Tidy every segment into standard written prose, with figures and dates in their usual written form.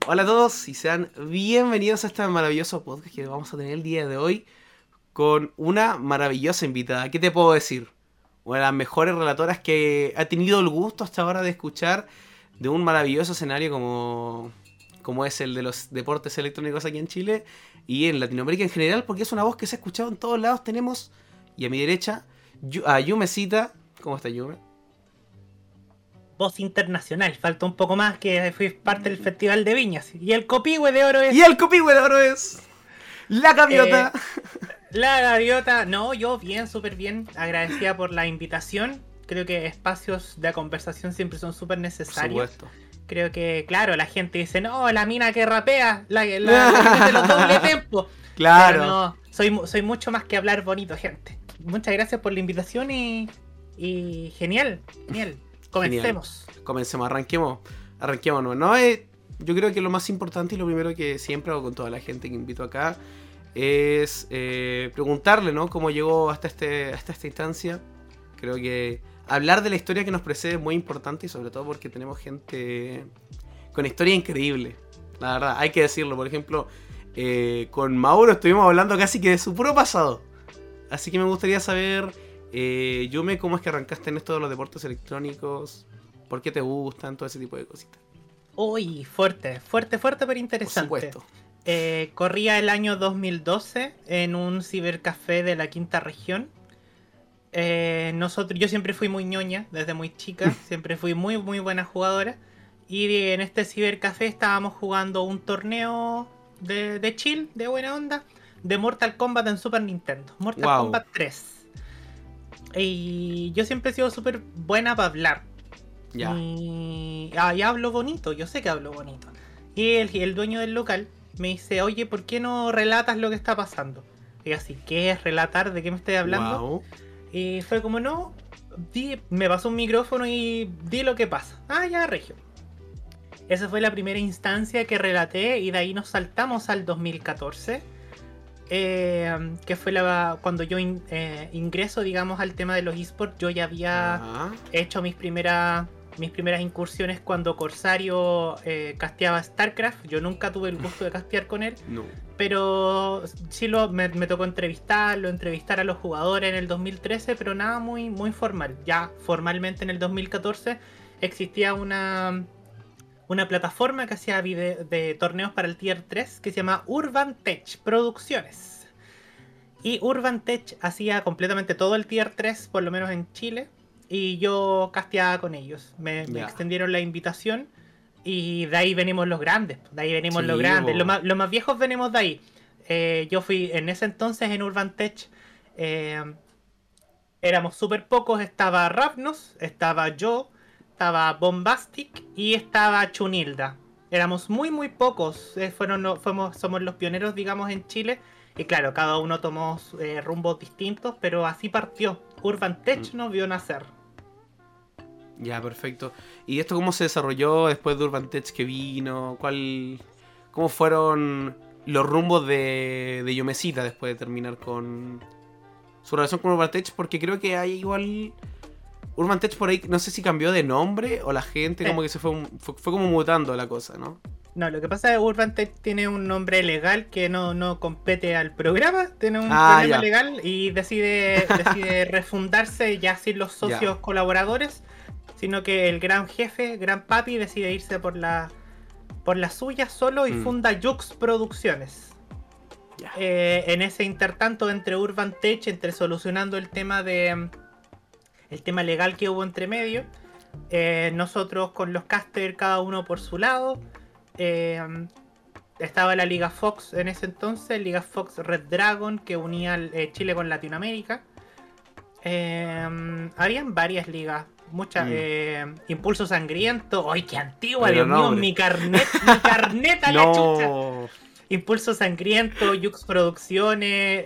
Hola a todos y sean bienvenidos a este maravilloso podcast que vamos a tener el día de hoy con una maravillosa invitada. ¿Qué te puedo decir? Una de las mejores relatoras que ha tenido el gusto hasta ahora de escuchar de un maravilloso escenario como es el de los deportes electrónicos aquí en Chile y en Latinoamérica en general, porque es una voz que se ha escuchado en todos lados. Tenemos, y a mi derecha, a Yumecita. ¿Cómo está Yume? Voz internacional, falta un poco más que fui parte del Festival de Viñas. Y el Copihue de Oro es... Y el copihue de oro es la gaviota. La gaviota. No, yo bien, súper bien. Agradecida por la invitación. Creo que espacios de conversación siempre son súper necesarios. Por supuesto. Creo que, claro, la gente dice, no, la mina que rapea, la que hace los doble tempo. Claro. Pero no, soy mucho más que hablar bonito, gente. Muchas gracias por la invitación y genial. Comencemos. Genial. Comencemos, arranquémonos. ¿No? Yo creo que lo más importante y lo primero que siempre hago con toda la gente que invito acá es preguntarle, ¿no? Cómo llegó hasta esta instancia. Creo que hablar de la historia que nos precede es muy importante y sobre todo porque tenemos gente con historia increíble. La verdad, hay que decirlo. Por ejemplo, con Mauro estuvimos hablando casi que de su puro pasado. Así que me gustaría saber, Yume, cómo es que arrancaste en esto de los deportes electrónicos, por qué te gustan, todo ese tipo de cositas. Uy, fuerte, pero interesante. Por supuesto. Corría el año 2012 en un cibercafé de la quinta región. Yo siempre fui muy ñoña desde muy chica, siempre fui muy buena jugadora. Y en este cibercafé estábamos jugando un torneo de chill, de buena onda, de Mortal Kombat en Super Nintendo. Mortal Kombat 3. Y yo siempre he sido súper buena para hablar. Ya. Y hablo bonito, yo sé que hablo bonito. Y el dueño del local me dice, oye, ¿por qué no relatas lo que está pasando? Y así, ¿qué es relatar? ¿De qué me estoy hablando? Wow. Y fue como, no, me pasó un micrófono y di lo que pasa. Ah, ya, regio. Esa fue la primera instancia que relaté y de ahí nos saltamos al 2014. Que fue cuando yo ingreso, digamos, al tema de los esports. Yo ya había hecho mis primeras incursiones cuando Corsario casteaba StarCraft. Yo nunca tuve el gusto de castear con él. No. Pero sí me tocó entrevistar a los jugadores en el 2013, pero nada muy formal. Ya formalmente en el 2014 existía una plataforma que hacía de torneos para el Tier 3 que se llama Urban Tech Producciones. Y Urban Tech hacía completamente todo el Tier 3, por lo menos en Chile, y yo casteaba con ellos. Me extendieron la invitación y de ahí venimos los grandes. Los más viejos venimos de ahí. Yo fui en ese entonces en Urban Tech. Éramos súper pocos. Estaba Ravnos, estaba yo, estaba Bombastic y estaba Chunilda. Éramos muy pocos. Somos los pioneros, digamos, en Chile. Y claro, cada uno tomó rumbos distintos, pero así partió. Urban Tech nos vio nacer. Ya, perfecto. ¿Y esto cómo se desarrolló después de Urban Tech que vino? ¿Cómo fueron los rumbos de Yomecita después de terminar con su relación con Urban Tech? Porque creo que hay igual... Urban Tech por ahí, no sé si cambió de nombre o la gente como que se fue como mutando la cosa, ¿no? No, lo que pasa es que Urban Tech tiene un nombre legal que no compete al programa, tiene un problema legal y decide refundarse ya sin los socios colaboradores, sino que el gran jefe, gran papi, decide irse por la suya solo y funda Jux Producciones. En ese intertanto entre Urban Tech, entre solucionando el tema legal que hubo entre medio, nosotros con los casters cada uno por su lado. Estaba la Liga Fox en ese entonces, Liga Fox Red Dragon, que unía Chile con Latinoamérica. Habían varias ligas, muchas. Impulso Sangriento, ¡ay, qué antigua! Pero Dios mío, mi carnet a la chucha. Impulso Sangriento, Jux Producciones,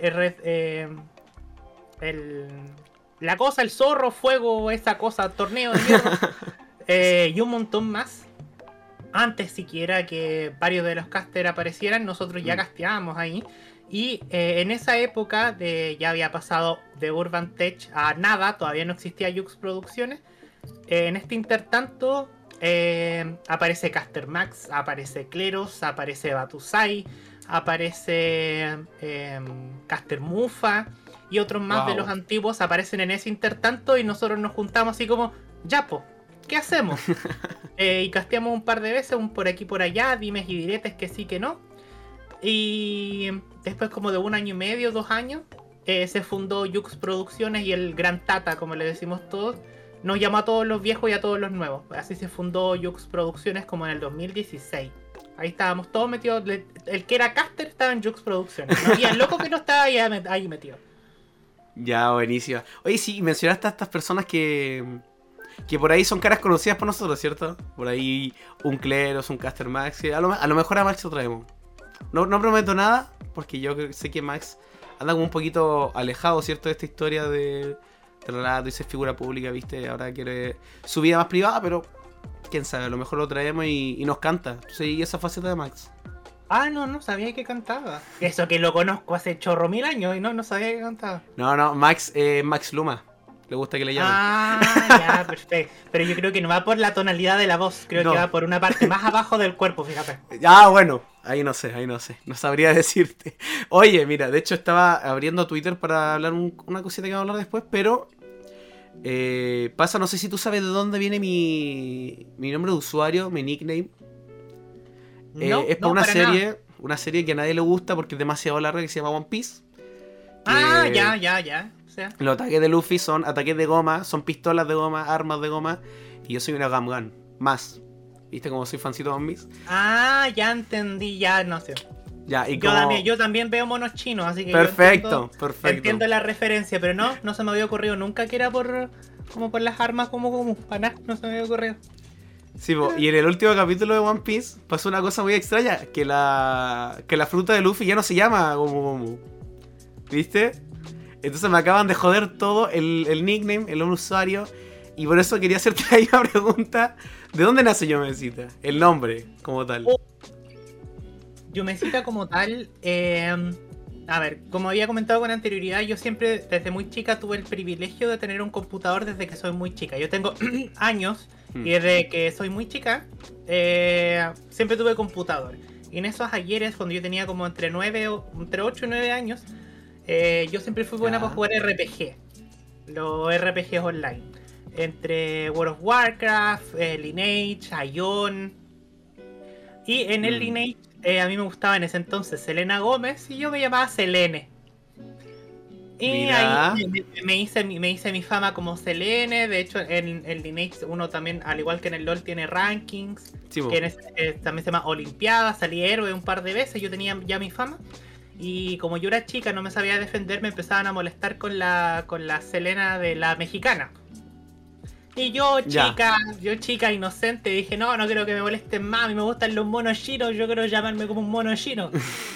la cosa, el zorro, fuego, esa cosa, torneo de hierro. Y un montón más. Antes siquiera que varios de los casters aparecieran, nosotros ya casteábamos ahí. Y en esa época ya había pasado de Urban Tech a nada, todavía no existía Jux Producciones. En este intertanto aparece Caster Max, aparece Cleros, aparece Batusai, aparece Caster Mufa y otros más de los antiguos aparecen en ese intertanto y nosotros nos juntamos así como, ya po, ¿qué hacemos? Y casteamos un par de veces, un por aquí por allá, dimes y diretes que sí que no. Y después como de 1 año y medio, 2 años, se fundó Yux Producciones y el Gran Tata, como le decimos todos, nos llamó a todos los viejos y a todos los nuevos. Así se fundó Yux Producciones como en el 2016. Ahí estábamos todos metidos. El que era caster estaba en Yux Producciones. No había el loco que no estaba ahí metido. Ya, buenísima. Oye, sí, mencionaste a estas personas que por ahí son caras conocidas por nosotros, ¿cierto? Por ahí un Cleros, un Caster Max. A lo mejor a Max lo traemos. No prometo nada, porque yo sé que Max anda como un poquito alejado, ¿cierto? De esta historia de relato y ser figura pública, ¿viste? Ahora quiere su vida más privada, pero quién sabe, a lo mejor lo traemos y nos canta. Entonces, ¿y esa faceta de Max? Ah, no sabía que cantaba. Eso que lo conozco hace chorro 1000 años y no sabía que cantaba. No, Max Luma. Le gusta que le llamen. Ah, ya, perfecto. Pero yo creo que no va por la tonalidad de la voz, creo que va por una parte más abajo del cuerpo, fíjate. Ah, bueno, ahí no sé. No sabría decirte. Oye, mira, de hecho estaba abriendo Twitter para hablar una cosita que vamos a hablar después, pero no sé si tú sabes de dónde viene mi nombre de usuario, mi nickname. Es por una serie que a nadie le gusta porque es demasiado larga, que se llama One Piece. Ah, ya. O sea. Los ataques de Luffy son ataques de goma, son pistolas de goma, armas de goma, y yo soy una Gum Gun. Más. ¿Viste cómo soy fancito de One Piece? Ah, ya entendí, ya no sé. Ya, y yo también veo monos chinos, así que perfecto. Entiendo la referencia, pero no se me había ocurrido nunca que era por las armas como para nada, no se me había ocurrido. Sí, y en el último capítulo de One Piece pasó una cosa muy extraña, que la fruta de Luffy ya no se llama Gomu. ¿Viste? Entonces me acaban de joder todo el nickname, el usuario, y por eso quería hacerte ahí una pregunta. ¿De dónde nace Yomecita? El nombre, como tal. Yomecita como tal, a ver, como había comentado con anterioridad, yo siempre, desde muy chica, tuve el privilegio de tener un computador desde que soy muy chica. Yo tengo años, y desde que soy muy chica, siempre tuve computador. Y en esos ayeres, cuando yo tenía como entre 8 y 9 años, yo siempre fui buena para jugar RPG. Los RPGs online. Entre World of Warcraft, Lineage, Ion. Y en el Lineage a mí me gustaba en ese entonces Selena Gómez y yo me llamaba Selene. Y mira, ahí me hice mi fama como Selene. De hecho, en Lineage uno también, al igual que en el LoL, tiene rankings. Sí, que también se llama Olimpiadas. Salí héroe un par de veces. Yo tenía ya mi fama. Y como yo era chica, no me sabía defender, me empezaban a molestar con la Selena de la mexicana. Y yo chica inocente, dije, no quiero que me molesten más, a mí me gustan los monos chinos, yo quiero llamarme como un mono chino.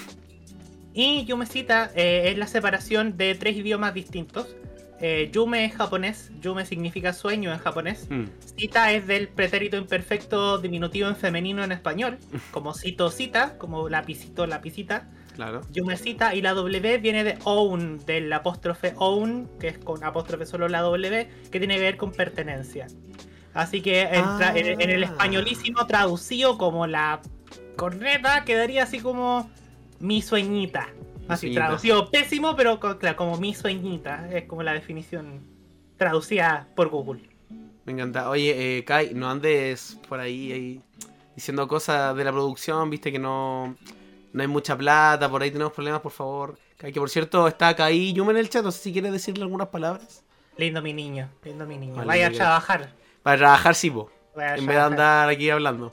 Y Yumecita es la separación de 3 idiomas distintos. Yume es japonés, Yume significa sueño en japonés. Cita es del pretérito imperfecto diminutivo en femenino en español, como cito, cita, como lapicito, lapicita. Claro. Yumecita, y la W viene de own, del apóstrofe own, que es con apóstrofe solo la W, que tiene que ver con pertenencia. Así que en el españolísimo traducido como la corneta quedaría así como mi sueñita. Así traducido pésimo, pero claro, como mi sueñita. Es como la definición traducida por Google. Me encanta. Oye, Kai, no andes por ahí diciendo cosas de la producción, viste que no hay mucha plata, por ahí tenemos problemas, por favor. Que por cierto, está acá ahí Yume en el chat, no sé si quieres decirle algunas palabras. Lindo mi niño. Vale, vaya a trabajar. Para trabajar, sí, po. En vez de andar aquí hablando.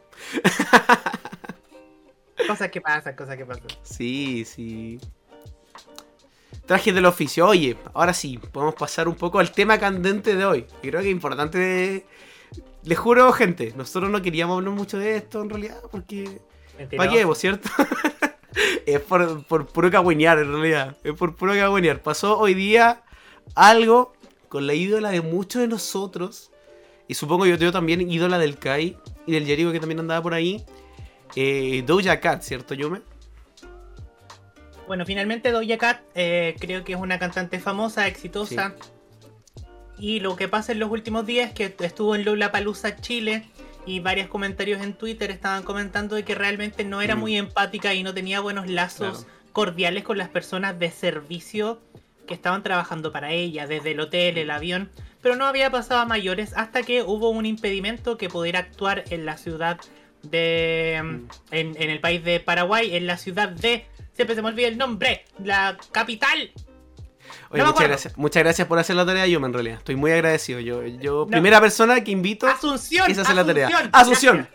Cosas que pasan. Sí. Trajes del oficio. Oye, ahora sí, podemos pasar un poco al tema candente de hoy. Creo que es importante. Les juro, gente, nosotros no queríamos hablar mucho de esto en realidad, porque... ¿Para qué, vos, cierto? Es por puro cagüeñar, en realidad. Es por puro cagüeñar. Pasó hoy día algo con la ídola de muchos de nosotros. Y supongo yo también, ídola del Kai y del Jericho, que también andaba por ahí. Doja Cat, ¿cierto, Yume? Bueno, finalmente Doja Cat creo que es una cantante famosa, exitosa. Sí. Y lo que pasa en los últimos días es que estuvo en Lollapalooza, Chile. y varios comentarios en Twitter estaban comentando de que realmente no era muy empática y no tenía buenos lazos cordiales con las personas de servicio que estaban trabajando para ella, desde el hotel, el avión, pero no había pasado a mayores hasta que hubo un impedimento que pudiera actuar en la ciudad de... en el país de Paraguay, en la ciudad de... Siempre se me olvida el nombre, la capital. Oye, No me muchas gracias por hacer la tarea, yo en realidad. Estoy muy agradecido. Yo No. primera persona que invito Asunción, es hacer la tarea. Asunción.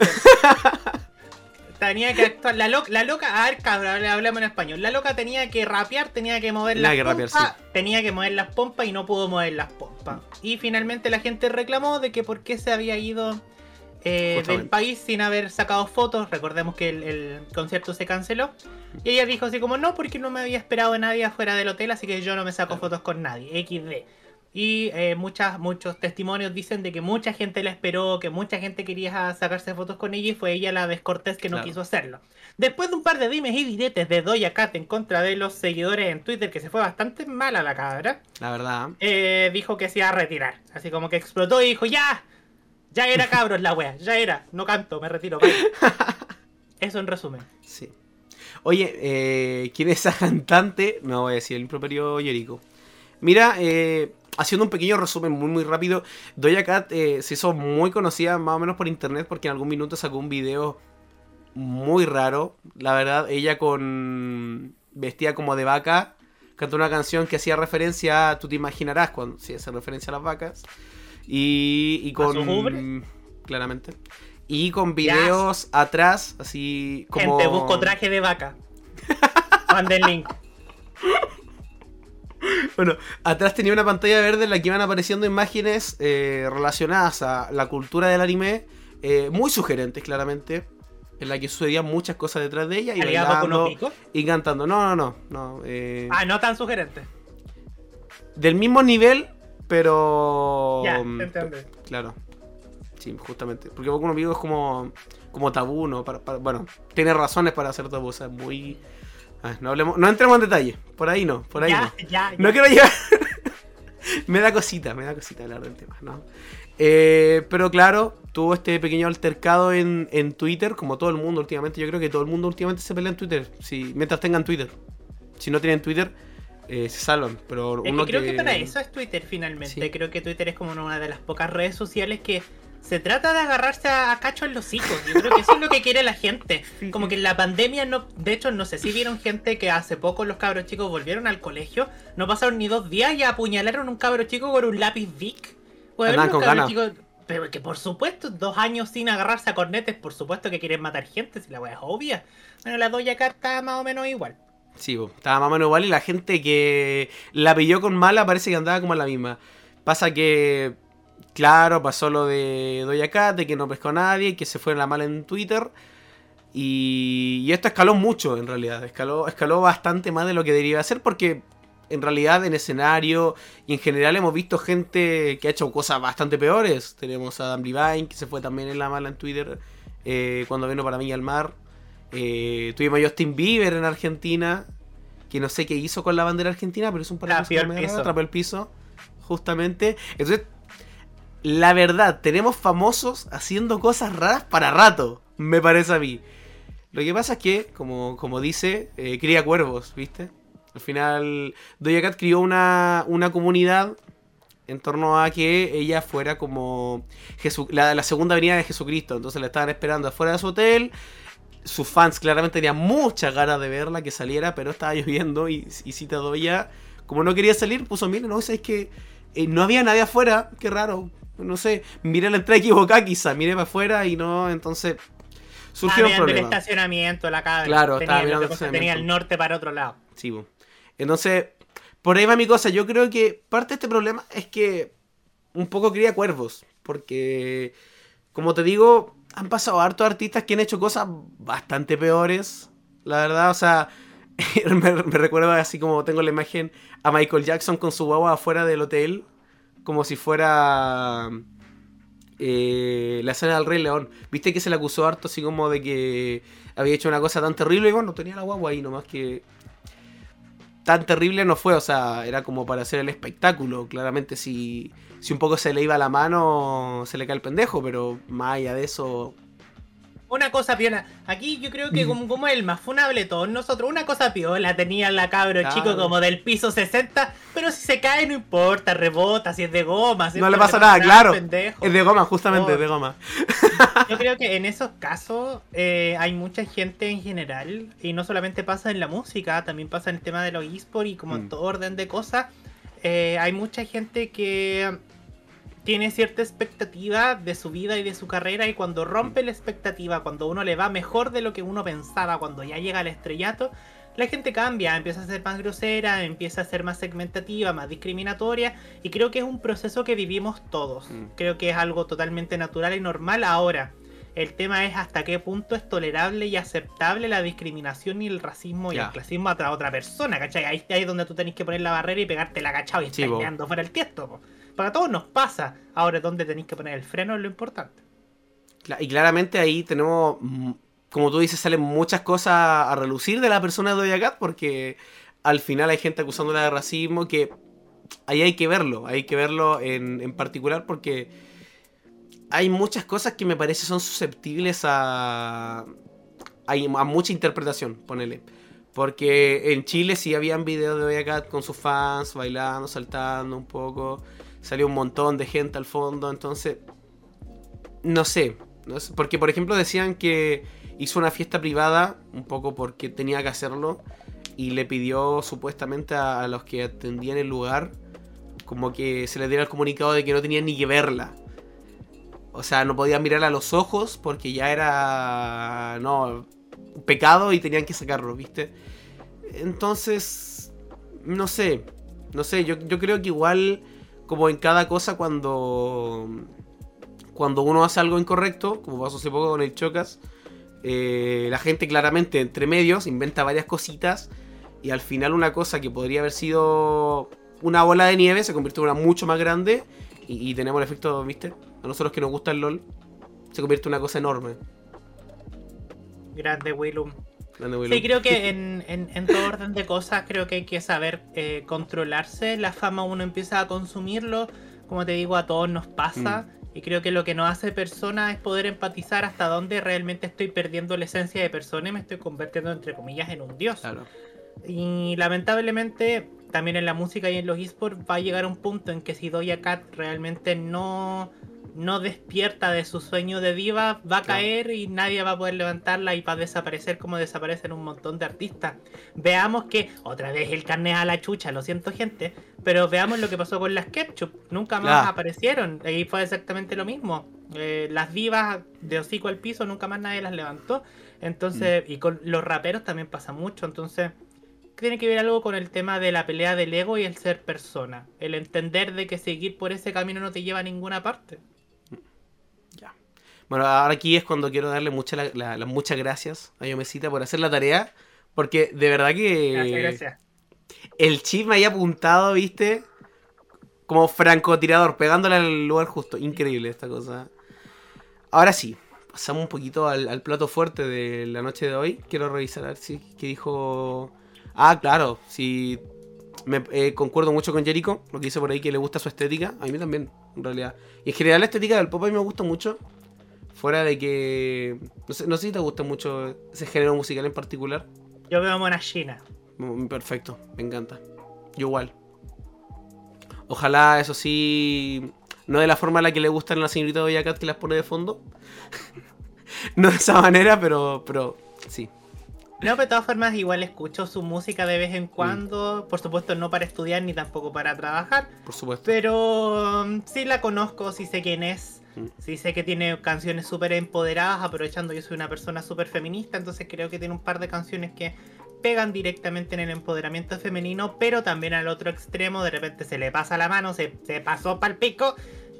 Tenía que actuar. La loca, a ver, cabrón, hablamos en español. La loca tenía que rapear, tenía que mover las pompas. Tenía que mover las pompas y no pudo mover las pompas. Y finalmente la gente reclamó de que por qué se había ido del país sin haber sacado fotos. Recordemos que el concierto se canceló. Y ella dijo así como, no, porque no me había esperado a nadie afuera del hotel, así que yo no me saco fotos con nadie. XD. Y muchos testimonios dicen de que mucha gente la esperó, que mucha gente quería sacarse fotos con ella y fue ella la descortés que no quiso hacerlo. Después de un par de dimes y diretes de Doja Cat en contra de los seguidores en Twitter, que se fue bastante mala la cabra, la verdad, dijo que se iba a retirar. Así como que explotó y dijo, ya era cabros la wea, ya era, no canto, me retiro, bye. Eso en resumen. Sí. Oye, ¿quién es esa cantante? No voy a decir el improperio Yerico. Mira, haciendo un pequeño resumen muy rápido, Doja Cat se hizo muy conocida más o menos por internet porque en algún minuto sacó un video muy raro. La verdad, ella vestida como de vaca, cantó una canción que hacía referencia a, tú te imaginarás, cuando si hace referencia a las vacas. Y con... ¿A sus ubres? Claramente. Y con videos atrás, así como... Gente, busco traje de vaca. Manden link. Bueno, atrás tenía una pantalla verde en la que iban apareciendo imágenes relacionadas a la cultura del anime, muy sugerentes claramente, en la que sucedían muchas cosas detrás de ella y bailando y cantando. No. No tan sugerente. Del mismo nivel, pero... Ya, entiendo. Claro. Sí, justamente. Porque Boku no Pico es como tabú, ¿no? Bueno, tiene razones para hacer tabú, o sea, muy... no entremos en detalle. Por ahí no. Ya. No quiero llegar... me da cosita hablar del tema, ¿no? Pero claro, tuvo este pequeño altercado en Twitter, como todo el mundo últimamente. Yo creo que todo el mundo últimamente se pelea en Twitter. Mientras tengan Twitter. Si no tienen Twitter, se salvan. Pero creo que para eso es Twitter finalmente. Sí. Creo que Twitter es como una de las pocas redes sociales que se trata de agarrarse a cacho en los hijos. Yo creo que eso es lo que quiere la gente. Como que en la pandemia no... De hecho, no sé si vieron gente que hace poco los cabros chicos volvieron al colegio. No pasaron ni 2 días y apuñalaron a un cabro chico con un lápiz Bic. Los cabros chicos... Pero que por supuesto, 2 años sin agarrarse a cornetes, por supuesto que quieren matar gente, si la wea es obvia. Bueno, la Doja Cat está más o menos igual. Sí, estaba más o menos igual y la gente que la pilló con mala parece que andaba como en la misma. Pasa que... Claro, pasó lo de Doja Cat, de que no pescó a nadie, que se fue en la mala en Twitter. Y esto escaló mucho, en realidad. Escaló bastante más de lo que debería hacer, porque en realidad en escenario y en general hemos visto gente que ha hecho cosas bastante peores. Tenemos a Dan Levine, que se fue también en la mala en Twitter cuando vino para Viña al Mar. Tuvimos a Justin Bieber en Argentina, que no sé qué hizo con la bandera argentina, pero es un par de atrapó el piso, justamente. Entonces... La verdad, tenemos famosos haciendo cosas raras para rato, me parece a mí. Lo que pasa es que, como dice, cría cuervos, ¿viste? Al final, Doja Cat crió una comunidad en torno a que ella fuera como la segunda venida de Jesucristo. Entonces la estaban esperando afuera de su hotel. Sus fans claramente tenían muchas ganas de verla, que saliera, pero estaba lloviendo y cita Doja, como no quería salir, puso, miren, no, es que no había nadie afuera, qué raro. No sé, miré la entrada equivocada quizá, miré para afuera y no, entonces surgieron problemas. El estacionamiento, la cabra. Claro, estaba mirando el estacionamiento. Tenía el norte para otro lado. Sí, entonces, por ahí va mi cosa. Yo creo que parte de este problema es que un poco cría cuervos. Porque, como te digo, han pasado hartos artistas que han hecho cosas bastante peores. La verdad, o sea, me recuerda así como tengo la imagen a Michael Jackson con su guagua afuera del hotel. Como si fuera la escena del Rey León. Viste que se le acusó harto así como de que había hecho una cosa tan terrible. Y bueno, tenía la guagua ahí nomás, que tan terrible no fue. O sea, era como para hacer el espectáculo. Claramente si si un poco se le iba la mano, se le cae el pendejo, pero más allá de eso... Una cosa piola. Aquí yo creo que como el más funable de todos nosotros, una cosa piola tenía la cabro Claro. chico como del piso 60, pero si se cae no importa, rebota, si es de goma, No le pasa nada, claro. pendejo. Es de goma, justamente, Oh. es de goma. Yo creo que en esos casos hay mucha gente en general, y no solamente pasa en la música, también pasa en el tema de los eSports y como en todo orden de cosas. Hay mucha gente que tiene cierta expectativa de su vida y de su carrera, y cuando rompe la expectativa, cuando uno le va mejor de lo que uno pensaba, cuando ya llega al estrellato, la gente cambia, empieza a ser más grosera, empieza a ser más segmentativa, más discriminatoria, y creo que es un proceso que vivimos todos. Creo que es algo totalmente natural y normal. Ahora, el tema es hasta qué punto es tolerable y aceptable la discriminación y el racismo y Ya. el clasismo a otra persona, ¿cachai? Ahí es donde tú tenés que poner la barrera y pegarte la cachao y Sí, estar po. mirando fuera el tiesto, po. Para todos nos pasa. Ahora es donde tenéis que poner el freno, es lo importante. Y claramente ahí tenemos, como tú dices, salen muchas cosas a relucir de la persona de Doja Cat, porque al final hay gente acusándola de racismo, que ahí hay que verlo en particular, porque hay muchas cosas que me parece son susceptibles a mucha interpretación, ponele. Porque en Chile sí habían videos de Doja Cat con sus fans, bailando, saltando un poco. Salió un montón de gente al fondo, entonces... No sé. Porque, por ejemplo, decían que hizo una fiesta privada, un poco porque tenía que hacerlo, y le pidió supuestamente a los que atendían el lugar, como que se les diera el comunicado de que no tenían ni que verla. O sea, no podían mirarla a los ojos porque ya era... No, un pecado y tenían que sacarlo, ¿viste? Entonces, no sé, yo creo que igual, como en cada cosa, cuando uno hace algo incorrecto, como pasó hace poco con el Chocas, la gente claramente entre medios inventa varias cositas, y al final una cosa que podría haber sido una bola de nieve se convierte en una mucho más grande, y tenemos el efecto, ¿viste? A nosotros que nos gusta el LOL, se convierte en una cosa enorme. Grande Willum. Grande Willum. Sí, creo que en todo orden de cosas, creo que hay que saber controlarse. La fama uno empieza a consumirlo, como te digo, a todos nos pasa. Y creo que lo que nos hace persona es poder empatizar hasta dónde realmente estoy perdiendo la esencia de persona y me estoy convirtiendo, entre comillas, en un dios. Claro. Y lamentablemente, también en la música y en los esports va a llegar un punto en que si Doja Cat realmente no despierta de su sueño de diva, va a caer y nadie va a poder levantarla y va a desaparecer como desaparecen un montón de artistas. Veamos que, otra vez el carnet a la chucha, lo siento gente, pero veamos lo que pasó con las Ketchup. Nunca más aparecieron, y fue exactamente lo mismo. Las divas de hocico al piso, nunca más nadie las levantó. Entonces, y con los raperos también pasa mucho, entonces... Tiene que ver algo con el tema de la pelea del ego y el ser persona. El entender de que seguir por ese camino no te lleva a ninguna parte. Ya. Bueno, ahora aquí es cuando quiero darle las muchas gracias a Yomecita por hacer la tarea. Porque de verdad que... Gracias. El chip me haya apuntado, ¿viste? Como francotirador, pegándole al lugar justo. Increíble esta cosa. Ahora sí, pasamos un poquito al plato fuerte de la noche de hoy. Quiero revisar a ver si qué dijo... Ah, claro, sí. Concuerdo mucho con Jericho, lo que dice por ahí, que le gusta su estética. A mí también, en realidad. Y en general la estética del pop a mí me gusta mucho. Fuera de que... No sé si te gusta mucho ese género musical en particular. Yo veo Mona China. Perfecto, me encanta. Yo igual. Ojalá, eso sí... No de la forma en la que le gustan a la señorita Doja Cat, que las pone de fondo. No de esa manera, pero sí. No, pero de todas formas igual escucho su música de vez en cuando. Por supuesto no para estudiar ni tampoco para trabajar. Por supuesto. Pero sí la conozco, sí sé quién es. Sí sé que tiene canciones súper empoderadas, aprovechando yo soy una persona súper feminista, entonces creo que tiene un par de canciones que pegan directamente en el empoderamiento femenino, pero también al otro extremo de repente se le pasa la mano, se pasó pa'l pico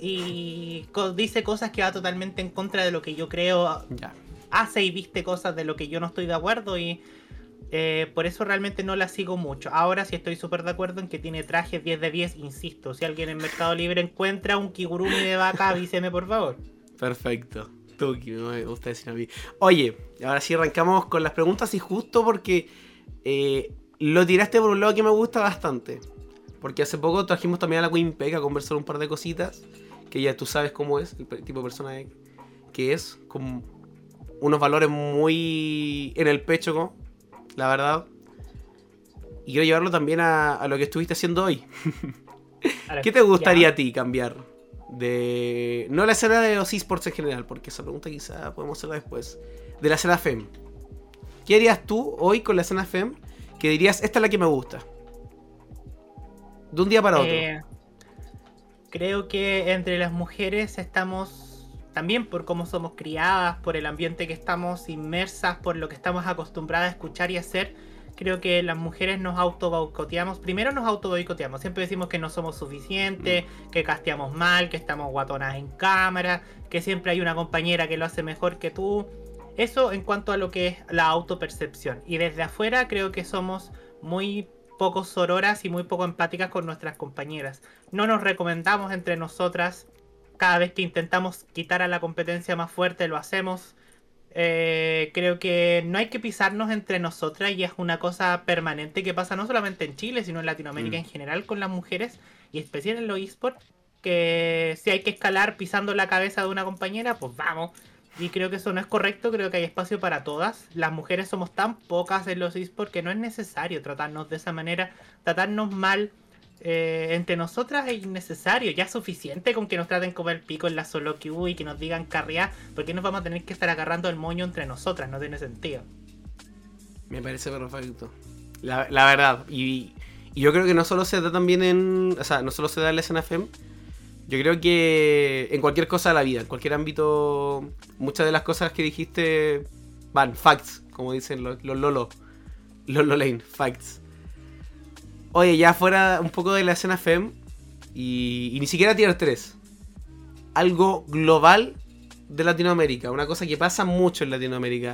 y dice cosas que va totalmente en contra de lo que yo creo. Ya. Hace y viste cosas de lo que yo no estoy de acuerdo y por eso realmente no la sigo mucho. Ahora sí estoy súper de acuerdo en que tiene trajes 10 de 10, insisto. Si alguien en Mercado Libre encuentra un kigurumi de vaca, avíseme por favor. Perfecto. Tuki, me gusta decir a mí. Oye, ahora sí arrancamos con las preguntas y justo porque lo tiraste por un lado que me gusta bastante. Porque hace poco trajimos también a la Queen Peck a conversar un par de cositas. Que ya tú sabes cómo es, el tipo de persona que es. Con unos valores muy en el pecho, la verdad. Y quiero llevarlo también a lo que estuviste haciendo hoy. ¿Qué te gustaría a ti cambiar? No la escena de los esports en general, porque esa pregunta quizá podemos hacerla después. De la escena FEM. ¿Qué harías tú hoy con la escena FEM que dirías, esta es la que me gusta? De un día para otro. Creo que entre las mujeres estamos, también por cómo somos criadas, por el ambiente que estamos inmersas, por lo que estamos acostumbradas a escuchar y hacer, creo que las mujeres nos auto-boicoteamos. Primero nos auto-boicoteamos. Siempre decimos que no somos suficientes, que casteamos mal, que estamos guatonas en cámara, que siempre hay una compañera que lo hace mejor que tú. Eso en cuanto a lo que es la autopercepción. Y desde afuera creo que somos muy poco sororas y muy poco empáticas con nuestras compañeras. No nos recomendamos entre nosotras. Cada vez que intentamos quitar a la competencia más fuerte lo hacemos. Creo que no hay que pisarnos entre nosotras y es una cosa permanente que pasa no solamente en Chile, sino en Latinoamérica en general con las mujeres y especialmente en los esports, que si hay que escalar pisando la cabeza de una compañera, pues vamos. Y creo que eso no es correcto, creo que hay espacio para todas. Las mujeres somos tan pocas en los esports que no es necesario tratarnos de esa manera, tratarnos mal. Entre nosotras es innecesario, ya es suficiente con que nos traten como el pico en la solo queue y que nos digan carrear, porque nos vamos a tener que estar agarrando el moño entre nosotras, no tiene sentido. Me parece perfecto, la verdad, y yo creo que no solo se da también no solo se da en la escena FEM, yo creo que en cualquier cosa de la vida, en cualquier ámbito, muchas de las cosas que dijiste van, facts, como dicen los lolane, facts. Oye, ya fuera un poco de la escena FEM y ni siquiera tier 3. Algo global de Latinoamérica, una cosa que pasa mucho en Latinoamérica.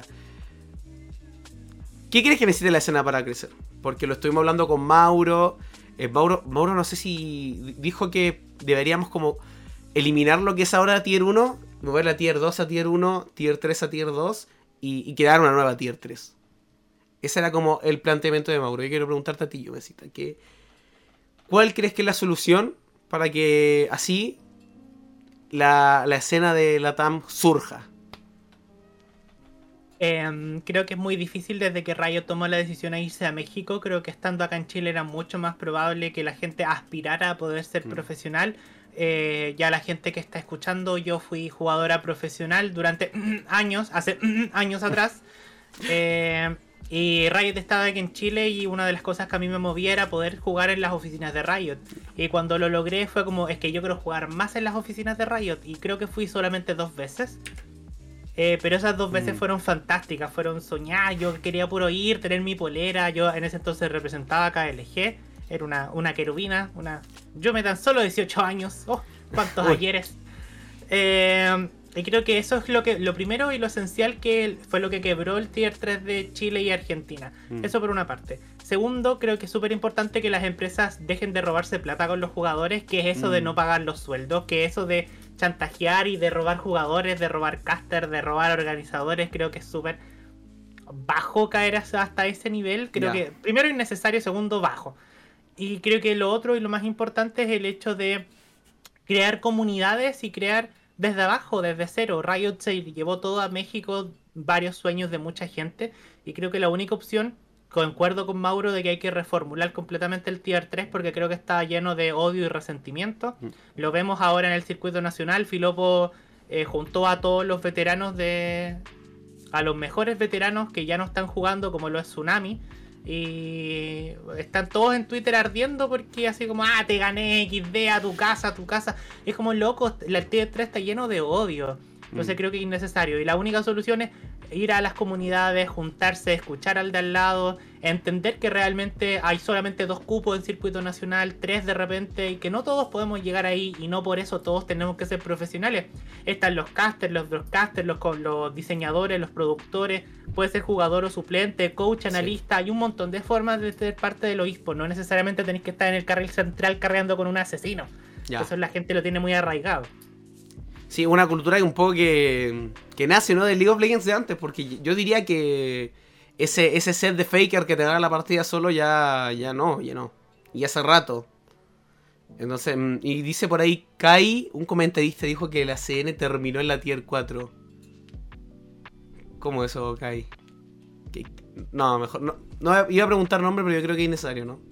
¿Qué crees que necesite la escena para crecer? Porque lo estuvimos hablando con Mauro. Mauro no sé si dijo que deberíamos como eliminar lo que es ahora tier 1, mover la tier 2 a tier 1, tier 3 a tier 2 y crear una nueva tier 3. Ese era como el planteamiento de Mauro. Yo quiero preguntarte a ti, Mesita, ¿cuál crees que es la solución para que así la escena de LATAM surja? Creo que es muy difícil desde que Riot tomó la decisión de irse a México. Creo que estando acá en Chile era mucho más probable que la gente aspirara a poder ser profesional. Ya la gente que está escuchando, yo fui jugadora profesional durante años, hace años atrás. Y Riot estaba aquí en Chile y una de las cosas que a mí me movía era poder jugar en las oficinas de Riot. Y cuando lo logré fue como, es que yo quiero jugar más en las oficinas de Riot. Y creo que fui solamente 2 veces. Pero esas 2 veces fueron fantásticas, fueron soñar. Yo quería puro ir, tener mi polera. Yo en ese entonces representaba a KLG. Era una querubina. Yo me dan solo 18 años. Oh, cuántos ayeres. Y creo que eso es lo primero y lo esencial que fue lo que quebró el tier 3 de Chile y Argentina. Eso por una parte. Segundo, creo que es súper importante que las empresas dejen de robarse plata con los jugadores, que es eso de no pagar los sueldos, que eso de chantajear y de robar jugadores, de robar casters, de robar organizadores. Creo que es súper bajo caer hasta ese nivel. Creo que primero innecesario, segundo bajo. Y creo que lo otro y lo más importante es el hecho de crear comunidades y crear desde abajo, desde cero. Riot se llevó todo a México, varios sueños de mucha gente, y creo que la única opción, concuerdo con Mauro de que hay que reformular completamente el tier 3 porque creo que está lleno de odio y resentimiento. Lo vemos ahora en el circuito nacional. Filopo juntó a todos los veteranos a los mejores veteranos que ya no están jugando, como lo es Tsunami, y están todos en Twitter ardiendo porque así como, te gané XD a tu casa. Es como loco, el tier 3 está lleno de odio. Entonces creo que es innecesario. Y la única solución es ir a las comunidades, juntarse, escuchar al de al lado, entender que realmente hay solamente 2 cupos en circuito nacional, 3 de repente, y que no todos podemos llegar ahí y no por eso todos tenemos que ser profesionales. Están los casters, los broadcasters, los diseñadores, los productores, puede ser jugador o suplente, coach, analista. Hay un montón de formas de ser parte de los esports. No necesariamente tenéis que estar en el carril central carreando con un asesino. Eso la gente lo tiene muy arraigado. Sí, una cultura un poco que nace, ¿no?, del League of Legends de antes, porque yo diría que ese set de Faker que te da la partida solo ya no. Y hace rato. Entonces, y dice por ahí, Kai, un comentarista, dijo que la CN terminó en la Tier 4. ¿Cómo eso, Kai? No, mejor no. No iba a preguntar nombre, pero yo creo que es innecesario, ¿no?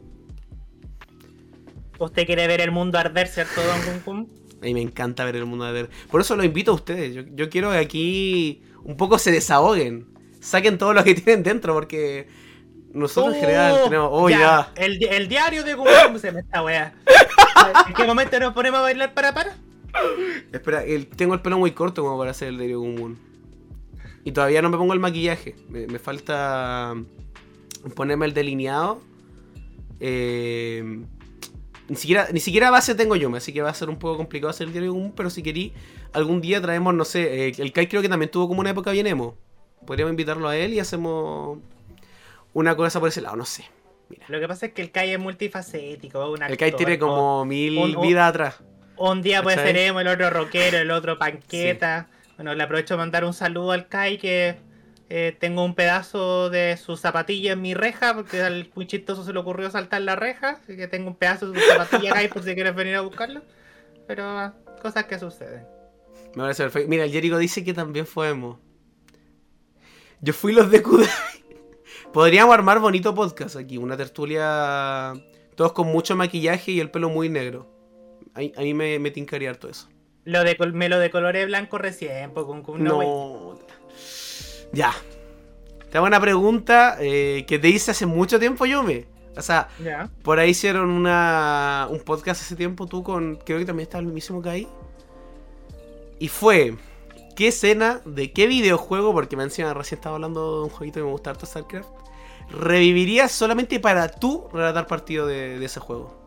¿Usted quiere ver el mundo arder, cierto, Don Kun Kun? A mí me encanta ver el mundo arder. Por eso lo invito a ustedes. Yo quiero que aquí un poco se desahoguen. Saquen todo lo que tienen dentro, porque nosotros en general tenemos... ¡Oh, ya! El diario de Kun Kun se me está weá. ¿En qué momento nos ponemos a bailar para? Espera, tengo el pelo muy corto como para hacer el diario común. Y todavía no me pongo el maquillaje. Me falta ponerme el delineado. Ni siquiera base tengo yo, así que va a ser un poco complicado hacer el diario común. Pero si querí, algún día traemos, no sé, el Kai creo que también tuvo como una época bien emo. Podríamos invitarlo a él y hacemos una cosa por ese lado, no sé. Mira. Lo que pasa es que el Kai es multifacético. El Kai tiene como 1000 vidas atrás. Un día puede ser emo, el otro rockero, el otro panqueta. Sí. Bueno, le aprovecho de mandar un saludo al Kai, que tengo un pedazo de su zapatilla en mi reja, porque al muy chistoso se le ocurrió saltar la reja, así que tengo un pedazo de su zapatilla, Kai, por si quieres venir a buscarlo. Pero cosas que suceden. Me parece perfecto. Mira, el Jericho dice que también fue emo. Yo fui los de Kudai. Podríamos armar bonito podcast aquí, una tertulia, todos con mucho maquillaje y el pelo muy negro. A mí me tincaría harto eso. Lo de colores blanco recién, con no. Ya. Te hago una pregunta que te hice hace mucho tiempo, Yume. O sea, ya. Por ahí hicieron un podcast hace tiempo tú con... Creo que también estaba el mismísimo Kai. Y fue... ¿Qué escena de qué videojuego? Porque me encima recién estaba hablando de un jueguito que me gusta harto, StarCraft. ¿Revivirías solamente para tú relatar partido de ese juego?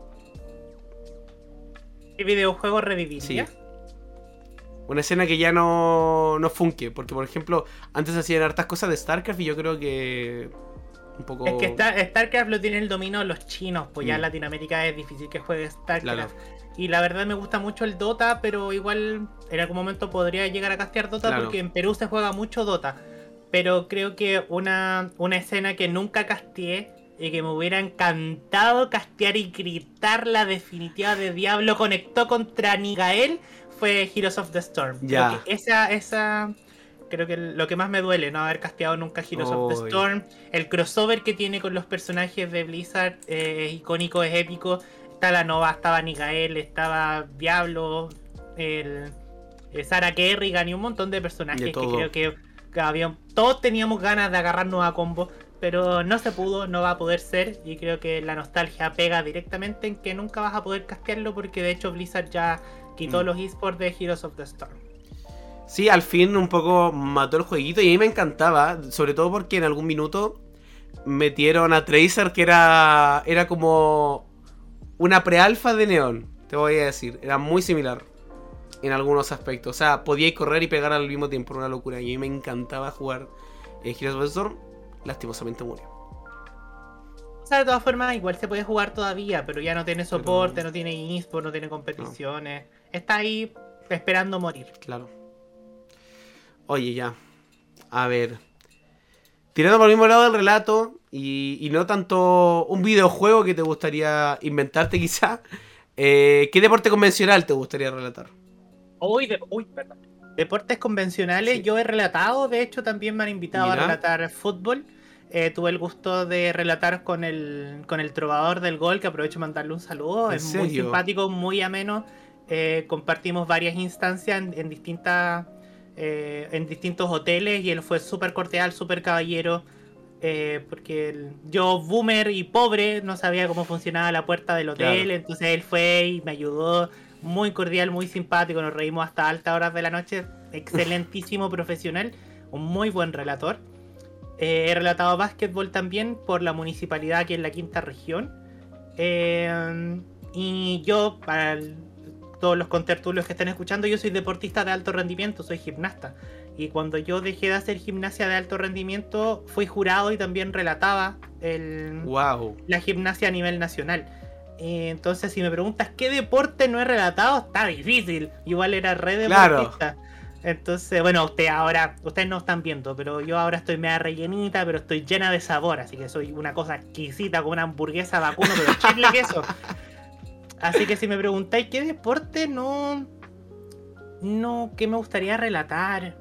¿Qué videojuego reviviría? Sí. Una escena que ya no funque. Porque, por ejemplo, antes hacían hartas cosas de StarCraft y yo creo que... un poco... Es que StarCraft lo tienen el dominio los chinos. Pues ya en Latinoamérica es difícil que juegue StarCraft. Claro. Y la verdad me gusta mucho el Dota, pero igual en algún momento podría llegar a castear Dota, claro, porque en Perú se juega mucho Dota. Pero creo que una escena que nunca casteé y que me hubiera encantado castear y gritar la definitiva de Diablo conectó contra Nigael fue Heroes of the Storm. Ya. Creo que creo que lo que más me duele, no haber casteado nunca Heroes of the Storm. El crossover que tiene con los personajes de Blizzard es icónico, es épico. Está la Nova, estaba Nigael, estaba Diablo, Sarah Kerrigan y un montón de personajes que creo que todos teníamos ganas de agarrarnos a combo, pero no se pudo, no va a poder ser, y creo que la nostalgia pega directamente en que nunca vas a poder castearlo, porque de hecho Blizzard ya quitó los esports de Heroes of the Storm. Sí, al fin un poco mató el jueguito y a mí me encantaba, sobre todo porque en algún minuto metieron a Tracer, que era como una pre-alfa de Neon, te voy a decir. Era muy similar en algunos aspectos. O sea, podíais correr y pegar al mismo tiempo, una locura. Y a mí me encantaba jugar Heroes of the Storm. Lastimosamente murió. O sea, de todas formas, igual se puede jugar todavía, pero ya no tiene soporte, no tiene eSport, no tiene competiciones. No. Está ahí esperando morir. Claro. Oye, ya. A ver. Tirando por el mismo lado del relato, y no tanto un videojuego que te gustaría inventarte quizá, ¿qué deporte convencional te gustaría relatar? Perdón. Deportes convencionales, sí. Yo he relatado, de hecho también me han invitado a relatar fútbol. Tuve el gusto de relatar con el Trovador del Gol, que aprovecho de mandarle un saludo. Es muy simpático, muy ameno. Compartimos varias instancias en distintos hoteles y él fue súper cordial, súper caballero. Porque yo, boomer y pobre, no sabía cómo funcionaba la puerta del hotel, claro. Entonces él fue y me ayudó. Muy cordial, muy simpático, nos reímos hasta altas horas de la noche. Excelentísimo profesional, un muy buen relator. He relatado básquetbol también por la municipalidad aquí en la quinta región. Y yo, para todos los contertulios que están escuchando, yo soy deportista de alto rendimiento, soy gimnasta. Y cuando yo dejé de hacer gimnasia de alto rendimiento, fui jurado y también relataba la gimnasia a nivel nacional. Entonces, si me preguntas qué deporte no he relatado, está difícil. Igual era re deportista. Claro. Entonces, bueno, ustedes no están viendo, pero yo ahora estoy media rellenita, pero estoy llena de sabor, así que soy una cosa exquisita, como una hamburguesa vacuno, pero echarle queso. Así que si me preguntáis qué deporte, no, ¿qué me gustaría relatar?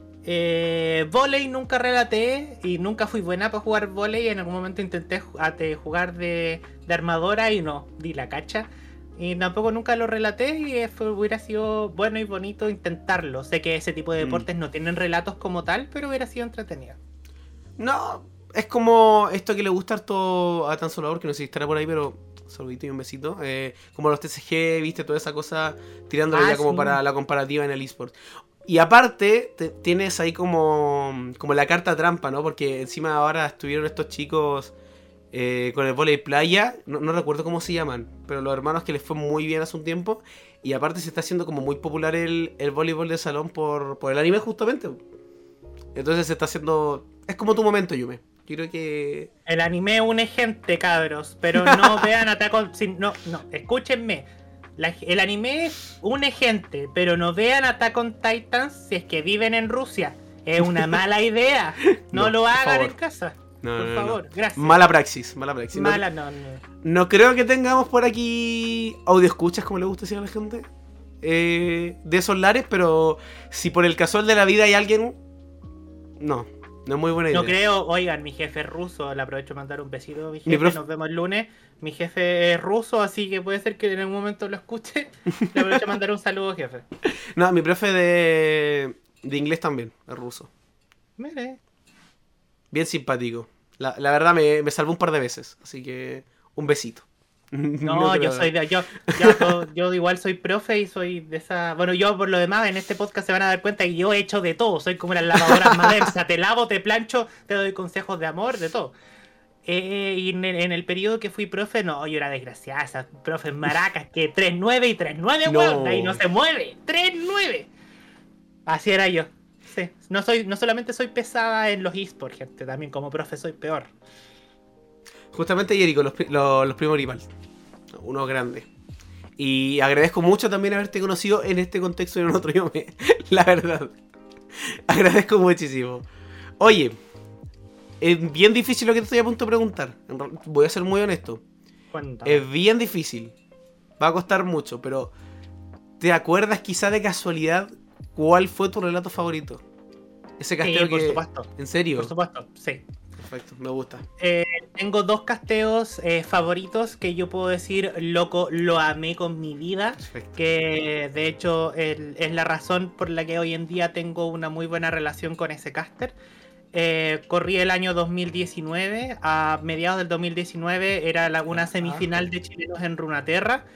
Vóley nunca relaté y nunca fui buena para jugar vóley. En algún momento intenté jugar de armadora y no, di la cacha. Y tampoco nunca lo relaté y hubiera sido bueno y bonito intentarlo. Sé que ese tipo de deportes no tienen relatos como tal, pero hubiera sido entretenido. No, es como esto que le gusta harto a Tan Solador, que no sé si estará por ahí, pero saludito y un besito. Como los TCG, viste, toda esa cosa, tirándole ya como sí, para la comparativa en el eSport. Y aparte, tienes ahí como la carta trampa, ¿no? Porque encima ahora estuvieron estos chicos con el vóley playa, no recuerdo cómo se llaman, pero los hermanos que les fue muy bien hace un tiempo. Y aparte se está haciendo como muy popular el voleibol de salón por el anime justamente. Entonces se está haciendo... Es como tu momento, Yume. Yo creo que... El anime une gente, cabros, pero no vean Attack on... No, escúchenme. El anime une gente, pero no vean Attack on Titans si es que viven en Rusia. Es una mala idea. No lo hagan en casa. Por favor, gracias. Mala praxis. Mala, no. No creo que tengamos por aquí audio escuchas, como le gusta decir a la gente, de esos lares, pero si por el casual de la vida hay alguien... No es muy buena idea. No creo, oigan, mi jefe es ruso, le aprovecho de mandar un besito a mi jefe, nos vemos el lunes. Mi jefe es ruso, así que puede ser que en algún momento lo escuche. Le aprovecho de mandar un saludo, jefe. No, mi profe de inglés también, es ruso. Mire. Bien simpático. La verdad me salvó un par de veces, así que un besito. No, yo igual soy profe y soy de esa... Bueno, yo por lo demás en este podcast se van a dar cuenta que yo he hecho de todo. Soy como las lavadoras Madersa, te lavo, te plancho, te doy consejos de amor, de todo. Y en el periodo que fui profe, no, yo era desgraciada, esas profes maracas que 3-9 y 3-9, no. weón, ahí no se mueve, 3-9. Así era yo. Sí, no solamente soy pesada en los eSports, gente, también como profe soy peor. Justamente Jericho, los primos rival. Uno grande. Y agradezco mucho también haberte conocido en este contexto y en otro idioma. La verdad. Agradezco muchísimo. Oye, es bien difícil lo que te estoy a punto de preguntar. Voy a ser muy honesto. Cuéntame. Es bien difícil. Va a costar mucho, pero ¿te acuerdas quizá de casualidad cuál fue tu relato favorito? Ese casteo sí, por supuesto. ¿En serio? Por supuesto, sí. Perfecto, me gusta. Tengo 2 casteos favoritos que yo puedo decir, loco, lo amé con mi vida. Perfecto. Que de hecho es la razón por la que hoy en día tengo una muy buena relación con ese caster. Corrí el año 2019, a mediados del 2019 era una semifinal de chilenos en Runaterra.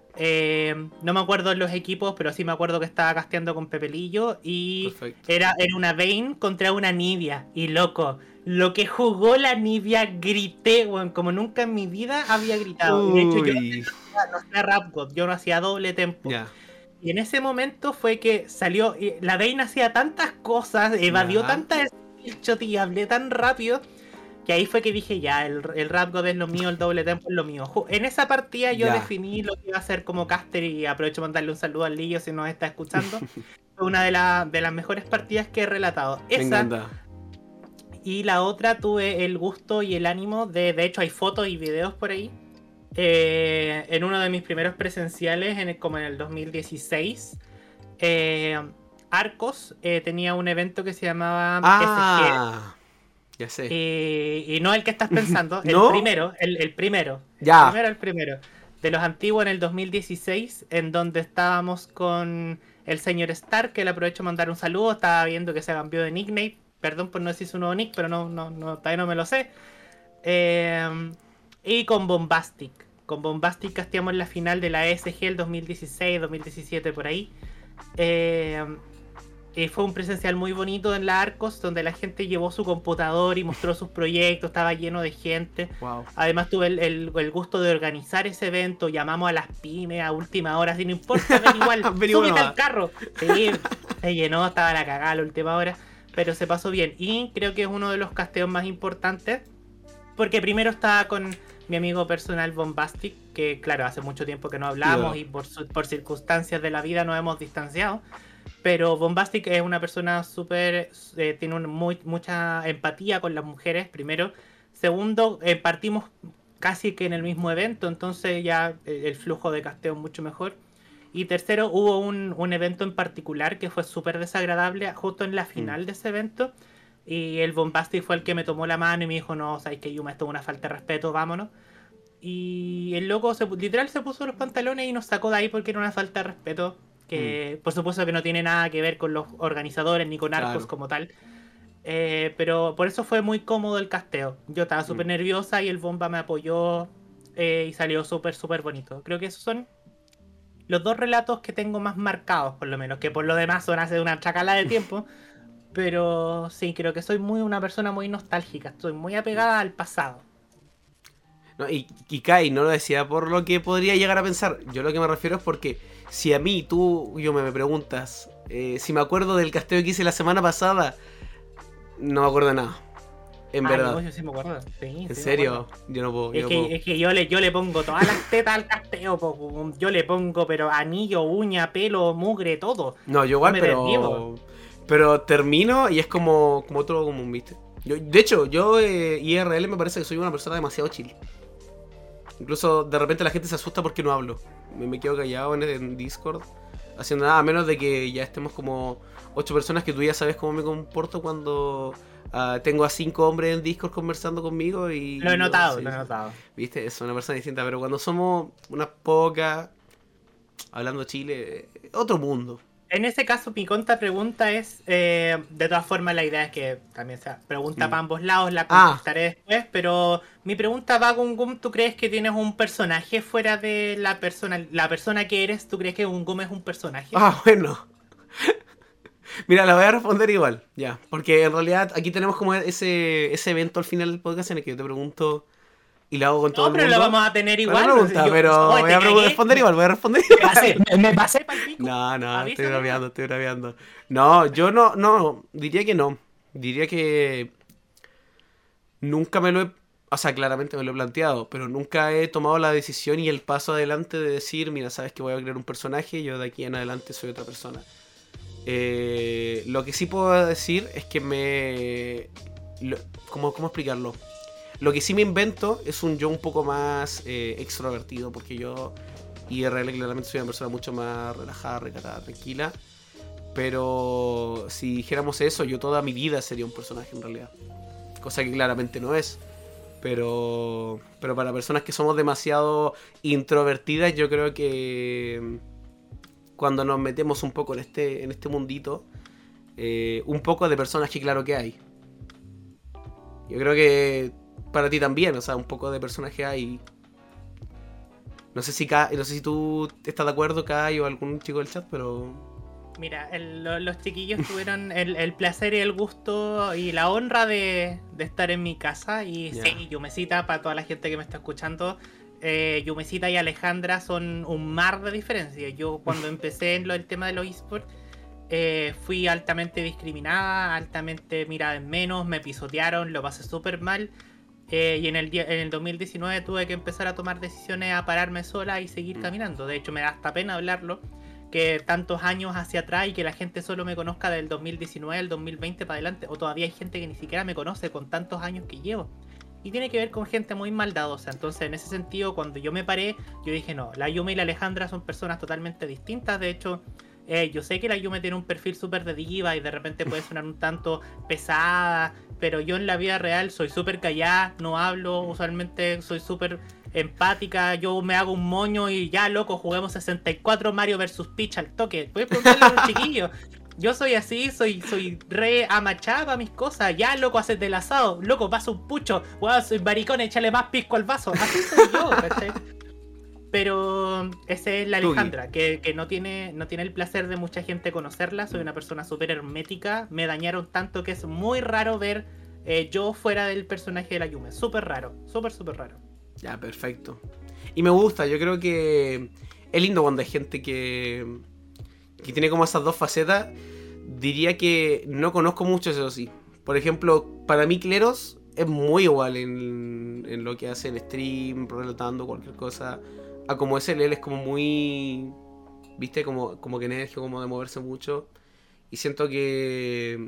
No me acuerdo en los equipos, pero sí me acuerdo que estaba casteando con Pepelillo y era una Vayne contra una Nibia. Y loco, lo que jugó la Nibia, grité, bueno, como nunca en mi vida había gritado. De hecho, yo no hacía rap god, yo no hacía doble tempo. Yeah. Y en ese momento fue que salió, la Vayne hacía tantas cosas, evadió tantas skillshot y hablé tan rápido, que ahí fue que dije, ya, el rap god es lo mío, el doble tempo es lo mío. En esa partida yo definí lo que iba a hacer como caster y aprovecho para mandarle un saludo al Lillo si nos está escuchando. Fue una de las mejores partidas que he relatado. Me encanta. Y la otra tuve el gusto y el ánimo de hecho hay fotos y videos por ahí. En uno de mis primeros presenciales, como en el 2016, Arcos tenía un evento que se llamaba SG. Ya sé. Y no el que estás pensando, ¿No? el primero. Ya. El primero. De los antiguos en el 2016, en donde estábamos con el señor Stark, que le aprovecho de mandar un saludo. Estaba viendo que se cambió de nickname. Perdón por no decir su nuevo nick, pero no, todavía no me lo sé. Y con Bombastic. Con Bombastic casteamos la final de la ESG el 2016, 2017, por ahí. Fue un presencial muy bonito en la Arcos, donde la gente llevó su computador y mostró sus proyectos, estaba lleno de gente. Wow. Además tuve el gusto de organizar ese evento, llamamos a las pymes a última hora, si no importa, ven igual, súbete al carro. Sí, se llenó, estaba la cagada a la última hora, pero se pasó bien. Y creo que es uno de los casteos más importantes, porque primero estaba con mi amigo personal Bombastic, que claro, hace mucho tiempo que no hablamos y por circunstancias de la vida nos hemos distanciado. Pero Bombastic es una persona súper... tiene mucha empatía con las mujeres, primero. Segundo, partimos casi que en el mismo evento, entonces ya el flujo de casteo es mucho mejor. Y tercero, hubo un evento en particular que fue súper desagradable justo en la Mm. final de ese evento. Y el Bombastic fue el que me tomó la mano y me dijo, no, sabes que Yuma, esto es una falta de respeto, vámonos. Y el loco literal se puso los pantalones y nos sacó de ahí porque era una falta de respeto. Mm. Que por supuesto que no tiene nada que ver con los organizadores ni con Arcos Claro. como tal. Pero por eso fue muy cómodo el casteo. Yo estaba súper Mm. nerviosa y el Bomba me apoyó y salió súper, súper bonito. Creo que esos son los dos relatos que tengo más marcados, por lo menos. Que por lo demás son hace una chacala de tiempo. Pero sí, creo que soy una persona muy nostálgica. Estoy muy apegada al pasado. No, y Kai, no lo decía por lo que podría llegar a pensar. Yo lo que me refiero es porque si a mí, me preguntas si me acuerdo del casteo que hice la semana pasada, no me acuerdo de nada. En verdad. No, yo sí me acuerdo. Sí, En sí me acuerdo. serio, yo no puedo. Es que yo le pongo todas las tetas al casteo, po. Yo le pongo, pero anillo, uña, pelo, mugre, todo. No, yo Yo igual, me desvivo. pero termino y es como todo común, ¿viste? De hecho, yo IRL me parece que soy una persona demasiado chill. Incluso de repente la gente se asusta porque no hablo. Me quedo callado en Discord haciendo nada, a menos de que ya estemos como 8 personas, que tú ya sabes cómo me comporto cuando tengo a 5 hombres en Discord conversando conmigo y... Lo he notado, sí, lo he sí. notado. Viste, es una persona distinta, pero cuando somos unas pocas, hablando Chile, otro mundo. En ese caso, mi contrapregunta es, de todas formas, la idea es que también sea pregunta para ambos lados, la contestaré después, pero mi pregunta va con Gum, ¿tú crees que tienes un personaje fuera de la persona que eres? ¿Tú crees que un Gum es un personaje? Ah, bueno. Mira, la voy a responder igual, ya. Porque en realidad aquí tenemos como ese evento al final del podcast en el que yo te pregunto y lo hago con todo No, el pero mundo. lo vamos a tener Buena igual. pregunta, pero Oye, voy a responder igual, voy a responder igual. Me pasé para el pico. No, Avísame. estoy braviando. No, yo no, diría que no. Diría que nunca me lo he... O sea, claramente me lo he planteado, pero nunca he tomado la decisión y el paso adelante de decir, mira, sabes que voy a crear un personaje y yo de aquí en adelante soy otra persona. Lo que sí puedo decir es que ¿cómo explicarlo? Lo que sí me invento es un yo un poco más extrovertido, porque yo IRL claramente soy una persona mucho más relajada, recatada, tranquila. Pero si dijéramos eso, yo toda mi vida sería un personaje en realidad. Cosa que claramente no es. Pero para personas que somos demasiado introvertidas, yo creo que cuando nos metemos un poco en este mundito, un poco de personaje claro que hay. Yo creo que para ti también, o sea, un poco de personaje hay. No sé si tú estás de acuerdo, Kai, o algún chico del chat, pero... Mira, los chiquillos tuvieron el placer y el gusto y la honra de estar en mi casa. Y Yeah. sí, Yumecita, para toda la gente que me está escuchando, Yumecita y Alejandra son un mar de diferencia. Yo cuando empecé en el tema de los esports, fui altamente discriminada, altamente mirada en menos, me pisotearon, lo pasé súper mal. Y en el 2019 tuve que empezar a tomar decisiones, a pararme sola y seguir caminando. De hecho, me da hasta pena hablarlo, que tantos años hacia atrás y que la gente solo me conozca del 2019 al 2020 para adelante, o todavía hay gente que ni siquiera me conoce con tantos años que llevo. Y tiene que ver con gente muy maldadosa. Entonces, en ese sentido, cuando yo me paré, yo dije, no, la Yume y la Alejandra son personas totalmente distintas. De hecho, yo sé que la Yume tiene un perfil súper de diva y de repente puede sonar un tanto pesada, pero yo en la vida real soy súper callada, no hablo, usualmente soy súper empática, yo me hago un moño y ya, loco, juguemos 64 Mario vs Peach al toque. Puedes preguntarle a los chiquillos. Yo soy así, soy re amachada para mis cosas. Ya, loco, haces del asado. Loco, pasa un pucho. Wow, soy maricón, échale más pisco al vaso. Así soy yo, ¿cachai? Pero esa es la Alejandra, que no tiene el placer de mucha gente conocerla. Soy una persona súper hermética. Me dañaron tanto que es muy raro ver yo fuera del personaje de la Yume. Súper raro, súper raro. Ya, perfecto. Y me gusta, yo creo que es lindo cuando hay gente que tiene como esas dos facetas. Diría que no conozco mucho eso sí. Por ejemplo, para mí Cleros es muy igual en lo que hace en stream, relatando cualquier cosa. A como es él es como muy... ¿Viste? Como que enérgico, como de moverse mucho. Y siento que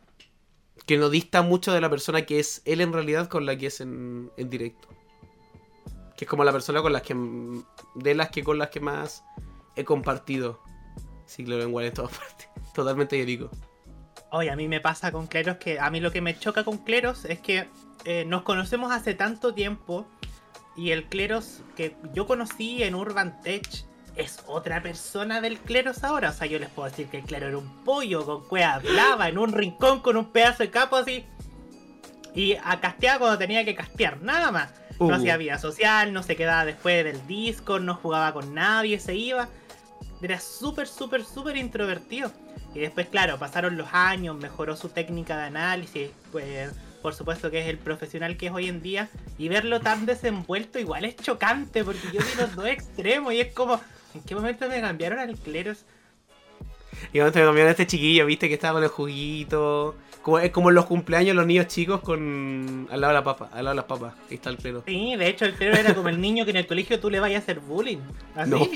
no dista mucho de la persona que es él en realidad con la que es en directo. Que es como la persona con las que... con las que más he compartido. Sí, claro, igual en todas partes. Totalmente Yerico. Oye, a mí me pasa con Cleros que a mí lo que me choca con Cleros es que nos conocemos hace tanto tiempo y el Cleros que yo conocí en Urban Tech es otra persona del Cleros ahora. O sea, yo les puedo decir que el Cleros era un pollo con cueva hablaba en un rincón con un pedazo de capo así y a castear cuando tenía que castear, nada más. No hacía vida social, no se quedaba después del Discord, no jugaba con nadie, se iba. Era súper, súper, súper introvertido. Y después, claro, pasaron los años, mejoró su técnica de análisis, pues por supuesto que es el profesional que es hoy en día. Y verlo tan desenvuelto igual es chocante, porque yo vi los dos extremos y es como, ¿en qué momento me cambiaron al Cleros? Y cuando me cambiaron a este chiquillo, viste que estaba con el juguito. Es como en los cumpleaños los niños chicos con al lado de la papa, al lado de las papas. Ahí está el Clero. Sí, de hecho el Cleros era como el niño que en el colegio tú le vayas a hacer bullying. Así. No.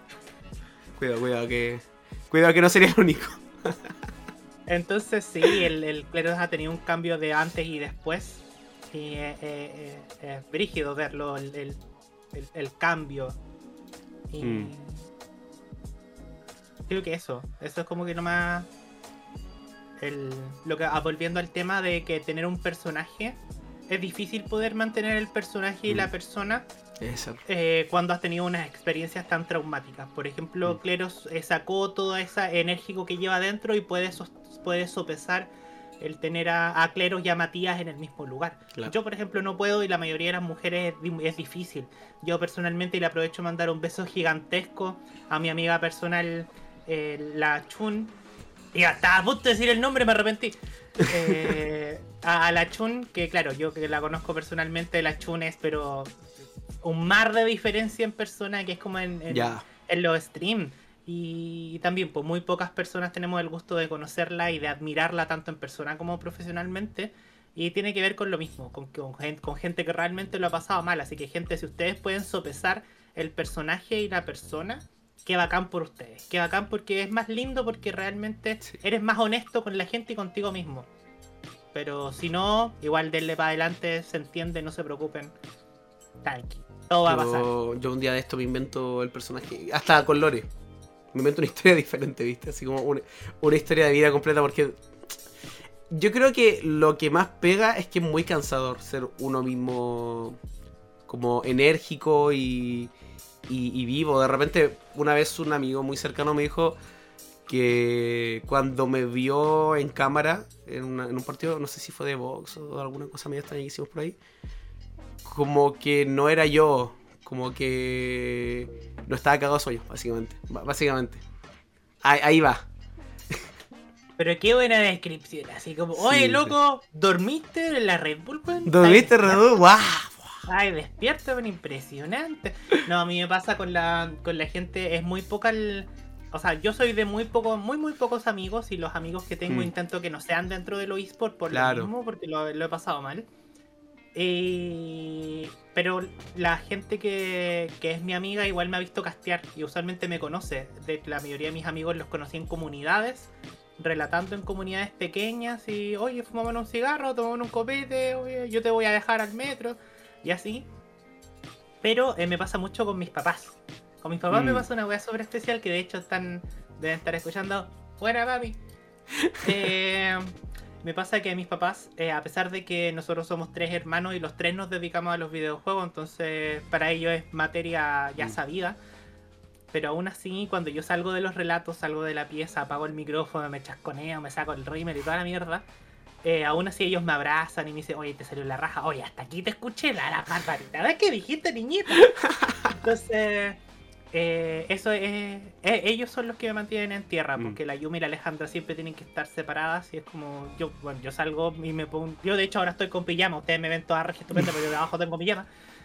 Cuidado que no sería el único. Entonces sí, el Cleros ha tenido un cambio de antes y después. Y es brígido verlo, el cambio. Y creo que eso es como que nomás volviendo al tema de que tener un personaje es difícil poder mantener el personaje y la persona cuando has tenido unas experiencias tan traumáticas. Por ejemplo, Cleros sacó todo ese enérgico que lleva dentro y puede sopesar el tener a Cleros y a Matías en el mismo lugar. Claro. Yo, por ejemplo, no puedo y la mayoría de las mujeres es difícil. Yo personalmente, y le aprovecho mandar un beso gigantesco a mi amiga personal, la Chun. Y estaba a punto de decir el nombre, me arrepentí. A la Chun, que claro, yo que la conozco personalmente, la Chun es pero un mar de diferencia en persona, que es como en los streams. Y también, pues muy pocas personas tenemos el gusto de conocerla y de admirarla tanto en persona como profesionalmente. Y tiene que ver con lo mismo, con gente que realmente lo ha pasado mal. Así que gente, si ustedes pueden sopesar el personaje y la persona, qué bacán por ustedes. Qué bacán porque es más lindo, porque realmente eres más honesto con la gente y contigo mismo. Pero si no, igual denle para adelante, se entiende, no se preocupen. Tranqui, todo va a pasar. Yo un día de esto me invento el personaje, hasta con Lore. Me invento una historia diferente, ¿viste? Así como una historia de vida completa, porque yo creo que lo que más pega es que es muy cansador ser uno mismo, como enérgico y vivo. De repente, una vez un amigo muy cercano me dijo que cuando me vio en cámara, en un partido, no sé si fue de box o alguna cosa medio extraña que hicimos por ahí, como que no era yo, como que no estaba cagado de sueño, básicamente. Ahí va. Pero qué buena descripción, así como, oye, loco, ¿dormiste en la Red Bull? ¿Dormiste en Red Bull? ¡Guau! Ay, despierto, pero impresionante. No, a mí me pasa con la gente, es muy poca o sea, yo soy de muy pocos amigos, y los amigos que tengo intento que no sean dentro de los eSports por lo mismo, porque lo he pasado mal. Pero la gente que es mi amiga igual me ha visto castear y usualmente me conoce. La mayoría de mis amigos los conocí en comunidades, relatando en comunidades pequeñas y, oye, fumamos un cigarro, tomamos un copete, oye, yo te voy a dejar al metro y así. Pero me pasa mucho con mis papás. Con mis papás me pasa una wea súper especial que de hecho deben estar escuchando. ¡Buena, papi! Me pasa que mis papás, a pesar de que nosotros somos 3 hermanos y los 3 nos dedicamos a los videojuegos, entonces para ellos es materia ya sabida. Pero aún así, cuando yo salgo de los relatos, salgo de la pieza, apago el micrófono, me chasconeo, me saco el rímel y toda la mierda, aún así ellos me abrazan y me dicen, oye, te salió la raja, oye, hasta aquí te escuché la barbarita, ¿ves qué dijiste, niñita? Entonces, eso es, ellos son los que me mantienen en tierra, porque la Yumi y la Alejandra siempre tienen que estar separadas y es como, yo salgo y me pongo, yo de hecho ahora estoy con pijama, ustedes me ven toda regia estupenda, pero yo de abajo tengo pijama.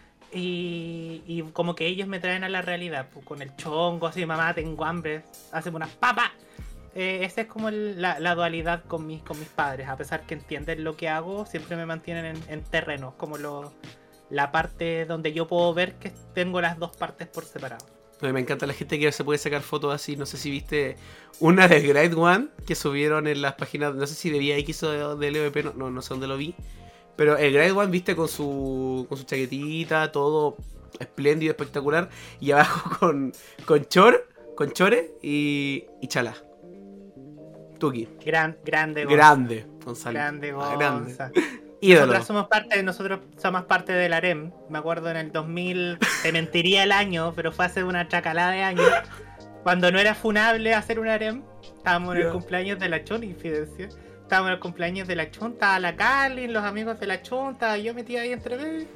Y como que ellos me traen a la realidad, pues, con el chongo, así, mamá, tengo hambre, hacemos unas papas. Esa es como la dualidad con mis padres. A pesar que entienden lo que hago, siempre me mantienen en terreno, como la parte donde yo puedo ver que tengo las dos partes por separado. Me encanta la gente que se puede sacar fotos así. No sé si viste una del Grade One que subieron en las páginas, no sé si de VX o de LVP, no sé dónde lo vi. Pero el Grade One, viste, con su chaquetita, todo espléndido, espectacular. Y abajo con chore y chalá. Tuki. Grande, Grande, Gonzalo. Grande, Grande. Gonza. Ídolo. Nosotros somos parte del harem. Me acuerdo en el 2000, te mentiría el año, pero fue hace una chacalada de años. Cuando no era funable hacer un harem, estábamos en el cumpleaños de la Chun, infidencia. Estábamos en el cumpleaños de la Chun, estaba la Carlin, los amigos de la Chun, estaba yo metida ahí entre medio.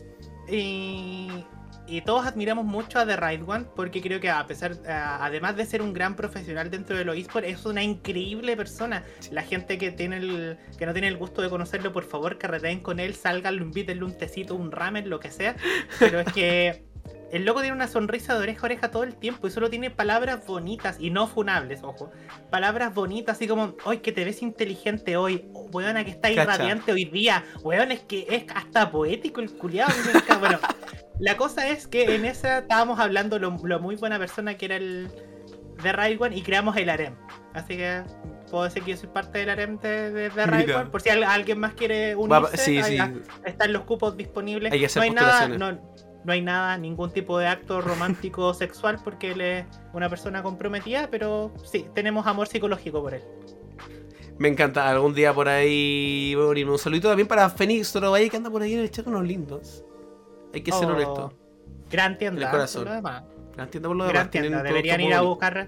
Y todos admiramos mucho a The Right One porque creo que además de ser un gran profesional dentro de los eSports, es una increíble persona. La gente que no tiene el gusto de conocerlo, por favor, carreteen con él, sálganlo, invítenle un tecito, un ramen, lo que sea. Pero es que el loco tiene una sonrisa de oreja a oreja todo el tiempo y solo tiene palabras bonitas y no funables, ojo. Palabras bonitas, así como, hoy que te ves inteligente hoy, weona que está irradiante hoy día, weón, es que es hasta poético el culiado. Bueno, la cosa es que en esa estábamos hablando lo muy buena persona que era el The Right One y creamos el harem. Así que puedo decir que yo soy parte del harem de The Right One. Por si alguien más quiere unirse, sí. están los cupos disponibles. Hay que hacer postulaciones. No hay nada, ningún tipo de acto romántico o sexual porque él es una persona comprometida, pero sí, tenemos amor psicológico por él. Me encanta, algún día por ahí voy a unirme. Un saludito también para Fénix Torovalle que anda por ahí en el chat con los lindos. Hay que ser honesto. Gran tienda, el corazón. por lo demás. Gran tienda por lo demás. Gran tienda. Deberían ir a buscar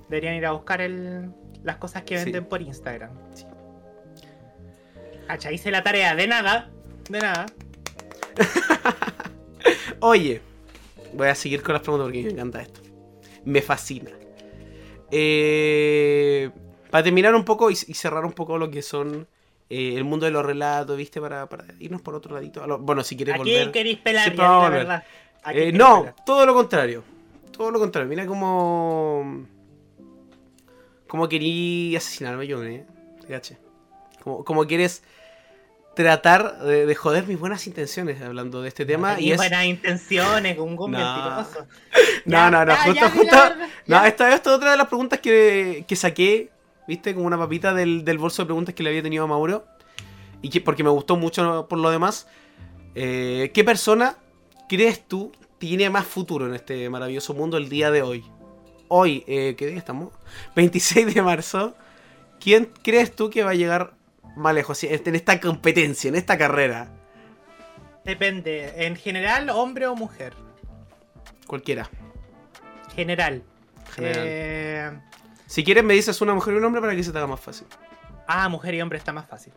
las cosas que venden por Instagram. Sí. Hice la tarea, de nada. Oye, voy a seguir con las preguntas porque me encanta esto. Me fascina. Para terminar un poco y cerrar un poco lo que son el mundo de los relatos, ¿viste? Para irnos por otro ladito. Bueno, si quieres volver. ¿A quién queréis pelar? La verdad. No, pelar? Todo lo contrario. Mira como querí asesinarme yo, ¿Caché? Como quieres tratar de joder mis buenas intenciones hablando de este tema. Y buenas intenciones, un mentiroso. No, esta es otra de las preguntas que saqué, ¿viste? Como una papita del bolso de preguntas que le había tenido a Mauro. Y porque me gustó mucho por lo demás. ¿Qué persona crees tú tiene más futuro en este maravilloso mundo el día de hoy? Hoy, ¿qué día estamos? 26 de marzo. ¿Quién crees tú que va a llegar más lejos en esta competencia, en esta carrera? Depende. ¿En general, hombre o mujer? Cualquiera. General. Si quieres me dices una mujer y un hombre para que se te haga más fácil. Mujer y hombre está más fácil.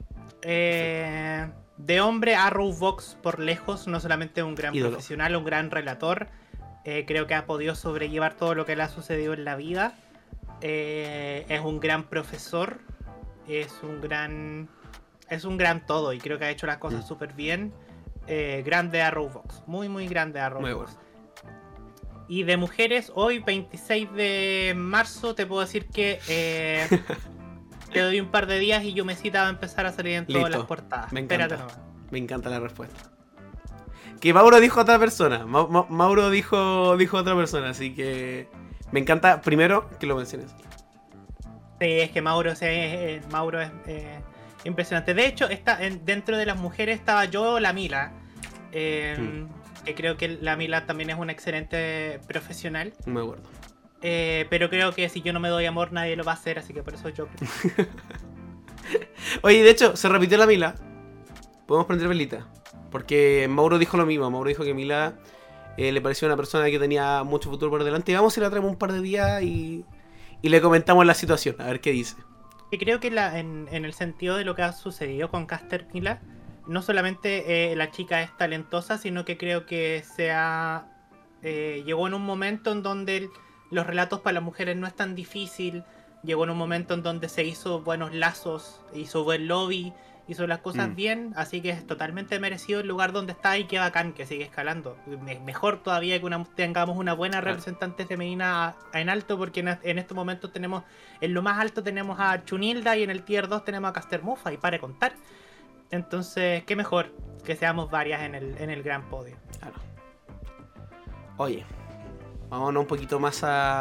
De hombre, Arrowvox por lejos, no solamente un gran profesional, un gran relator. Creo que ha podido sobrellevar todo lo que le ha sucedido en la vida. Es un gran profesor. Es un gran todo y creo que ha hecho las cosas súper bien. Grande Arrowvox, muy muy grande Arrowvox. Muy bueno. Y de mujeres, hoy 26 de marzo te puedo decir que te doy un par de días y Yumecita va a empezar a salir en todas las portadas. Me encanta. Me encanta la respuesta. Que Mauro dijo a otra persona. Mauro dijo a otra persona, así que me encanta primero que lo menciones. Sí, es que Mauro es impresionante. De hecho, dentro de las mujeres estaba yo, la Mila. Que creo que la Mila también es una excelente profesional. Me acuerdo. Pero creo que si yo no me doy amor, nadie lo va a hacer, así que por eso yo creo. Oye, de hecho, se repitió la Mila. Podemos prender velita. Porque Mauro dijo lo mismo. Mauro dijo que Mila le pareció una persona que tenía mucho futuro por delante. Y vamos y la traemos un par de días y le comentamos la situación, a ver qué dice. Y creo que en el sentido de lo que ha sucedido con Caster Mila, no solamente la chica es talentosa, sino que creo que llegó en un momento en donde los relatos para las mujeres no es tan difícil. Llegó en un momento en donde se hizo buenos lazos, hizo buen lobby, hizo las cosas bien, así que es totalmente merecido el lugar donde está y qué bacán que sigue escalando. Mejor todavía que tengamos una buena representante femenina en alto, porque en estos momentos tenemos, en lo más alto tenemos a Chunilda y en el tier 2 tenemos a Caster Mufa y para contar. Entonces, qué mejor que seamos varias en el gran podio. Claro. Oye, vámonos un poquito más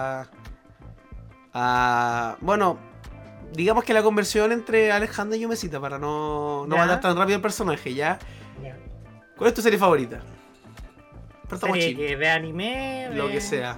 bueno, digamos que la conversión entre Alejandra y Yumecita para no matar tan rápido el personaje, ¿ya? ¿Cuál es tu serie favorita? Partamos chill. De anime, Lo que sea.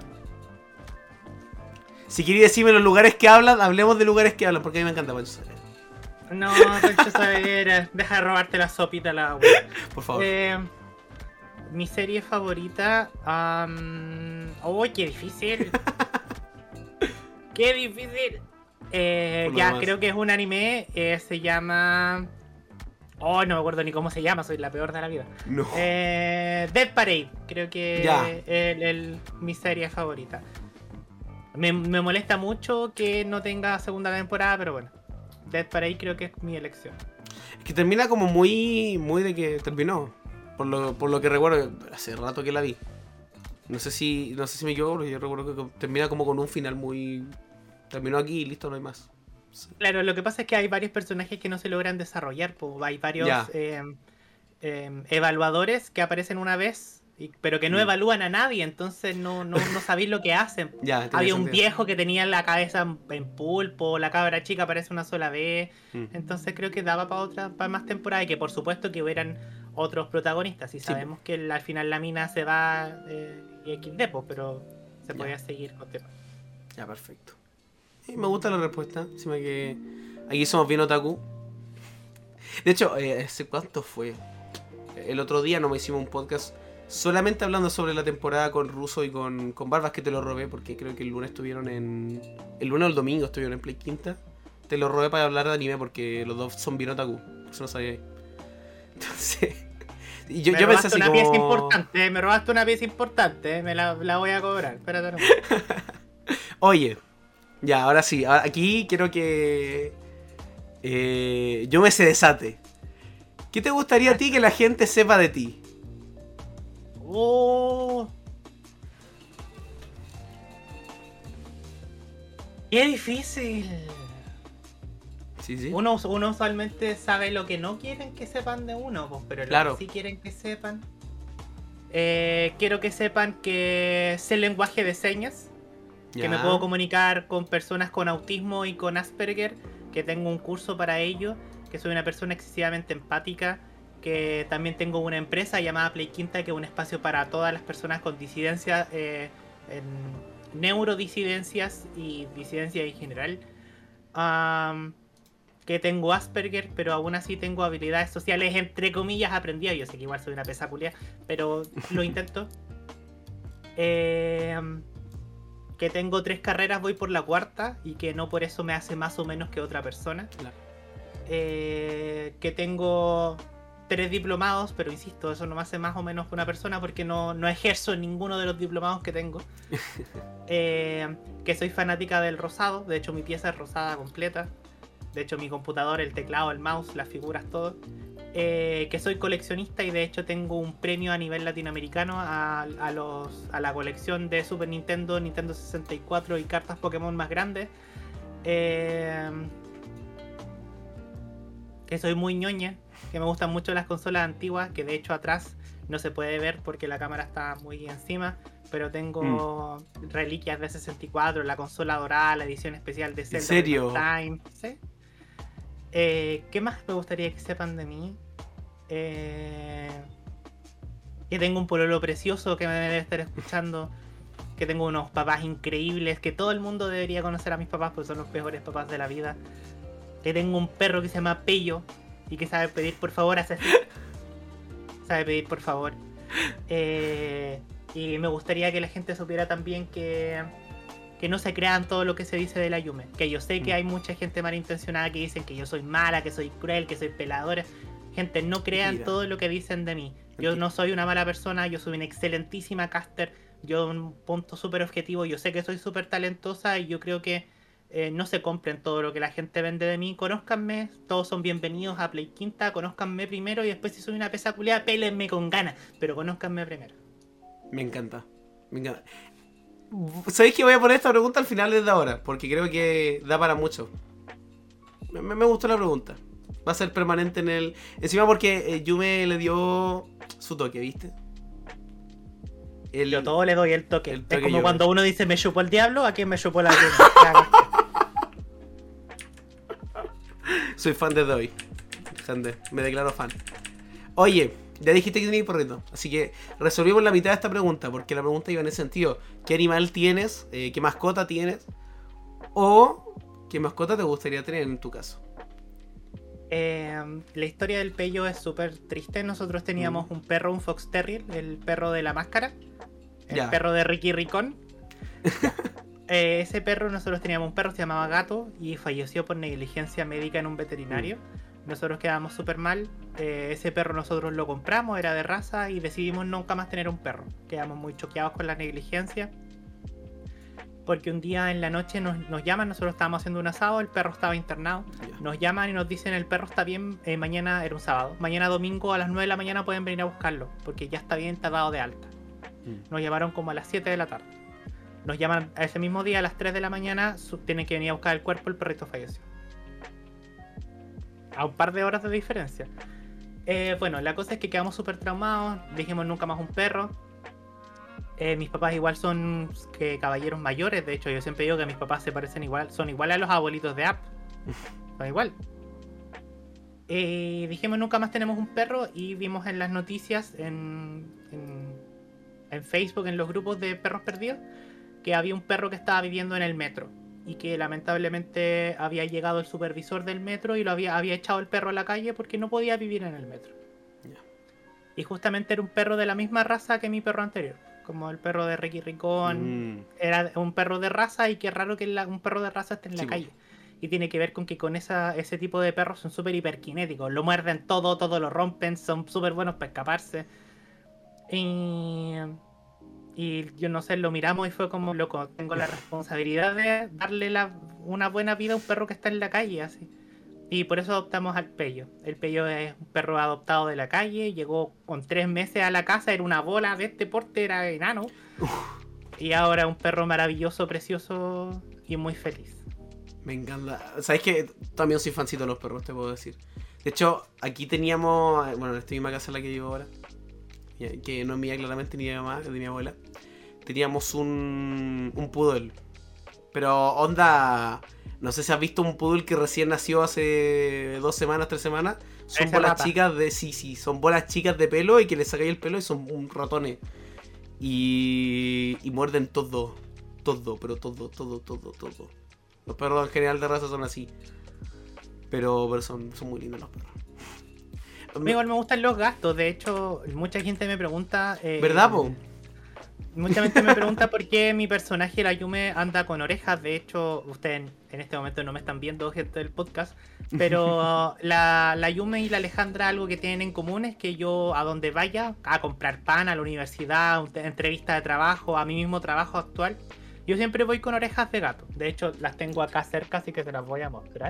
Si queréis decirme los lugares que hablan, hablemos de lugares que hablan, porque a mí me encanta Pancho Saavedra. No, Pancho Saavedra, deja de robarte la sopita la wea. Por favor. Mi serie favorita. ¡Uy, qué difícil! ¡Qué difícil! Creo que es un anime. Se llama. Oh, no me acuerdo ni cómo se llama, soy la peor de la vida. No. Death Parade, creo que es mi serie favorita. Me molesta mucho que no tenga segunda temporada, pero bueno. Death Parade creo que es mi elección. Es que termina como muy de que terminó. Por lo que recuerdo, hace rato que la vi. No sé si me equivoco, pero yo recuerdo que termina como con un final muy... Terminó aquí y listo, no hay más. Sí. Claro, lo que pasa es que hay varios personajes que no se logran desarrollar. Hay varios evaluadores que aparecen una vez, pero que no evalúan a nadie, entonces no sabéis lo que hacen. Había un viejo que tenía la cabeza en pulpo, la cabra chica aparece una sola vez, entonces creo que daba para más temporada, y que por supuesto que hubieran otros protagonistas, y sabemos que al final la mina se va y XD, pero se podía seguir con tema. Ya, perfecto. Me gusta la respuesta, encima que aquí somos bien otaku. De hecho, ¿cuánto fue? El otro día nos hicimos un podcast solamente hablando sobre la temporada con Russo y con Barbas, que te lo robé porque creo que el lunes el lunes o el domingo estuvieron en Play Quinta. Te lo robé para hablar de anime porque los dos son bien otaku, eso no sabía. Entonces, y yo pensé así me robaste una pieza importante, me la voy a cobrar, espérate nomás. Oye, ya, ahora sí, aquí quiero que yo me se desate. ¿Qué te gustaría a ti que la gente sepa de ti? ¡Oh! ¡Qué difícil! Sí. Uno usualmente sabe lo que no quieren que sepan de uno, pues, pero lo que sí quieren que sepan. Quiero que sepan que sé el lenguaje de señas, que me puedo comunicar con personas con autismo y con Asperger, que tengo un curso para ello, que soy una persona excesivamente empática, que también tengo una empresa llamada Play Quinta, que es un espacio para todas las personas con disidencia, neurodisidencias y disidencia en general. Que tengo Asperger, pero aún así tengo habilidades sociales, entre comillas, aprendidas. Yo sé que igual soy una pesa culia, pero lo intento. Que tengo 3 carreras, voy por la 4ª, y que no por eso me hace más o menos que otra persona. Claro. Que tengo 3 diplomados, pero insisto, eso no me hace más o menos que una persona porque no ejerzo en ninguno de los diplomados que tengo. Que soy fanática del rosado, de hecho mi pieza es rosada completa. De hecho mi computador, el teclado, el mouse, las figuras, todo. Que soy coleccionista y de hecho tengo un premio a nivel latinoamericano a la colección de Super Nintendo, Nintendo 64 y cartas Pokémon más grandes. Que soy muy ñoña, que me gustan mucho las consolas antiguas, que de hecho atrás no se puede ver porque la cámara está muy encima, pero tengo reliquias de 64, la consola dorada, la edición especial de Zelda. ¿En serio? Time. ¿Sí? ¿Qué más me gustaría que sepan de mí? Que tengo un pololo precioso que me debe estar escuchando, que tengo unos papás increíbles, que todo el mundo debería conocer a mis papás porque son los mejores papás de la vida. Que tengo un perro que se llama Pello y que sabe pedir por favor, hace así. Sabe pedir por favor. Y me gustaría que la gente supiera también que no se crean todo lo que se dice de la Yume. Que yo sé que hay mucha gente malintencionada que dicen que yo soy mala, que soy cruel, que soy peladora. Gente, no crean todo lo que dicen de mí. Yo no soy una mala persona, yo soy una excelentísima caster. Yo un punto súper objetivo, yo sé que soy súper talentosa y yo creo que no se compren todo lo que la gente vende de mí. Conózcanme, todos son bienvenidos a Play Quinta. Conózcanme primero y después si soy una pesa culiada, pélenme con ganas. Pero conózcanme primero. Me encanta. ¿Sabéis que voy a poner esta pregunta al final desde ahora? Porque creo que da para mucho. Me gustó la pregunta. Va a ser permanente en el... Encima porque Yume le dio su toque, ¿viste? Yo todo le doy el toque. Es como Yume. Cuando uno dice me chupó el diablo, ¿a quién me chupó la Yume? Soy fan de Doi. Me declaro fan. Oye, Ya dijiste que tenías perrito. Así que resolvimos la mitad de esta pregunta. Porque la pregunta iba en ese sentido. ¿Qué animal tienes? ¿Qué mascota tienes? O ¿qué mascota te gustaría tener en tu caso? La historia del Pello es súper triste. Nosotros teníamos un perro, un Fox Terrier, el perro de la máscara. El perro de Ricky Ricón. Ese perro, nosotros teníamos un perro, se llamaba Gato, y falleció por negligencia médica en un veterinario. Nosotros quedamos súper mal. Ese perro nosotros lo compramos, era de raza, y decidimos nunca más tener un perro. Quedamos muy choqueados con la negligencia. Porque un día en la noche nos llaman, nosotros estábamos haciendo un asado, el perro estaba internado. Nos llaman y nos dicen: el perro está bien, mañana, era un sábado, mañana domingo a las 9 de la mañana pueden venir a buscarlo, porque ya está bien, está dado de alta. Nos llamaron como a las 7 de la tarde. Nos llaman a ese mismo día a las 3 de la mañana, tienen que venir a buscar el cuerpo, el perrito falleció. A un par de horas de diferencia. Bueno, la cosa es que quedamos súper traumados, dijimos nunca más un perro. Mis papás igual son caballeros mayores, de hecho yo siempre digo que mis papás se parecen igual, son igual a los abuelitos de App. Son igual. Dijimos nunca más tenemos un perro, y vimos en las noticias en Facebook, en los grupos de perros perdidos, que había un perro que estaba viviendo en el metro y que lamentablemente había llegado el supervisor del metro y lo había echado el perro a la calle porque no podía vivir en el metro. Y justamente era un perro de la misma raza que mi perro anterior, como el perro de Ricky Ricón. Era un perro de raza, y qué raro que un perro de raza esté en la calle. Y tiene que ver con que con ese tipo de perros son súper hiperkinéticos, lo muerden todo lo rompen, son súper buenos para escaparse. Y yo no sé, lo miramos y fue como, loco, tengo la responsabilidad de darle una buena vida a un perro que está en la calle, así. Y por eso adoptamos al Pello. El Pello es un perro adoptado de la calle, llegó con 3 meses a la casa, era una bola de este porte, era enano. Y ahora es un perro maravilloso, precioso y muy feliz. Me encanta. ¿Sabes qué? También soy fancito de los perros, te puedo decir. De hecho, aquí teníamos, bueno, en esta misma casa en la que vivo ahora, que no es mía claramente, ni de mi mamá, es de mi abuela, teníamos un poodle. Pero onda, no sé si has visto un poodle que recién nació hace 2 semanas, 3 semanas. Son Esa bolas rata. chicas de, sí, son bolas chicas de pelo, y que le sacáis el pelo y son un ratones. Y muerden todo, pero todo. Los perros en general de raza son así. Pero son muy lindos los perros. A mí igual me gustan los gatos, de hecho, mucha gente me pregunta... ¿Verdad, po? Mucha gente me pregunta por qué mi personaje, la Yume, anda con orejas. De hecho, ustedes en este momento no me están viendo, gente del podcast, pero la Yume y la Alejandra, algo que tienen en común es que yo, a donde vaya, a comprar pan, a la universidad, entrevista de trabajo, a mi mismo trabajo actual, yo siempre voy con orejas de gato. De hecho, las tengo acá cerca, así que se las voy a mostrar.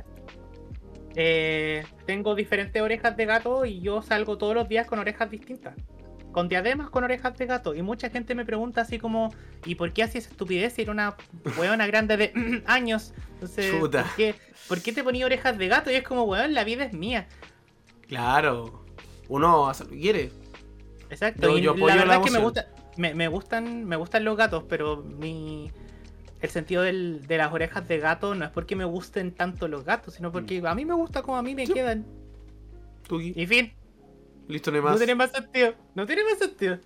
Tengo diferentes orejas de gato y yo salgo todos los días con orejas distintas, con diademas con orejas de gato. Y mucha gente me pregunta así como, ¿y por qué hacías estupidez si era una huevona grande de años? Entonces, ¿por qué te ponía orejas de gato? Y es como, weón, la vida es mía. Claro, uno hace lo que quiere. Exacto, yo apoyo la verdad es que emoción. me gustan los gatos, pero el sentido de las orejas de gato no es porque me gusten tanto los gatos, sino porque a mí me gusta como a mí me quedan. Tuki. Y fin. Listo, no hay más. No tiene más sentido. No tiene más sentido.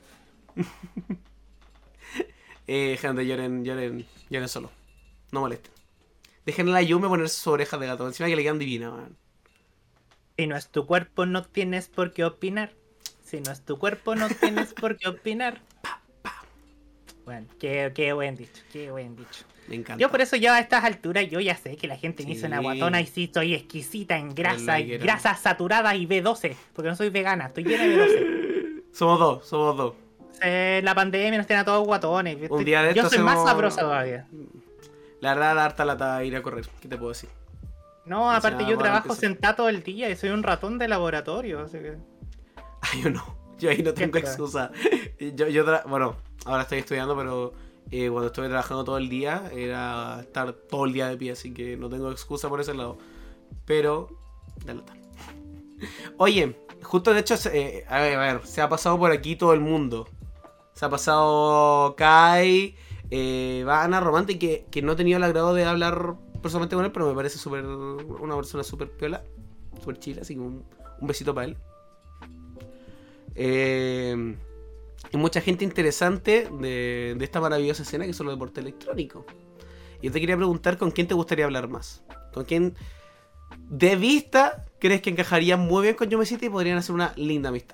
Gente, lloren solo. No molesten. Dejen a la Yume ponerse sus orejas de gato. Encima que le quedan divinas, man. Si no es tu cuerpo, no tienes por qué opinar. Si no es tu cuerpo, no tienes por qué opinar. Bueno, qué buen dicho, qué buen dicho. Me encanta. Yo por eso ya a estas alturas, yo ya sé que la gente me dice una guatona y sí, soy exquisita en grasa, y grasas saturadas y B12, porque no soy vegana, estoy llena de B12. Somos dos. La pandemia nos tiene a todos guatones. Un día de yo esto soy más hacemos- sabrosa todavía. La verdad, da harta lata ir a correr. ¿Qué te puedo decir? No, aparte yo bueno, trabajo empieza. sentado todo el día y soy un ratón de laboratorio, así que... Ay, yo no. Yo ahí no tengo ¿Qué? excusa. Bueno, ahora estoy estudiando, pero cuando estuve trabajando todo el día era estar todo el día de pie, así que no tengo excusa por ese lado. Pero, da lata. Oye, justo de hecho, a ver, se ha pasado por aquí todo el mundo. Se ha pasado Kai, Ana Romante, que no he tenido el agrado de hablar personalmente con él, pero me parece una persona súper piola, súper chila, así que un besito para él. y mucha gente interesante de esta maravillosa escena que son los deportes electrónicos. Y yo te quería preguntar con quién te gustaría hablar más. ¿Con quién de vista crees que encajarían muy bien con Yume City y podrían hacer una linda amistad?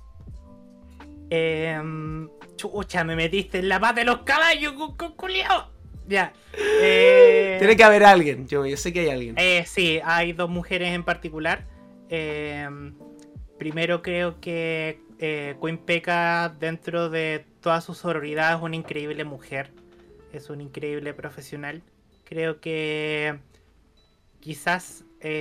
Chucha, me metiste en la pata de los caballos, culiao. Ya. Tiene que haber alguien, yo sé que hay alguien. Sí, hay dos mujeres en particular. Primero creo que Queen Pekka, dentro de toda su sororidad, es una increíble mujer. Es una increíble profesional. Creo que quizás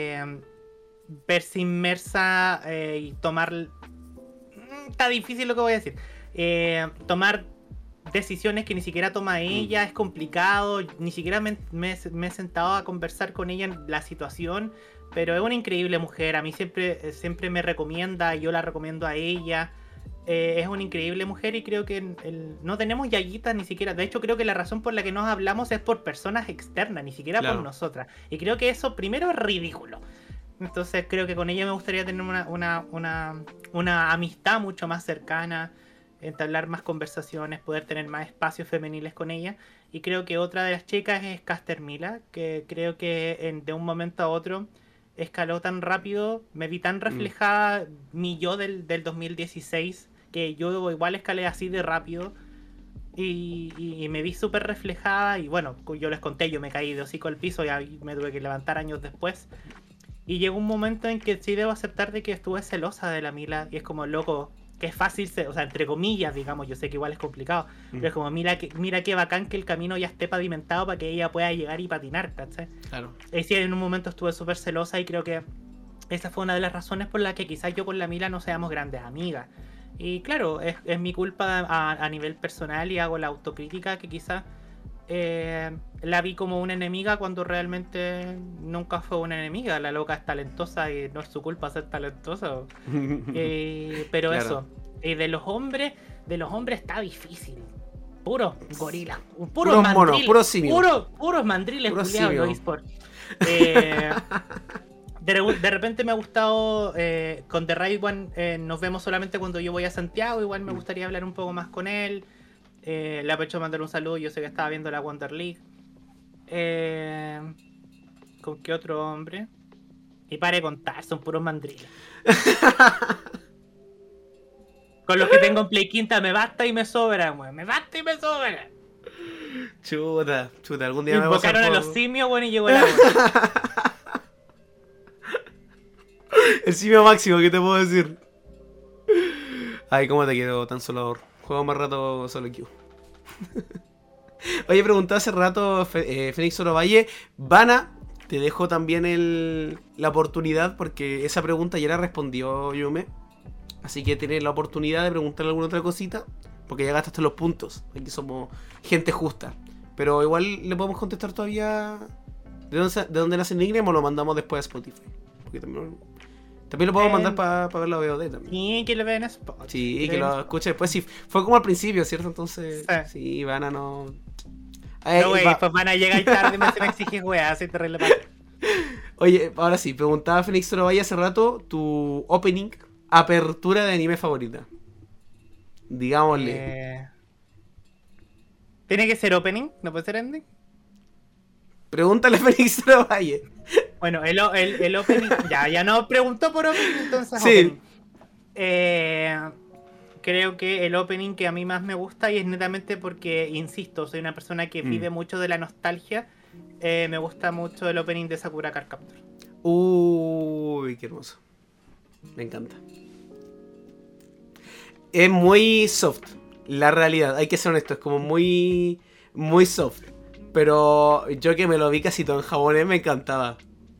verse inmersa y tomar... Está difícil lo que voy a decir. Tomar decisiones que ni siquiera toma ella es complicado. Ni siquiera me he sentado a conversar con ella en la situación. Pero es una increíble mujer. A mí siempre me recomienda. Yo la recomiendo a ella. Es una increíble mujer y creo que no tenemos yayitas ni siquiera. De hecho, creo que la razón por la que nos hablamos es por personas externas, ni siquiera por nosotras. Y creo que eso primero es ridículo. Entonces creo que con ella me gustaría tener una amistad mucho más cercana, entablar más conversaciones, poder tener más espacios femeniles con ella. Y creo que otra de las chicas es Caster Mila, que creo que de un momento a otro escaló tan rápido, me vi tan reflejada mi yo del 2016, que yo igual escalé así de rápido. Y me vi súper reflejada. Y bueno, yo les conté, yo me caí de hocico al piso y me tuve que levantar años después. Y llegó un momento en que sí debo aceptar de que estuve celosa de la Mila. Y es como, loco, que es fácil, o sea, entre comillas, digamos, yo sé que igual es complicado. Pero es como, mira qué bacán que el camino ya esté pavimentado para que ella pueda llegar y patinar, ¿cachai? Claro. Y sí, en un momento estuve súper celosa y creo que esa fue una de las razones por las que quizás yo con la Mila no seamos grandes amigas. Y claro, es mi culpa a nivel personal y hago la autocrítica que quizás la vi como una enemiga cuando realmente nunca fue una enemiga. La loca es talentosa y no es su culpa ser talentosa. Pero claro. Eso. Y de los hombres está difícil. Puros gorilas. Puros monos, puros simios. Puros mandriles culiados en los eSports. De repente me ha gustado con The Right One, nos vemos solamente cuando yo voy a Santiago. Igual me gustaría hablar un poco más con él. Le aprovecho de mandar un saludo. Yo sé que estaba viendo la Wonder League. ¿Con qué otro hombre? Y pare de contar, son puros mandriles. Con los que tengo en Play Quinta me basta y me sobra, weón. Me basta y me sobra. Chuta, algún día me invocaron a los simios, weón, y llegó la weón. El simio máximo, ¿qué te puedo decir? Ay, ¿cómo te quedó tan solador? Juego más rato solo Q. Oye, preguntaba hace rato Fénix Orovalle. Vana, te dejo también la oportunidad, porque esa pregunta ya la respondió Yume. Así que tienes la oportunidad de preguntarle alguna otra cosita, porque ya gastaste los puntos. Aquí somos gente justa. Pero igual le podemos contestar todavía de dónde nace Nickname, o lo mandamos después a Spotify. Porque también lo podemos mandar para ver la VOD también. Sí, que lo vean en Spotify. Sí, que lo escuche después. Sí, fue como al principio, ¿cierto? Entonces, sí, Vana no... No, güey, pues van a llegar tarde y me exigir, güey, así terrible. Oye, ahora sí, preguntaba Fénix Orovalle hace rato tu opening, apertura de anime favorita. Digámosle. ¿Tiene que ser opening? ¿No puede ser ending? Pregúntale a Fénix Orovalle. Bueno, el opening... Ya no preguntó por opening, entonces sí. Opening. Creo que el opening que a mí más me gusta, y es netamente porque, insisto, soy una persona que vive mucho de la nostalgia, me gusta mucho el opening de Sakura Card Captor. Uy, qué hermoso. Me encanta. Es muy soft, la realidad, hay que ser honesto, es como muy soft. Pero yo que me lo vi casi todo en japonés, me encantaba.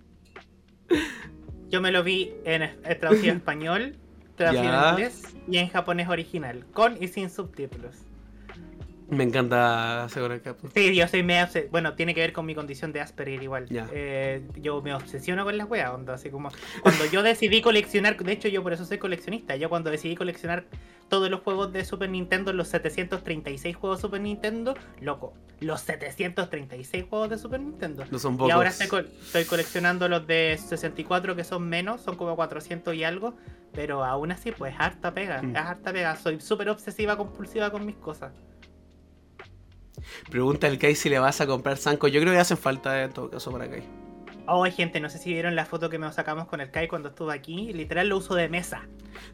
Yo me lo vi traducido en español, traducido en inglés y en japonés original, con y sin subtítulos. Me encanta Sakura Captor. Sí, yo soy medio... Bueno, tiene que ver con mi condición de Asperger igual. Yo me obsesiono con las weas, onda, así como... Cuando yo decidí coleccionar... De hecho, yo por eso soy coleccionista. Yo cuando decidí coleccionar todos los juegos de Super Nintendo, los 736 juegos de Super Nintendo, loco, los 736 juegos de Super Nintendo. No son pocos. Y ahora estoy coleccionando los de 64, que son menos, son como 400 y algo. Pero aún así, pues harta pega, es harta pega. Soy súper obsesiva compulsiva con mis cosas. Pregunta al Kai si le vas a comprar Sanco. Yo creo que hacen falta en todo caso para Kai. Oh, gente, no sé si vieron la foto que nos sacamos con el Kai cuando estuvo aquí. Literal lo uso de mesa.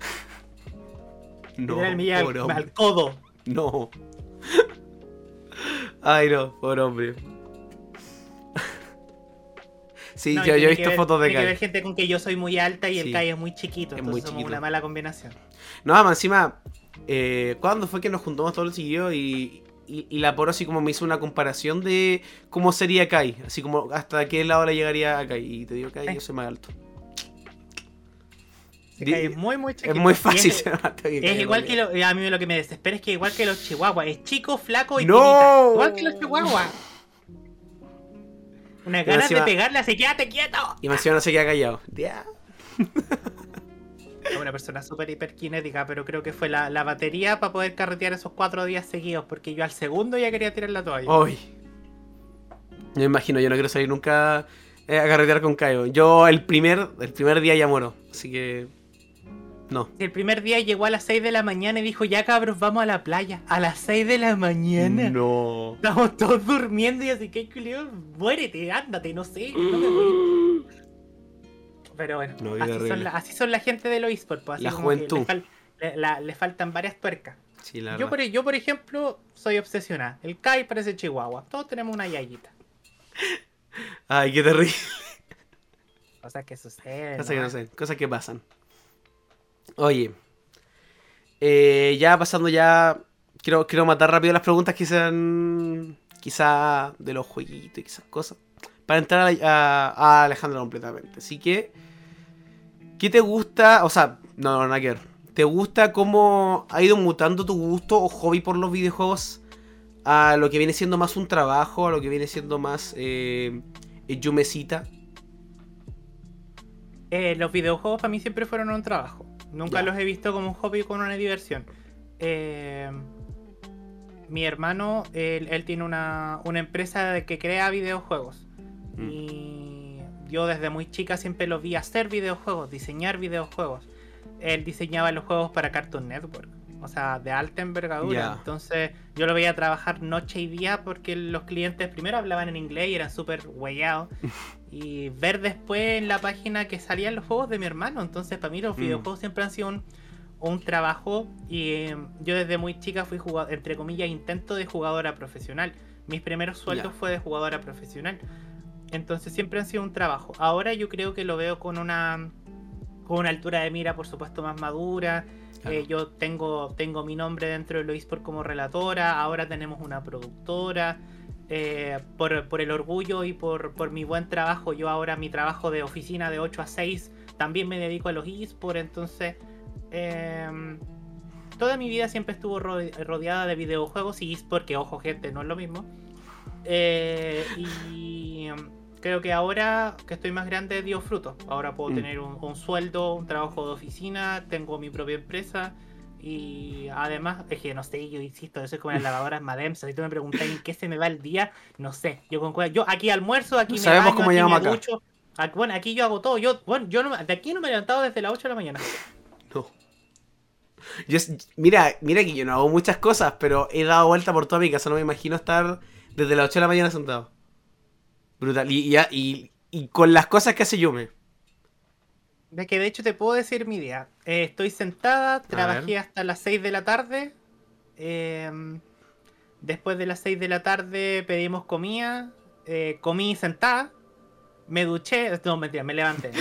No, Literal me llega al codo. No. Ay, no, pobre hombre. Sí, No, yo he visto ver, fotos de Kai. Tiene que ver Kai. gente con que yo soy muy alta y Sí. el Kai es muy chiquito. Es Entonces muy somos chiquito. una mala combinación. No, además, encima, ¿cuándo fue que nos juntamos todos los seguidos? Y la Poro así como me hizo una comparación de cómo sería Kai. Así como hasta qué lado le llegaría a Kai. Y te digo, Kai, yo soy más alto. Kai es muy, muy chiquito. Es muy fácil Es, ser más alto que Kai, es igual que a mí lo que me desespera es que igual que los chihuahuas. Es chico, flaco y ¡No! tirita. Igual que los chihuahuas. Una ganas encima- de pegarle así, quédate quieto. Y me no se queda callado. Ya. Es una persona súper hiperkinética, pero creo que fue la batería para poder carretear esos 4 días seguidos, porque yo al segundo ya quería tirar la toalla. Hoy. Yo me imagino, yo no quiero salir nunca a carretear con Caio. Yo el primer día ya muero. Así que. No. El primer día llegó a las 6 de la mañana y dijo, ya cabros, vamos a la playa. A las 6 de la mañana. No. Estamos todos durmiendo y así que culio, muérete, ándate, no sé, no me voy. Pero bueno, No, qué así, terrible. así son la gente de los esports, pues, así La como que juventud. le faltan varias tuercas. Sí, la Yo verdad. por ejemplo, soy obsesionada. El Kai parece chihuahua. Todos tenemos una yayita. Ay, qué terrible. Cosas que suceden. Cosas que ¿no? no sé. Cosas que pasan. Oye. Ya pasando ya. Quiero matar rápido las preguntas que sean. Quizá de los jueguitos y esas cosas. Para entrar a Alejandro completamente. Así que. ¿Qué te gusta? O sea, no, nada que ver. ¿Te gusta cómo ha ido mutando tu gusto o hobby por los videojuegos a lo que viene siendo más un trabajo, a lo que viene siendo más yumecita? Los videojuegos para mí siempre fueron un trabajo. Nunca Ya. los he visto como un hobby o como una diversión. Mi hermano, él tiene una empresa que crea videojuegos. Y yo desde muy chica siempre lo vi hacer videojuegos, diseñar videojuegos. Él diseñaba los juegos para Cartoon Network, o sea, de alta envergadura. Ya. Entonces yo lo veía trabajar noche y día porque los clientes primero hablaban en inglés y eran súper huellados. Y ver después en la página que salían los juegos de mi hermano. Entonces para mí los videojuegos siempre han sido un trabajo. Y yo desde muy chica fui jugador, entre comillas, intento de jugadora profesional. Mis primeros sueldos fue de jugadora profesional. Entonces siempre han sido un trabajo. Ahora yo creo que lo veo con una altura de mira, por supuesto, más madura. Claro. Yo tengo mi nombre dentro de lo eSport como relatora. Ahora tenemos una productora. Por el orgullo y por mi buen trabajo, yo ahora mi trabajo de oficina de 8 a 6 también me dedico a los eSport. Entonces toda mi vida siempre estuvo rodeada de videojuegos y eSport, que ojo gente, no es lo mismo. Y creo que ahora que estoy más grande dio fruto. Ahora puedo tener un sueldo, un trabajo de oficina, tengo mi propia empresa. Y además, es que no sé, yo insisto, yo soy como las lavadoras Mademsa. Si tú me preguntas en qué se me va el día, no sé. Yo aquí almuerzo, aquí me Sabemos baño, cómo aquí llamamos me acá. ducho. Bueno, aquí yo hago todo. Yo de aquí no me he levantado desde las 8 de la mañana. No. Mira que yo no hago muchas cosas, pero he dado vuelta por toda mi casa. No me imagino estar desde las 8 de la mañana sentado. Brutal. Y con las cosas que hace Yume. De que de hecho te puedo decir mi día. Estoy sentada, trabajé hasta las 6 de la tarde. Después de las 6 de la tarde pedimos comida. Comí sentada. Me duché. No, mentira, me levanté.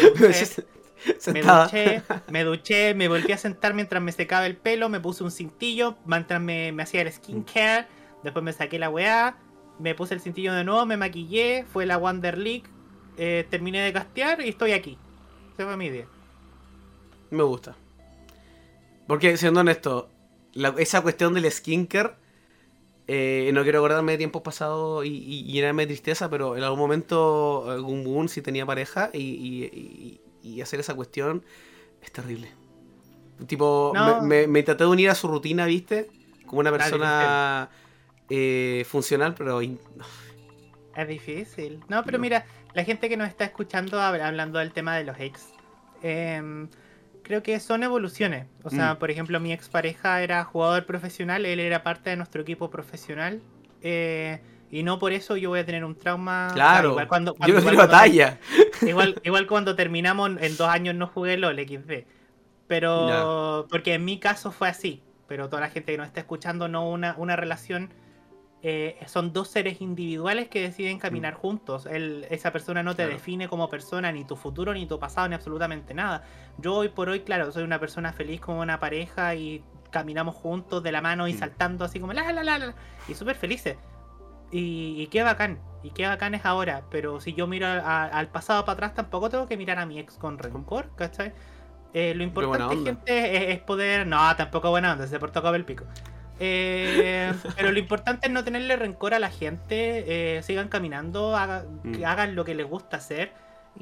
Me duché, me volví a sentar mientras me secaba el pelo. Me puse un cintillo mientras me hacía el skincare. Después me saqué la weá. Me puse el cintillo de nuevo, me maquillé. Fue la Wonder League. Terminé de castear y estoy aquí. Ese fue mi día. Me gusta. Porque, siendo honesto, esa cuestión del skincare, no quiero acordarme de tiempos pasados y llenarme de tristeza, pero en algún momento Gun sí tenía pareja y hacer esa cuestión es terrible. Tipo, No. me traté de unir a su rutina, ¿viste? Como una persona funcional, pero... Es difícil. No, pero mira, la gente que nos está escuchando hablando del tema de los ex, creo creo que son evoluciones. O sea, por ejemplo, mi expareja era jugador profesional, él era parte de nuestro equipo profesional. Y no por eso yo voy a tener un trauma. Claro, O sea, yo no quiero batalla. igual cuando terminamos, en 2 años no jugué LOL XD. Ya. Pero, porque en mi caso fue así. Pero toda la gente que nos está escuchando, no una relación. Son 2 seres individuales que deciden caminar juntos. Esa persona no te Claro. define como persona, ni tu futuro, ni tu pasado, ni absolutamente nada. Yo hoy por hoy, claro, soy una persona feliz con una pareja y caminamos juntos de la mano y saltando así como la, y súper felices. Y qué bacán, y qué bacán es ahora. Pero si yo miro al pasado para atrás, tampoco tengo que mirar a mi ex con rencor, ¿cachai? Lo Qué buena importante, onda. gente, es poder. No, tampoco buena onda, se portó como el pico. Pero lo importante es no tenerle rencor a la gente. Sigan caminando, que hagan lo que les gusta hacer.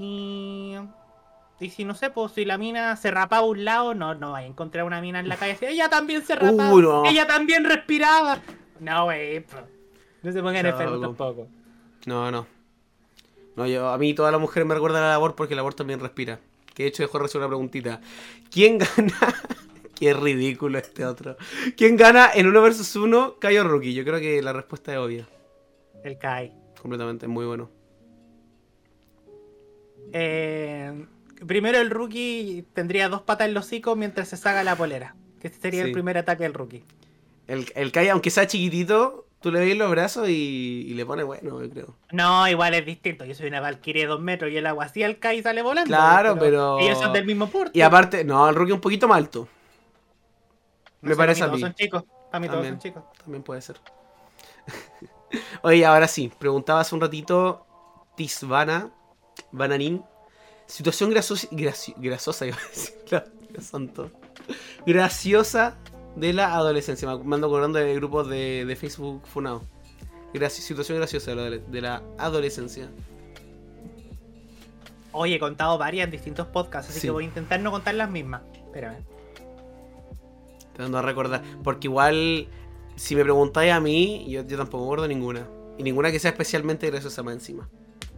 Y si no sé, pues si la mina se rapa a un lado, no vaya a encontrar una mina en la calle así. Ella también se rapaba, No. ella también respiraba. No, wey, no se pongan enfermos Chao. tampoco. No, no. No, a mí todas las mujeres me recuerdan a la labor porque la labor también respira. Que de hecho dejó recibir una preguntita. ¿Quién gana? Qué ridículo este otro. ¿Quién gana en 1 vs 1, Kai o Rookie? Yo creo que la respuesta es obvia. El Kai. Completamente, es muy bueno. Primero el rookie tendría 2 patas en los hocicos mientras se saca la polera. Que este sería el Sí. primer ataque del rookie. El Kai, aunque sea chiquitito, tú le ves los brazos y le pone bueno, yo creo. No, igual es distinto. Yo soy una Valkyrie de 2 metros y el agua así al Kai sale volando. Claro, pero... Ellos son del mismo porte. Y aparte, no, el Rookie un poquito más alto. No Me sé, parece a para mí mí. todos son chicos. Para mí todos También, son chicos. también puede ser. Oye, ahora sí, preguntaba hace un ratito Tisvana, Bananín. Situación grasosa, iba a decir. Dios santo. Graciosa de la adolescencia. Me ando acordando de grupos de Facebook funado. Situación graciosa de la adolescencia. Oye, he contado varias en distintos podcasts, así Sí. que voy a intentar no contar las mismas. Espérame. Te ando a recordar. Porque igual, si me preguntáis a mí, yo tampoco me acuerdo ninguna. Y ninguna que sea especialmente graciosa más encima.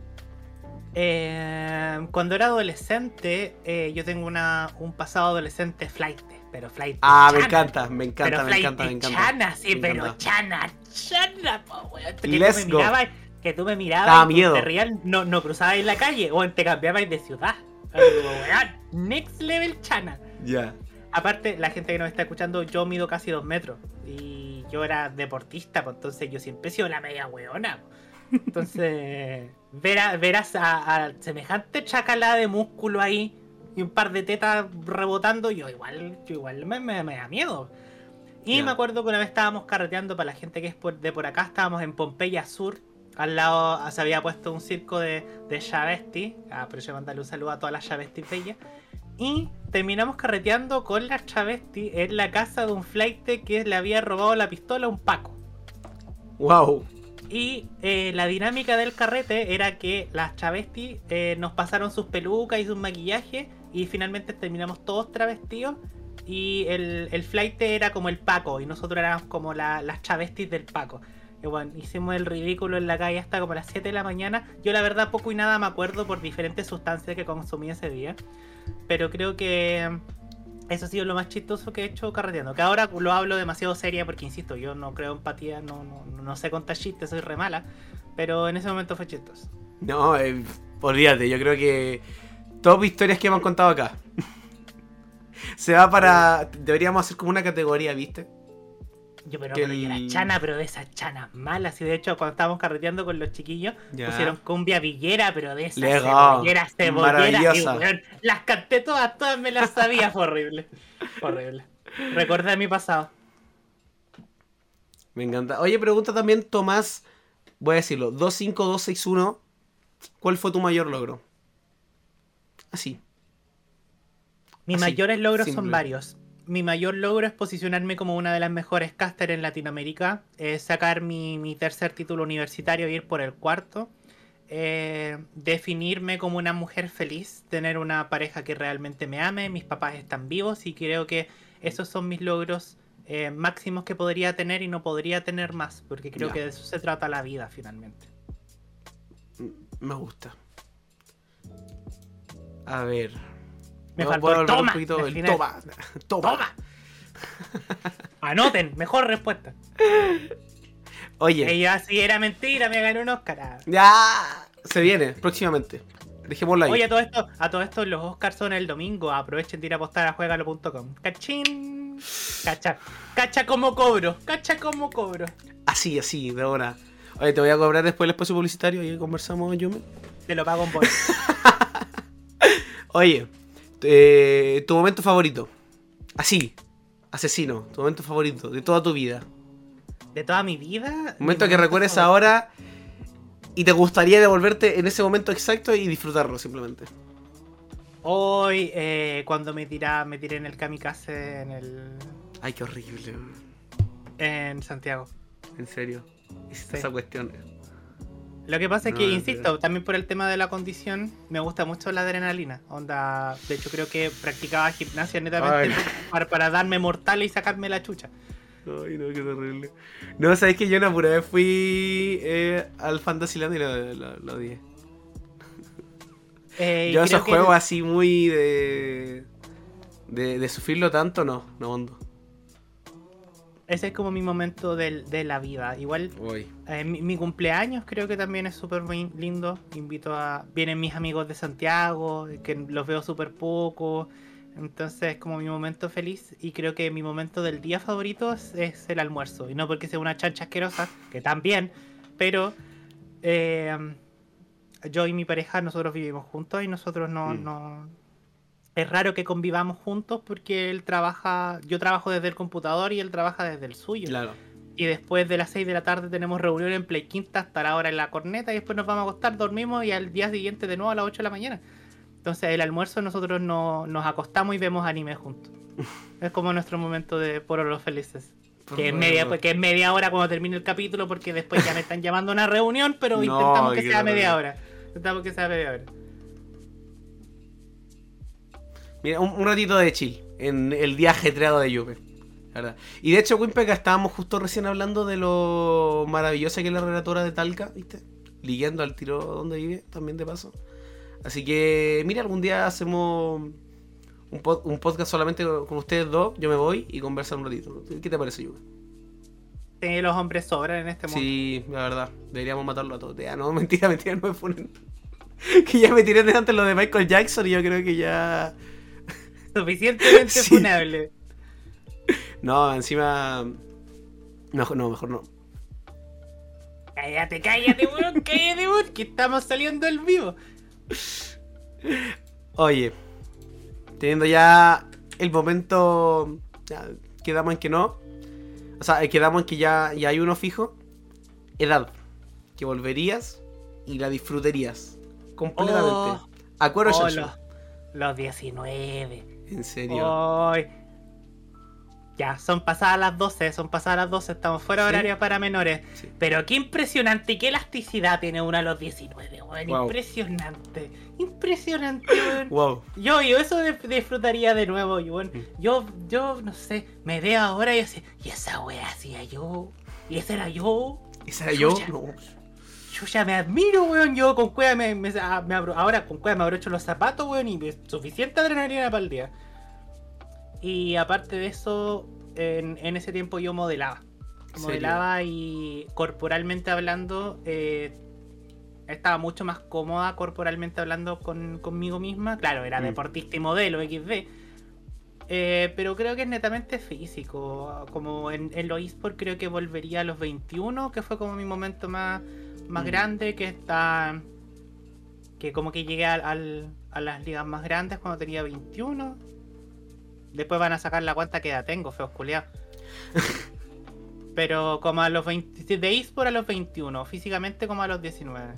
Cuando era adolescente, yo tengo un pasado adolescente flight. Pero flight. Ah, me chana. encanta, me encanta, Pero me flight encanta, me encanta. chana, sí, Me pero encanta. chana, po, weón. Let's go. Que tú me mirabas Daba y miedo. te real no cruzabas en la calle o te cambiabas de ciudad. Así como, weón, next level chana. Ya. Aparte, la gente que nos está escuchando, yo mido casi 2 metros. Y yo era deportista, pues entonces yo siempre he sido la media weona. Pues. Entonces, verás a semejante chacalada de músculo ahí y un par de tetas rebotando, yo igual me da miedo. Y Ya. me acuerdo que una vez estábamos carreteando, para la gente que es de por acá, estábamos en Pompeya Sur. Al lado se había puesto un circo de Chavesti. Pero yo mandarle un saludo a todas las Chavesti bellas. Y terminamos carreteando con las Chavesti en la casa de un flaite que le había robado la pistola a un Paco. Wow. Y la dinámica del carrete era que las Chavesti nos pasaron sus pelucas y sus maquillajes. Y finalmente terminamos todos travestidos. Y el flaite era como el Paco. Y nosotros éramos como las Chavestis del Paco. Y bueno, hicimos el ridículo en la calle hasta como las 7 de la mañana. Yo la verdad poco y nada me acuerdo por diferentes sustancias que consumí ese día. Pero creo que eso ha sido lo más chistoso que he hecho carreteando. Que ahora lo hablo demasiado seria porque, insisto, yo no creo empatía, no sé contar chistes, soy re mala. Pero en ese momento fue chistoso. No, olvídate, yo creo que top historias que hemos contado acá. Se va para... Deberíamos hacer como una categoría, ¿viste? Pero Que yo era chana, pero de esas chanas malas. Y de hecho, cuando estábamos carreteando con los chiquillos, Ya. pusieron cumbia villera, pero de esas Legal. cebollera. Maravillosa. Y, weón, las canté todas me las sabía. Fue horrible. Horrible. Recordé mi pasado. Me encanta. Oye, pregunta también Tomás, voy a decirlo, 25261, ¿cuál fue tu mayor logro? Así. Mis Así, mayores logros son simple. varios. Mi mayor logro es posicionarme como una de las mejores casters en Latinoamérica, sacar mi tercer título universitario e ir por el cuarto, definirme como una mujer feliz, tener una pareja que realmente me ame, mis papás están vivos y creo que esos son mis logros máximos que podría tener y no podría tener más, porque creo Ya. que de eso se trata la vida finalmente. Me gusta. A ver. Me Voy a faltó el volver un toma. poquito al el final. toma. Toma. Anoten, mejor respuesta. Oye, Ella sí era mentira, me ganó un Oscar. Ah. ya se viene próximamente. Dejémoslo ahí. Oye, a todo esto los Oscars son el domingo. Aprovechen de ir a apostar a juegalo.com. Cachín. Cacha como cobro. Cacha como cobro. Así, de ahora. Oye, te voy a cobrar después el espacio publicitario y conversamos, Yume. Te lo pago en bolsa. Oye, tu momento favorito. Así, asesino. Tu momento favorito de toda tu vida. De toda mi vida. Momento mi que recuerdes favorito. ahora y te gustaría devolverte en ese momento exacto y disfrutarlo simplemente. Hoy, cuando me tiré en el kamikaze Ay, qué horrible. en Santiago. En serio. Hiciste Sí. esa cuestión. Lo que pasa es No, que, no, insisto, también por el tema de la condición, me gusta mucho la adrenalina. Onda, de hecho creo que practicaba gimnasia netamente para darme mortal y sacarme la chucha. Ay, no, qué terrible. No, sabes que yo una pura vez fui al Fantasyland y lo odié. Yo esos juegos así muy de sufrirlo tanto, no hondo. Ese es como mi momento de la vida. Igual, Uy. mi cumpleaños creo que también es súper lindo. Vienen mis amigos de Santiago, que los veo súper poco. Entonces es como mi momento feliz. Y creo que mi momento del día favorito es el almuerzo. Y no porque sea una chancha asquerosa, que también, pero yo y mi pareja, nosotros vivimos juntos y nosotros no... Es raro que convivamos juntos porque yo trabajo desde el computador y él trabaja desde el suyo. Claro. Y después de las 6 de la tarde tenemos reunión en Play Quinta hasta la hora en la corneta y después nos vamos a acostar, dormimos y al día siguiente de nuevo a las 8 de la mañana. Entonces el almuerzo nosotros nos acostamos y vemos anime juntos. Es como nuestro momento de Porolos Felices. Que es media hora cuando termine el capítulo porque después ya me están llamando a una reunión, pero No, intentamos que qué sea media horrible. hora. Intentamos que sea media hora. Mira, un ratito de chill en el día ajetreado de Yume. ¿Verdad? Y de hecho, Wimpeka, estábamos justo recién hablando de lo maravillosa que es la relatora de Talca, ¿viste? Ligueando al tiro donde vive, también de paso. Así que, mira, algún día hacemos un podcast solamente con ustedes dos. Yo me voy y conversan un ratito. ¿Qué te parece, Yume? Sí, los hombres sobran en este mundo. Sí, la verdad. Deberíamos matarlo a todos. Ya, no, mentira, no me ponen. Que ya me tiré de antes lo de Michael Jackson y yo creo que ya... Suficientemente Sí. funable. No, encima... No, mejor no. Cállate, weón, que estamos saliendo al vivo. Oye, teniendo ya el momento... Ya, quedamos en que no. O sea, quedamos en que ya hay uno fijo. Edad. Que volverías y la disfrutarías. Completamente. Oh, Acuerdo, oh, Shashu. los 19. En serio. Ay. Ya, son pasadas las 12, estamos fuera de ¿Sí? horario para menores. Sí. Pero qué impresionante, qué elasticidad tiene uno a los 19, weón. Wow. Impresionante, weón. Wow. Yo eso disfrutaría de nuevo, weón. Yo, no sé, me veo ahora y así, y esa wea hacía yo, y esa era yo. ¿Esa era yo? Chucha. No. Yo ya me admiro, weón. Yo con cueva ahora con cueva me abrocho los zapatos, weón, y suficiente adrenalina para el día. Y aparte de eso, en ese tiempo yo modelaba. ¿En Modelaba y corporalmente hablando, estaba mucho más cómoda corporalmente hablando conmigo misma. Claro, era deportista y modelo XD. Pero creo que es netamente físico. Como en los eSports creo que volvería a los 21, que fue como mi momento más grande, que como que llegué a las ligas más grandes cuando tenía 21. Después van a sacar la cuenta que ya tengo, feos culiados. Pero como a los 20, de eSports a los 21, físicamente como a los 19.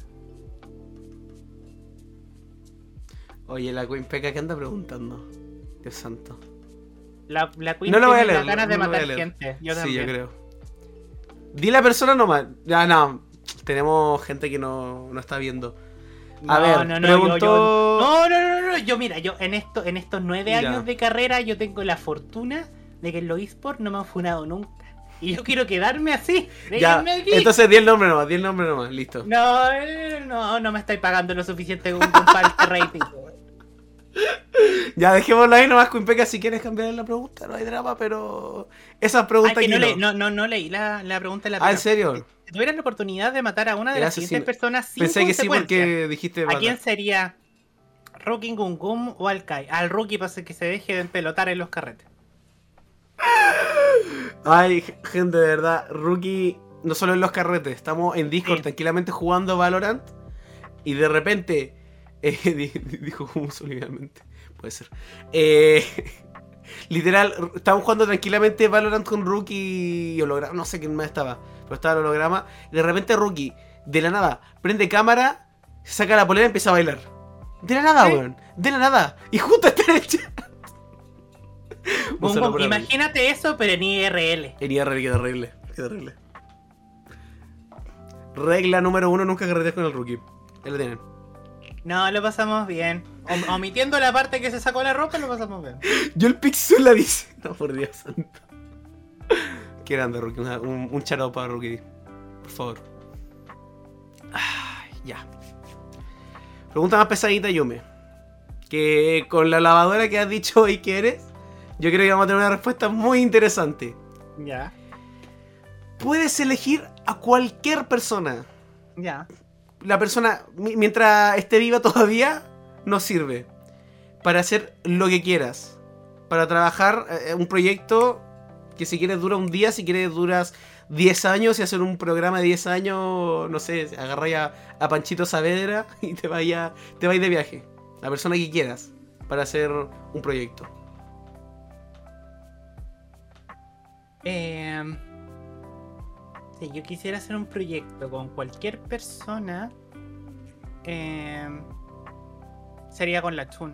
Oye, la Wimpeka que anda preguntando. Dios santo. La Queen No lo voy a tiene leer. las ganas de no lo voy a matar leer. gente. Yo Sí, también. yo creo. Di la persona nomás. Ya, no. Tenemos gente que no está viendo. A ver, preguntó... No, yo mira, yo en estos 9 años Ya. de carrera yo tengo la fortuna de que en los eSports no me han funado nunca. Y yo quiero quedarme así. Ya, Déjenme aquí. entonces di el nombre nomás, listo. No me estáis pagando lo suficiente con este rating. Ya, dejémoslo ahí nomás, Quimpeca, si quieres cambiar la pregunta, no hay drama, pero... Esa pregunta que aquí no leí la pregunta en la Ah, ¿en serio? Si tuvieras la oportunidad de matar a una de El las asesino. siguientes personas sin Pensé que sí consecuencias, porque dijiste ¿a matar. quién sería? ¿Rookie, Gum Gum o al Kai? Al Rookie para que se deje de pelotar en los carretes. Ay, gente, de verdad, Rookie, no solo en los carretes, estamos en Discord Sí. tranquilamente jugando Valorant y de repente, dijo como subliminalmente, puede ser, literal, estamos jugando tranquilamente Valorant con Rookie y holograma, no sé quién más estaba, pero estaba el holograma, y de repente Rookie, de la nada, prende cámara, se saca la polera y empieza a bailar. De la nada, ¿Sí? weón, de la nada, y justo está en el chat. Gum Gum, imagínate eso, pero en IRL. En IRL, qué terrible. Qué terrible. Regla número 1, nunca carretees con el rookie. Ahí lo tienen. No, lo pasamos bien. Omitiendo la parte que se sacó la ropa, lo pasamos bien. Yo el Pixel la dice. No, por Dios santo. Qué grande, rookie. Un charao para rookie. Por favor. Ay, ya. Pregunta más pesadita, Yume. Que con la lavadora que has dicho hoy que eres, yo creo que vamos a tener una respuesta muy interesante. Ya. Puedes elegir a cualquier persona. Ya. La persona, mientras esté viva todavía, no sirve. Para hacer lo que quieras. Para trabajar un proyecto que si quieres dura un día, si quieres duras 10 años y hacer un programa de 10 años, no sé, agarráis a Panchito Saavedra y te vais de viaje. La persona que quieras para hacer un proyecto. Si yo quisiera hacer un proyecto con cualquier persona, sería con la Chun.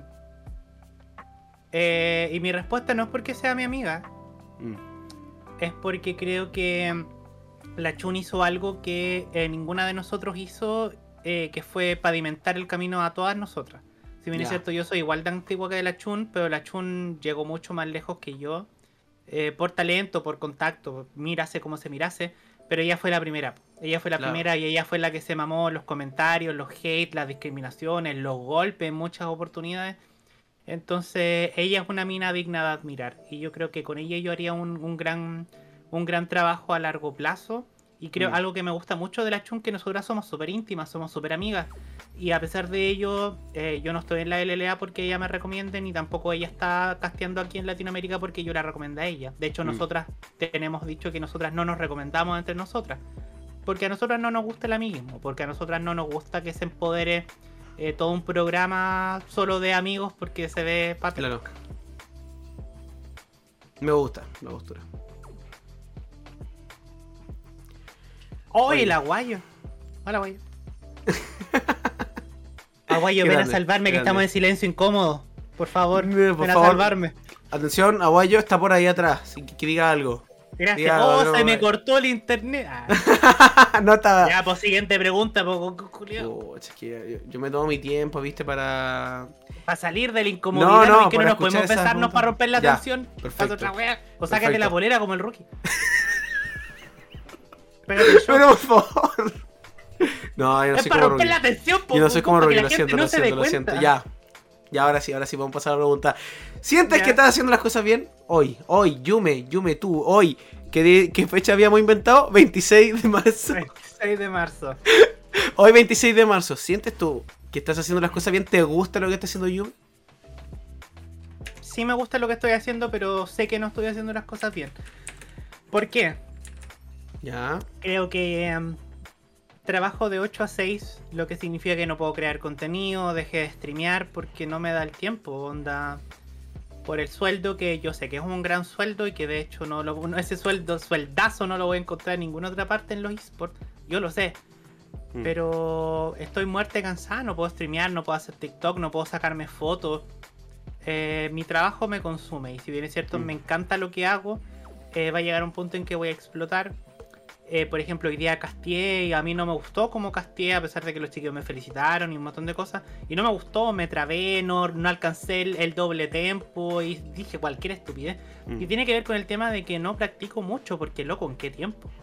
Y mi respuesta no es porque sea mi amiga, es porque creo que la Chun hizo algo que ninguna de nosotros hizo, que fue pavimentar el camino a todas nosotras. Si bien es cierto, yo soy igual de antigua que la Chun, pero la Chun llegó mucho más lejos que yo. Por talento, por contacto, mirase como se mirase, pero ella fue la primera. Ella fue la primera y ella fue la que se mamó los comentarios, los hate, las discriminaciones, los golpes en muchas oportunidades. Entonces ella es una mina digna de admirar y yo creo que con ella yo haría un gran trabajo a largo plazo. Y creo algo que me gusta mucho de la Chun, que nosotras somos súper íntimas, somos súper amigas. Y a pesar de ello, yo no estoy en la LLA porque ella me recomiende, ni tampoco ella está casteando aquí en Latinoamérica porque yo la recomendé a ella. De hecho, nosotras tenemos dicho que nosotras no nos recomendamos entre nosotras. Porque a nosotras no nos gusta el amiguismo, porque a nosotras no nos gusta que se empodere todo un programa solo de amigos porque se ve patético. Claro. Me gusta la postura. ¡Oye, el Aguayo! Hola, Aguayo. Aguayo, ven a salvarme, que estamos en silencio incómodo. Por favor, ven a salvarme. Atención, Aguayo está por ahí atrás. Que diga algo. Gracias. Diga, se me cortó el internet. No estaba. Ya, pues siguiente pregunta, Es que yo me tomo mi tiempo, ¿viste? Para salir de la incomodidad y que no nos podemos besarnos para romper la tensión. Perfecto. Otra wea. O sácate la polera como el rookie. Pero por favor. No, yo no soy como romper la tensión, yo no soy como Rookie, lo siento, lo siento. Ya, ahora sí podemos pasar a la pregunta. ¿Sientes que estás haciendo las cosas bien? Hoy, Yume, tú, hoy. ¿Qué fecha habíamos inventado? 26 de marzo. 26 de marzo. Hoy 26 de marzo. ¿Sientes tú que estás haciendo las cosas bien? ¿Te gusta lo que está haciendo Yume? Sí me gusta lo que estoy haciendo, pero sé que no estoy haciendo las cosas bien. ¿Por qué? Ya. Creo que trabajo de 8 a 6, lo que significa que no puedo crear contenido, dejé de streamear porque no me da el tiempo, onda. Por el sueldo, que yo sé que es un gran sueldo y que de hecho ese sueldazo no lo voy a encontrar en ninguna otra parte en los esports, yo lo sé. Pero estoy muerta y cansada, no puedo streamear, no puedo hacer TikTok, no puedo sacarme fotos. Mi trabajo me consume y si bien es cierto me encanta lo que hago, va a llegar un punto en que voy a explotar. Por ejemplo, hoy día casteé y a mí no me gustó como casteé, a pesar de que los chicos me felicitaron y un montón de cosas. Y no me gustó, me trabé, no alcancé el doble tempo y dije cualquier estupidez. Y tiene que ver con el tema de que no practico mucho, porque loco, ¿en qué tiempo?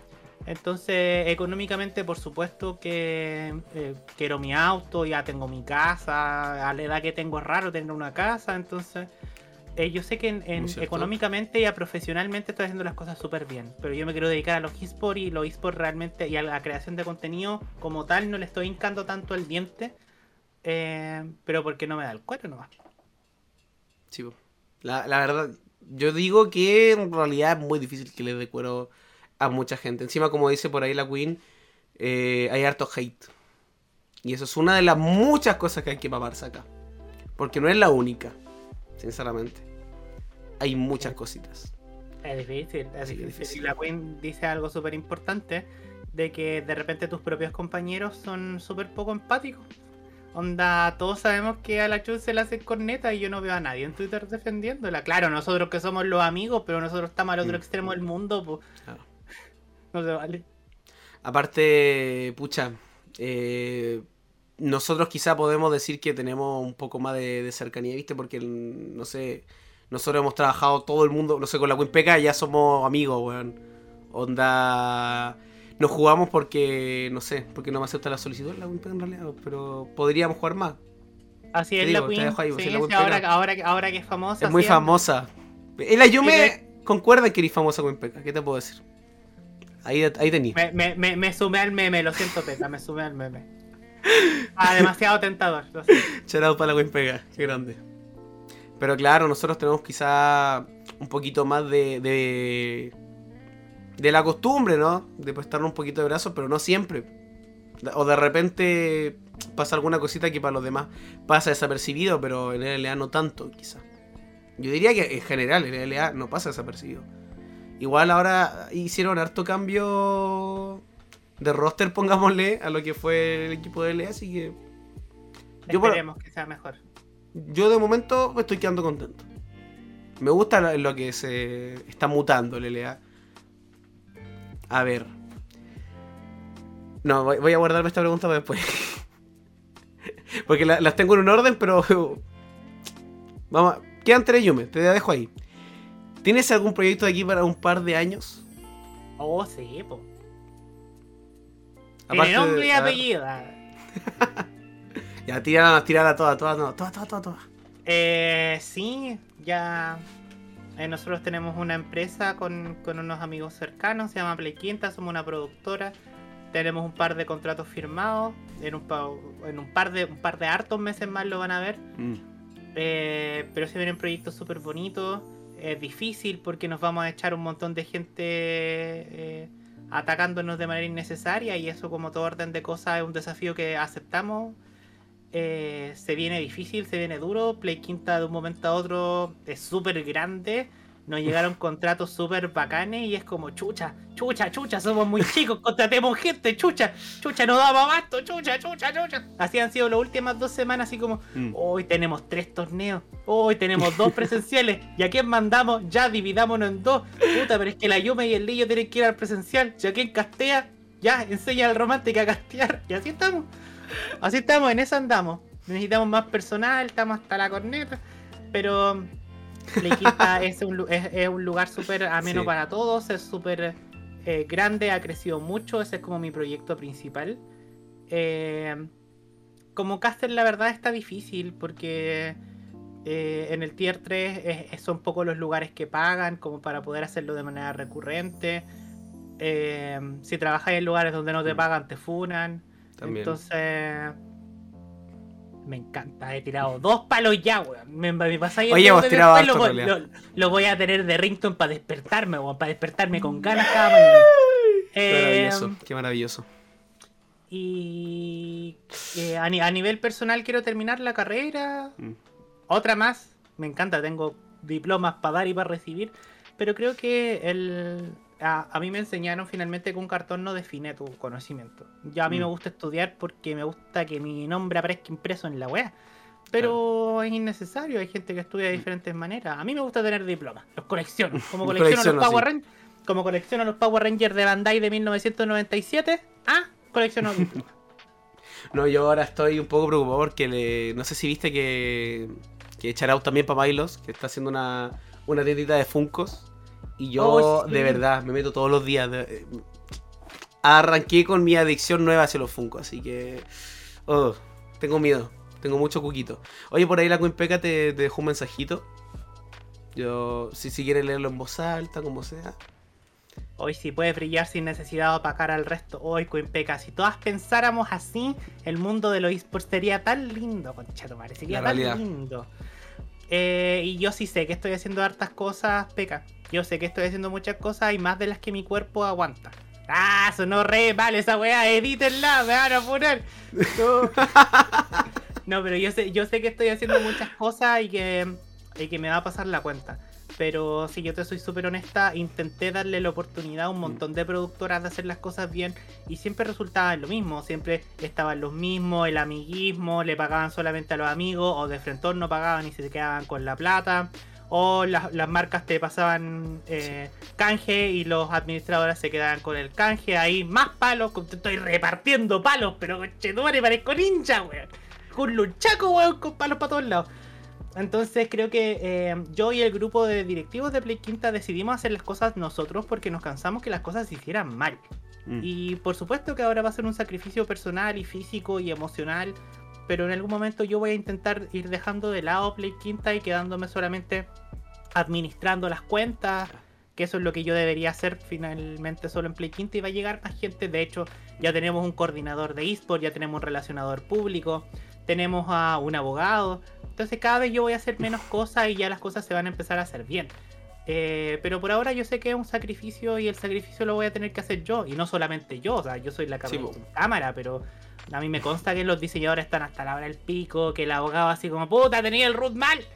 Entonces, económicamente, por supuesto que quiero mi auto, ya tengo mi casa, a la edad que tengo es raro tener una casa, entonces yo sé que ¿No es cierto? económicamente y profesionalmente estoy haciendo las cosas súper bien, pero yo me quiero dedicar a los eSports y los eSports realmente y a la creación de contenido como tal no le estoy hincando tanto el diente, pero porque no me da el cuero nomás. Sí, po. La verdad, yo digo que en realidad es muy difícil que le dé cuero a mucha gente. Encima, como dice por ahí la Queen, hay harto hate. Y eso es una de las muchas cosas que hay que mamarse acá. Porque no es la única, sinceramente. Hay muchas cositas. Es difícil, es Sí, es difícil. difícil. Y la Queen dice algo súper importante, de que de repente tus propios compañeros son súper poco empáticos. Onda, todos sabemos que a la Chun se le hace corneta y yo no veo a nadie en Twitter defendiéndola. Claro, nosotros que somos los amigos, pero nosotros estamos al otro extremo del mundo, pues Claro. no se vale. Aparte, pucha, nosotros quizá podemos decir que tenemos un poco más de cercanía, ¿viste? Porque, no sé, nosotros hemos trabajado todo el mundo, no sé, con la Winpeca ya somos amigos, weón. Onda, nos jugamos porque, no sé, porque no me acepta la solicitud en la Winpeca en realidad, pero podríamos jugar más. Así Te es digo, la te Queen. dejo ahí, Sí, si la sí, Winpeca ahora que es famosa. es muy siempre. famosa. El Ayume Sí, concuerda en que eres famosa con Winpeca, ¿qué te puedo decir? Ahí tení. me sumé al meme, lo siento, Teta, me sumé al meme. Ah, demasiado tentador, lo siento. Shout para la Winpeca, qué grande. Pero claro, nosotros tenemos quizá un poquito más de la costumbre, ¿no? De prestarnos un poquito de brazos, pero no siempre. O de repente pasa alguna cosita que para los demás pasa desapercibido, pero en el LA no tanto, quizá. Yo diría que en general en el LA no pasa desapercibido. Igual ahora hicieron harto cambio de roster, pongámosle, a lo que fue el equipo de LA, así que Esperemos que sea mejor. yo de momento me estoy quedando contento. Me gusta lo que se está mutando el LA. A ver. No, voy a guardarme esta pregunta para después. Porque las tengo en un orden, pero... Vamos, quedan 3, Yume, te dejo ahí. ¿Tienes algún proyecto de aquí para un par de años? Oh, sí, po. Aparte Tiene nombre y a ver, apellido. ya, tírala toda, no, toda. Sí, ya. Nosotros tenemos una empresa con unos amigos cercanos, se llama Play Quinta, somos una productora. Tenemos un par de contratos firmados. En un par de hartos meses más lo van a ver. Pero se vienen proyectos súper bonitos. Es difícil porque nos vamos a echar un montón de gente atacándonos de manera innecesaria. Y eso, como todo orden de cosas, es un desafío que aceptamos. Se viene difícil, se viene duro. Play Quinta de un momento a otro es súper grande. Nos llegaron contratos súper bacanes y es como chucha, somos muy chicos, contratemos gente, chucha, no damos abasto, chucha. Así han sido las últimas 2 semanas, así como, hoy tenemos 3 torneos, hoy tenemos 2 presenciales, ¿y a quién mandamos? Ya dividámonos en 2, puta, pero es que la Yume y el Lillo tienen que ir al presencial, ya quien castea, ya enseña al romántico a castear, y así estamos, en eso andamos. Necesitamos más personal, estamos hasta la corneta, pero Play Quinta es un lugar súper ameno Sí. para todos, es súper grande, ha crecido mucho, ese es como mi proyecto principal. Como caster la verdad está difícil porque en el tier 3 son pocos los lugares que pagan como para poder hacerlo de manera recurrente. Si trabajas en lugares donde no te pagan te funan. También. Entonces me encanta, he tirado 2 palos ya, weón. Me pasáis el Oye, dedo hemos de tirado después, harto, en realidad. lo voy a tener de ringtone para despertarme, weón. Para despertarme con ganas cada mañana. Qué maravilloso, qué maravilloso. Y a nivel personal quiero terminar la carrera. Otra más. Me encanta, tengo diplomas para dar y para recibir. Pero creo que a mí me enseñaron finalmente que un cartón no define tu conocimiento. Ya a mí me gusta estudiar porque me gusta que mi nombre aparezca impreso en la web. Pero es innecesario, hay gente que estudia de diferentes maneras. A mí me gusta tener diplomas, los colecciono. Como colecciono los Power Rangers de Bandai de 1997. Colecciono diplomas. No, yo ahora estoy un poco preocupado porque no sé si viste que Charao también para Bailos, que está haciendo una tiendita de Funkos. Y yo, Sí. de verdad, me meto todos los días. arranqué con mi adicción nueva hacia los Funko, así que... Oh, tengo miedo. Tengo mucho cuquito. Oye, por ahí la Quimpeca te dejó un mensajito. Yo, si quieres leerlo en voz alta, como sea. Hoy sí puedes brillar sin necesidad de opacar al resto. Hoy, Quimpeca, si todas pensáramos así, el mundo de los esports sería tan lindo, conchetumare, sería tan lindo. Y yo sí sé que estoy haciendo hartas cosas, Peca. Yo sé que estoy haciendo muchas cosas y más de las que mi cuerpo aguanta. Ah, sonó re mal esa weá, edítenla, me van a poner. No, no, pero yo sé que estoy haciendo muchas cosas y que me va a pasar la cuenta. Pero si yo te soy súper honesta, intenté darle la oportunidad a un montón de productoras de hacer las cosas bien y siempre resultaba en lo mismo, siempre estaban los mismos, el amiguismo, le pagaban solamente a los amigos o de frentón no pagaban y se quedaban con la plata, o las marcas te pasaban canje y los administradores se quedaban con el canje, ahí más palos, estoy repartiendo palos, pero conchetumare, parezco ninja, weón, con lunchaco, weón, con palos para todos lados. Entonces creo que yo y el grupo de directivos de Play Quinta decidimos hacer las cosas nosotros porque nos cansamos que las cosas se hicieran mal. Y por supuesto que ahora va a ser un sacrificio personal y físico y emocional, pero en algún momento yo voy a intentar ir dejando de lado Play Quinta y quedándome solamente administrando las cuentas, que eso es lo que yo debería hacer finalmente solo en Play Quinta, y va a llegar más gente. De hecho, ya tenemos un coordinador de eSport, ya tenemos un relacionador público, tenemos a un abogado. Entonces cada vez yo voy a hacer menos cosas y ya las cosas se van a empezar a hacer bien. Pero por ahora yo sé que es un sacrificio y el sacrificio lo voy a tener que hacer yo. Y no solamente yo, o sea, yo soy la cámara, pero a mí me consta que los diseñadores están hasta la hora del pico, que el abogado así como, puta, tenía el root mal.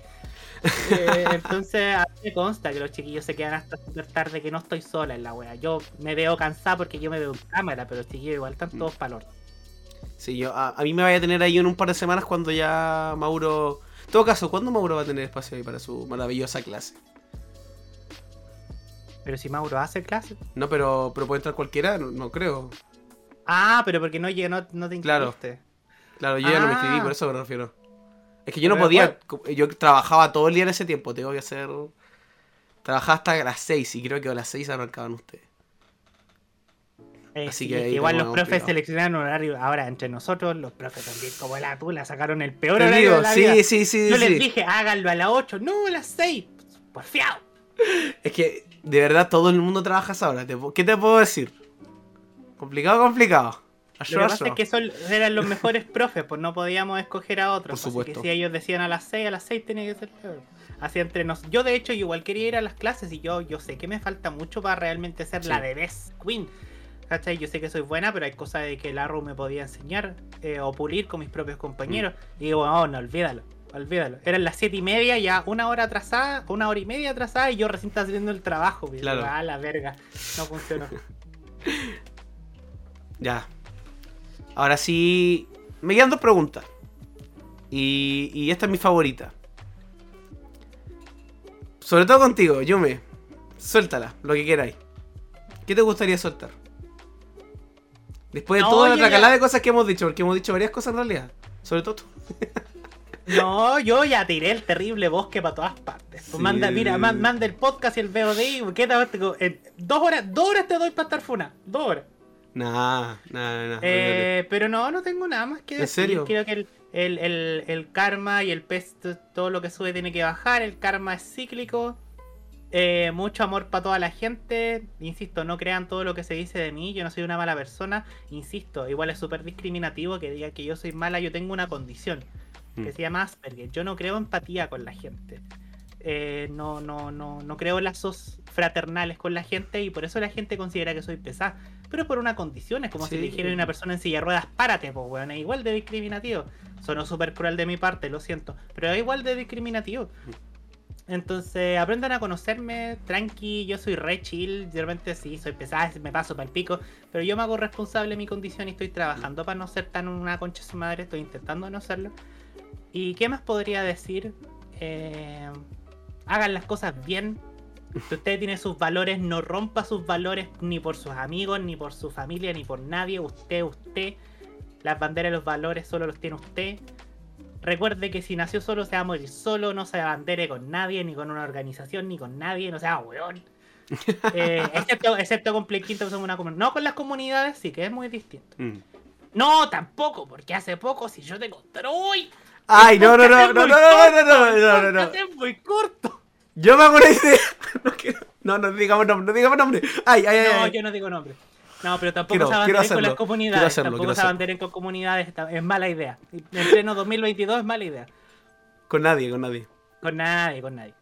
Entonces a mí me consta que los chiquillos se quedan hasta súper tarde, que no estoy sola en la wea. Yo me veo cansada porque yo me veo en cámara, pero los chiquillos igual están todos para el orto. Sí, a mí me vaya a tener ahí en un par de semanas cuando ya Mauro... En todo caso, ¿cuándo Mauro va a tener espacio ahí para su maravillosa clase? Pero si Mauro hace clase. No, pero puede entrar cualquiera, no creo. Ah, pero porque no te inscribiste. Claro, yo ya no me inscribí, por eso me refiero. Es que yo no podía, yo trabajaba todo el día en ese tiempo, tengo que hacer... Trabajaba hasta las 6 y creo que a las 6 arrancaban ustedes. Así sí, que igual los profes seleccionaron un horario. Ahora, entre nosotros, los profes también, como la tula, sacaron el peor horario de la vida. Sí. Yo les dije, háganlo a las 8, no a las 6. Porfiado. Es que, de verdad, todo el mundo trabaja a esa hora. ¿Qué te puedo decir? Complicado. Lo que pasa es que eran los mejores profes, pues no podíamos escoger a otros. Por supuesto. Así que si ellos decían a las 6 tenía que ser peor. Así entre nosotros. Yo, de hecho, igual quería ir a las clases y yo sé que me falta mucho para realmente ser la de Best Queen. ¿Cachai? Yo sé que soy buena, pero hay cosas de que el Arrow me podía enseñar o pulir con mis propios compañeros. Y digo, no, olvídalo. Eran las 7:30, ya una hora y media atrasada, y yo recién estaba haciendo el trabajo. Claro. Digo, la verga, no funcionó. Ya. Ahora sí, me quedan 2 preguntas. Y esta es mi favorita. Sobre todo contigo, Yume. Suéltala, lo que queráis. ¿Qué te gustaría soltar? Después de toda la tracalada de cosas que hemos dicho, porque hemos dicho varias cosas en realidad. Sobre todo tú. No, yo ya tiré el terrible bosque para todas partes. Pues manda el podcast y el VOD y ¿qué tal? En 2 horas te doy para estar funa. 2 horas. Nah. Pero no tengo nada más que decir. ¿En serio? Creo que el karma y el pesto, todo lo que sube tiene que bajar. El karma es cíclico. Mucho amor para toda la gente. Insisto, no crean todo lo que se dice de mí. Yo no soy una mala persona. Insisto, igual es súper discriminativo que digan que yo soy mala. Yo tengo una condición que se llama Asperger. Yo no creo empatía con la gente. No creo lazos fraternales con la gente, y por eso la gente considera que soy pesada. Pero por una condición, es como si le dijera a una persona en silla de ruedas, párate, pues weón, es igual de discriminativo. Sonó súper cruel de mi parte, lo siento, pero es igual de discriminativo. Entonces aprendan a conocerme, tranqui, yo soy re chill, de repente sí, soy pesada, me paso para el pico, pero yo me hago responsable de mi condición y estoy trabajando para no ser tan una concha de su madre, estoy intentando no serlo. ¿Y qué más podría decir? Hagan las cosas bien. Si usted tiene sus valores, no rompa sus valores ni por sus amigos, ni por su familia, ni por nadie. Usted. Las banderas y los valores solo los tiene usted. Recuerde que si nació solo se va a morir solo. No se abandere con nadie, ni con una organización, ni con nadie. No sea weón. Excepto con Play Quinto, que somos una comunidad. No con las comunidades, sí, que es muy distinto. Mm. No, tampoco, porque hace poco, si yo te conté hoy. Ay, no, no, no, no, no, no, no, no, no, no, no. Es muy corto. Yo me hago una idea. No digamos nombre, no digamos nombre. Ay, ay, ay. No, ay. yo no digo nombre. No, pero tampoco Quiero se abanderen con hacerlo, las quiero comunidades. hacerlo, Tampoco quiero se hacerlo. abanderen con comunidades. Es mala idea. En pleno 2022 es mala idea. Con nadie, con nadie. Con nadie, con nadie.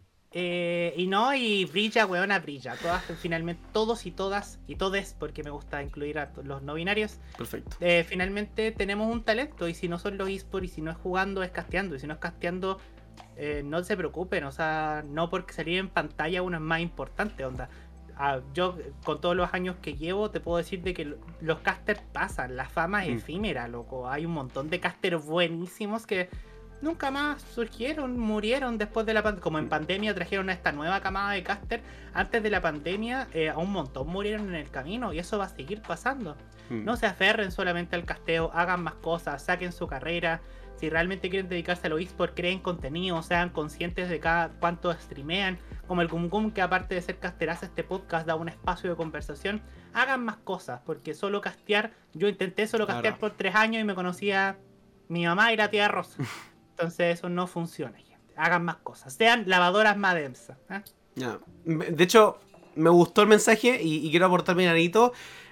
Y brilla, weona, brilla. Todas, finalmente, todos y todas, y todes, porque me gusta incluir a los no binarios. Perfecto. Finalmente tenemos un talento, y si no son los esports, y si no es jugando, es casteando. Y si no es casteando, no se preocupen. O sea, no porque salir en pantalla uno es más importante, onda. Yo, con todos los años que llevo, te puedo decir de que los casters pasan. La fama es efímera, loco. Hay un montón de casters buenísimos que nunca más surgieron, murieron después de la pandemia. Como en pandemia trajeron a esta nueva camada de caster, antes de la pandemia a un montón murieron en el camino, y eso va a seguir pasando. No se aferren solamente al casteo, hagan más cosas, saquen su carrera. Si realmente quieren dedicarse a los esports, creen contenido, sean conscientes de cada cuánto streamean. Como el Gum Gum, que aparte de ser caster hace este podcast, da un espacio de conversación. Hagan más cosas, porque solo castear, yo intenté solo castear por 3 años y me conocía mi mamá y la tía Rosa. Entonces eso no funciona, gente. Hagan más cosas. Sean lavadoras más densas. Ya. De hecho, me gustó el mensaje y quiero aportar mi granito.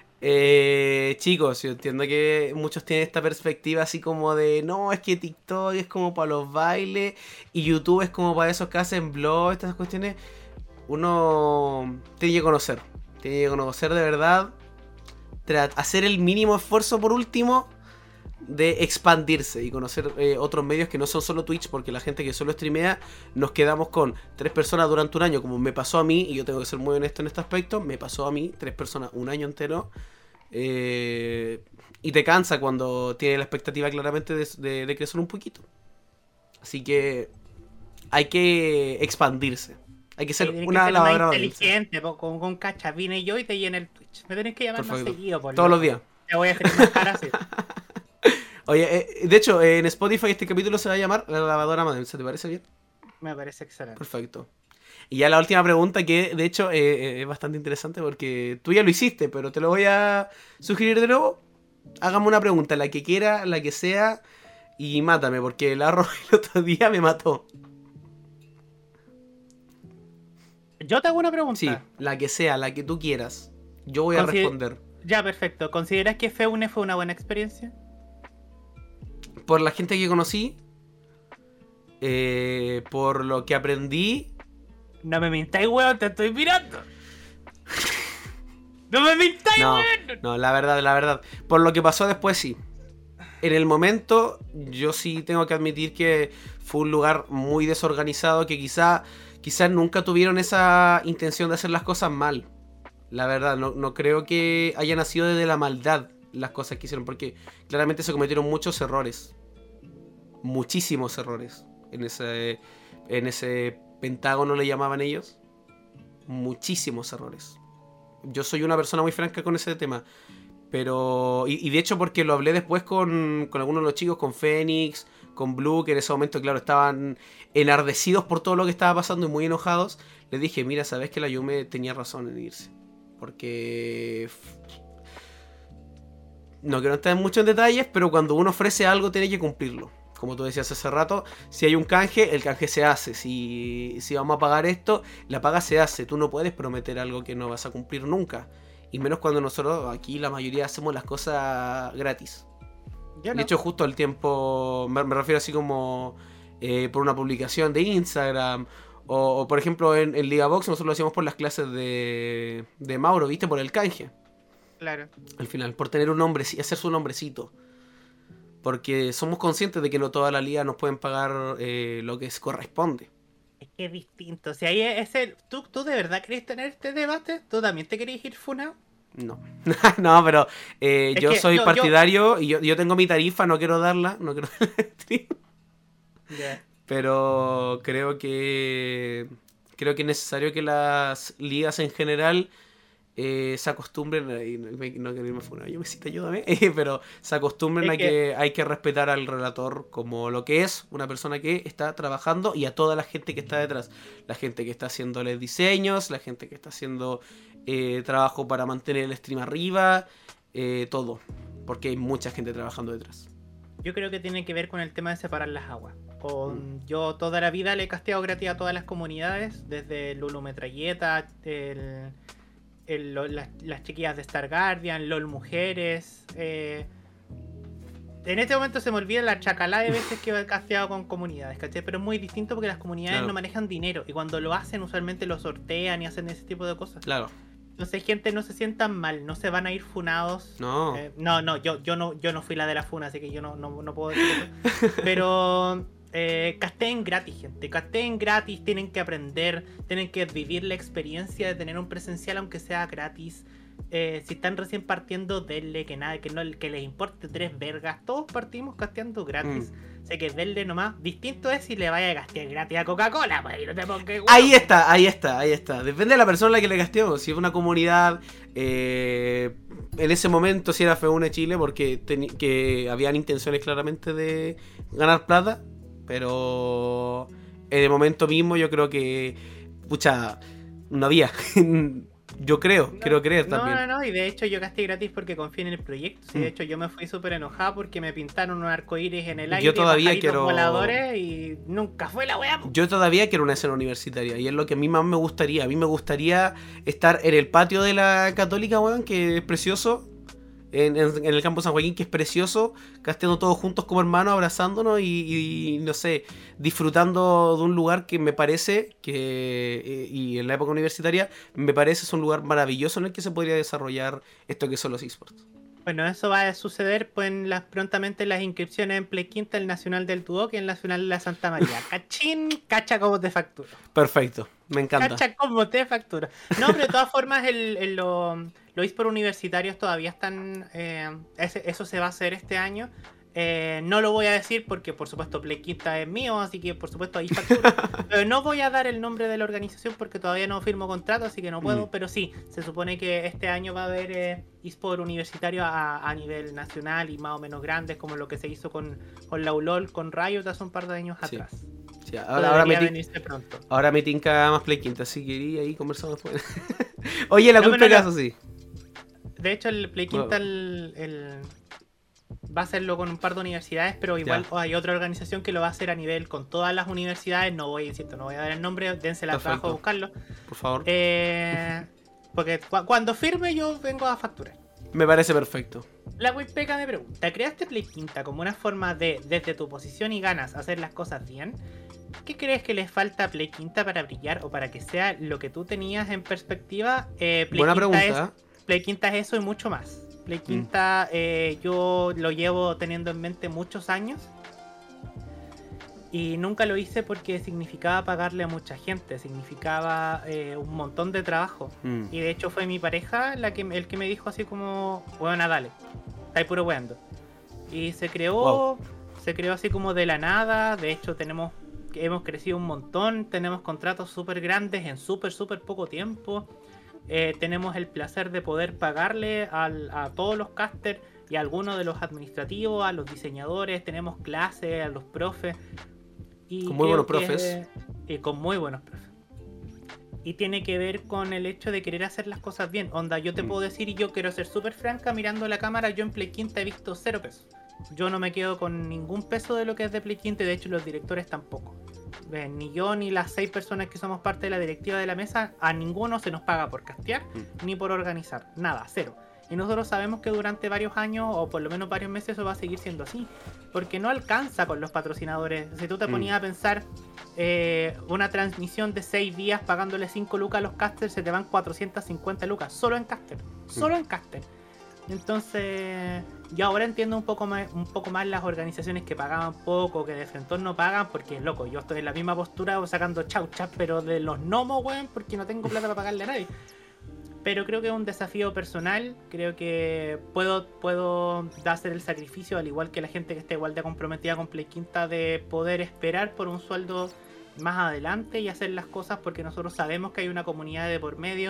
Chicos, yo entiendo que muchos tienen esta perspectiva así como de no, es que TikTok es como para los bailes y YouTube es como para esos que hacen vlogs, estas cuestiones. Uno tiene que conocer de verdad, hacer el mínimo esfuerzo por último de expandirse y conocer otros medios que no son solo Twitch, porque la gente que solo streamea nos quedamos con 3 personas durante un año, como me pasó a mí, y yo tengo que ser muy honesto en este aspecto, me pasó a mí, 3 personas un año entero, y te cansa cuando tienes la expectativa claramente de crecer un poquito. Así que hay que expandirse, hay que ser una lavadora más inteligente, con cacha, vine yo y te llené el Twitch. Me tenés que llamar más seguido, por todos los días. Te voy a hacer más cara así. Oye, de hecho, en Spotify este capítulo se va a llamar La Lavadora Madensa, ¿te parece bien? Me parece excelente. Perfecto. Y ya la última pregunta, que de hecho es bastante interesante porque tú ya lo hiciste, pero te lo voy a sugerir de nuevo. Hágame una pregunta, la que quiera, la que sea, y mátame, porque el arroz el otro día me mató. Yo te hago una pregunta. Sí, la que sea, la que tú quieras. Yo voy a responder. Ya, perfecto. ¿Consideras que Feune fue una buena experiencia? Por la gente que conocí, por lo que aprendí. No me mintáis, weón, te estoy mirando. No me mintáis, weón. No, la verdad. Por lo que pasó después, sí. En el momento, yo sí tengo que admitir que fue un lugar muy desorganizado, que quizás nunca tuvieron esa intención de hacer las cosas mal. La verdad, no creo que haya nacido desde la maldad las cosas que hicieron, porque claramente se cometieron muchos errores. Muchísimos errores. En ese Pentágono le llamaban ellos. Muchísimos errores. Yo soy una persona muy franca con ese tema. Pero. Y de hecho, porque lo hablé después con algunos de los chicos, con Fénix, con Blue, que en ese momento, claro, estaban enardecidos por todo lo que estaba pasando y muy enojados. Les dije, mira, sabes que la Yume tenía razón en irse. Porque. No quiero entrar mucho en detalles, pero cuando uno ofrece algo, tiene que cumplirlo. Como tú decías hace rato, si hay un canje, el canje se hace. Si vamos a pagar esto, la paga se hace. Tú no puedes prometer algo que no vas a cumplir nunca. Y menos cuando nosotros aquí la mayoría hacemos las cosas gratis. Yo no. De hecho, justo al tiempo, me refiero así como por una publicación de Instagram. O por ejemplo en Liga Box nosotros lo hacíamos por las clases de Mauro, ¿viste? Por el canje. Claro. Al final, por tener un nombre, hacer su nombrecito. Porque somos conscientes de que no toda la liga nos pueden pagar lo que corresponde. Es que es distinto. Si ahí ¿Tú de verdad querés tener este debate? ¿Tú también te querés ir funado? No. No, pero yo que soy partidario y yo tengo mi tarifa, no quiero darla. No quiero darla en stream. Yeah. Pero creo que es necesario que las ligas en general se acostumbren, y no quiero irme fuera, yo me cito, ayúdame, pero se acostumbren Es a que hay que respetar al relator como lo que es una persona que está trabajando y a toda la gente que está detrás. La gente que está haciéndole diseños, la gente que está haciendo trabajo para mantener el stream arriba, todo. Porque hay mucha gente trabajando detrás. Yo creo que tiene que ver con el tema de separar las aguas. Yo toda la vida le he casteado gratis a todas las comunidades, desde Lulu Metralleta, las chiquillas de Star Guardian, LOL Mujeres. En este momento se me olvida la chacalá de veces que he casteado con comunidades, ¿cachai? Pero es muy distinto porque las comunidades Claro. no manejan dinero y cuando lo hacen usualmente lo sortean y hacen ese tipo de cosas. Claro. Entonces, gente, no se sientan mal, no se van a ir funados. No. Yo no fui la de la funa, así que yo no puedo decir eso. Pero casteen gratis, gente. Casteen gratis, tienen que aprender, tienen que vivir la experiencia de tener un presencial, aunque sea gratis. Si están recién partiendo, denle que nada, que les importe tres vergas. Todos partimos casteando gratis. Sé que denle nomás. Distinto es si le vaya a castear gratis a Coca-Cola, pues, y no te pongas igual. Ahí está. Depende de la persona a la que le casteemos. Si es una comunidad, en ese momento si era F1 Chile, porque que habían intenciones claramente de ganar plata, pero en el momento mismo yo creo que, pucha, no había. Yo quiero creer también. No, y de hecho yo gasté gratis porque confío en el proyecto. Sí, de hecho yo me fui súper enojada porque me pintaron un arcoíris en el aire, Yo todavía pajaritos quiero- voladores y nunca fue la weá. Yo todavía quiero una escena universitaria y es lo que a mí más me gustaría. A mí me gustaría estar en el patio de la Católica, weón, que es precioso. En el campo San Joaquín, que es precioso, casteando todos juntos como hermanos, abrazándonos y no sé, disfrutando de un lugar que me parece que, y en la época universitaria, me parece es un lugar maravilloso en el que se podría desarrollar esto que son los esports. Bueno, eso va a suceder pues prontamente las inscripciones en Play Quinta, el Nacional del Duoc y el Nacional de la Santa María. Cachín, cacha como te factura. Perfecto, me encanta. Cacha como te factura. No, pero de todas formas los esports universitarios todavía están... eso se va a hacer este año. No lo voy a decir porque por supuesto Play Quinta es mío, así que por supuesto ahí factura. Pero no voy a dar el nombre de la organización porque todavía no firmo contrato, así que no puedo. Pero sí, se supone que este año va a haber eSport universitario a nivel nacional y más o menos grandes, como lo que se hizo con la ULOL, con Riot hace un par de años Sí. atrás. Sí, ahora venirse pronto. ahora me tinca más Play Quinta, así que iría ahí conversamos después. Oye, la No, culpa de pero caso, sí. De hecho, el Play Quinta va a hacerlo con un par de universidades, pero igual hay otra organización que lo va a hacer a nivel con todas las universidades. No voy a dar el nombre, dense la trabajo a buscarlo. Por favor. Porque cuando firme yo vengo a facturar. Me parece perfecto. La Wipeca me pregunta, ¿creaste Play Quinta como una forma de, desde tu posición y ganas, hacer las cosas bien? ¿Qué crees que le falta a Play Quinta para brillar o para que sea lo que tú tenías en perspectiva? Buena pregunta. Play Quinta es eso y mucho más. Play Quinta yo lo llevo teniendo en mente muchos años y nunca lo hice porque significaba pagarle a mucha gente, significaba un montón de trabajo. Y de hecho fue mi pareja el que me dijo así como, bueno, dale, estáis puro weando. Y se creó así como de la nada. De hecho hemos crecido un montón, tenemos contratos súper grandes en súper poco tiempo. Tenemos el placer de poder pagarle a todos los casters y a algunos de los administrativos, a los diseñadores, tenemos clases, a los profes. Y con muy buenos profes. Con muy buenos profes. Y tiene que ver con el hecho de querer hacer las cosas bien. Onda, yo te puedo decir, y yo quiero ser súper franca, mirando la cámara, yo en Play Quinta he visto 0 pesos. Yo no me quedo con ningún peso de lo que es de Play Quinta, y de hecho los directores tampoco. Ni yo ni las 6 personas que somos parte de la directiva de la mesa, a ninguno se nos paga por castear ni por organizar, nada, cero. Y nosotros sabemos que durante varios años o por lo menos varios meses eso va a seguir siendo así, porque no alcanza con los patrocinadores. Si tú te ponías a pensar una transmisión de 6 días pagándole 5 lucas a los casters, se te van 450 lucas solo en caster, solo en caster. Entonces yo ahora entiendo un poco más las organizaciones que pagaban poco, que de frente no pagan, porque loco, yo estoy en la misma postura sacando chauchas, pero de los gnomos, weón, porque no tengo plata para pagarle a nadie. Pero creo que es un desafío personal, creo que puedo hacer el sacrificio, al igual que la gente que está igual de comprometida con Play Quinta, de poder esperar por un sueldo más adelante y hacer las cosas porque nosotros sabemos que hay una comunidad de por medio.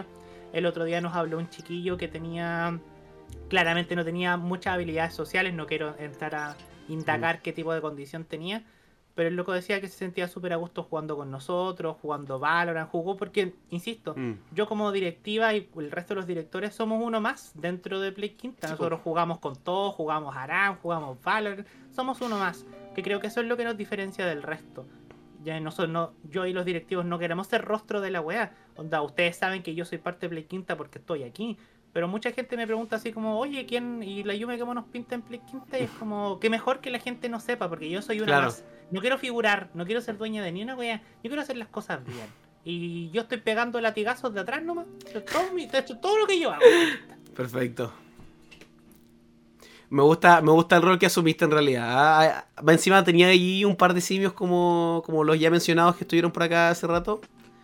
El otro día nos habló un chiquillo que claramente no tenía muchas habilidades sociales, no quiero entrar a indagar qué tipo de condición tenía, pero el loco decía que se sentía súper a gusto jugando con nosotros, jugando Valorant, jugó porque, insisto, yo como directiva y el resto de los directores somos uno más dentro de Play Quinta. Nosotros jugamos con todos, jugamos Aram, jugamos Valorant, somos uno más, que creo que eso es lo que nos diferencia del resto. Ya yo y los directivos no queremos ser rostro de la wea. Onda, ustedes saben que yo soy parte de Play Quinta porque estoy aquí. Pero mucha gente me pregunta así como, oye, ¿quién? ¿Y la Yume cómo nos pinta en Play Quinta? Y es como, que mejor que la gente no sepa, porque yo soy una más. No quiero figurar, no quiero ser dueña de ni una wea. Yo quiero hacer las cosas bien. Y yo estoy pegando latigazos de atrás nomás. Todo lo que yo hago. Perfecto. Me gusta el rol que asumiste en realidad. Encima tenía allí un par de simios como los ya mencionados que estuvieron por acá hace rato.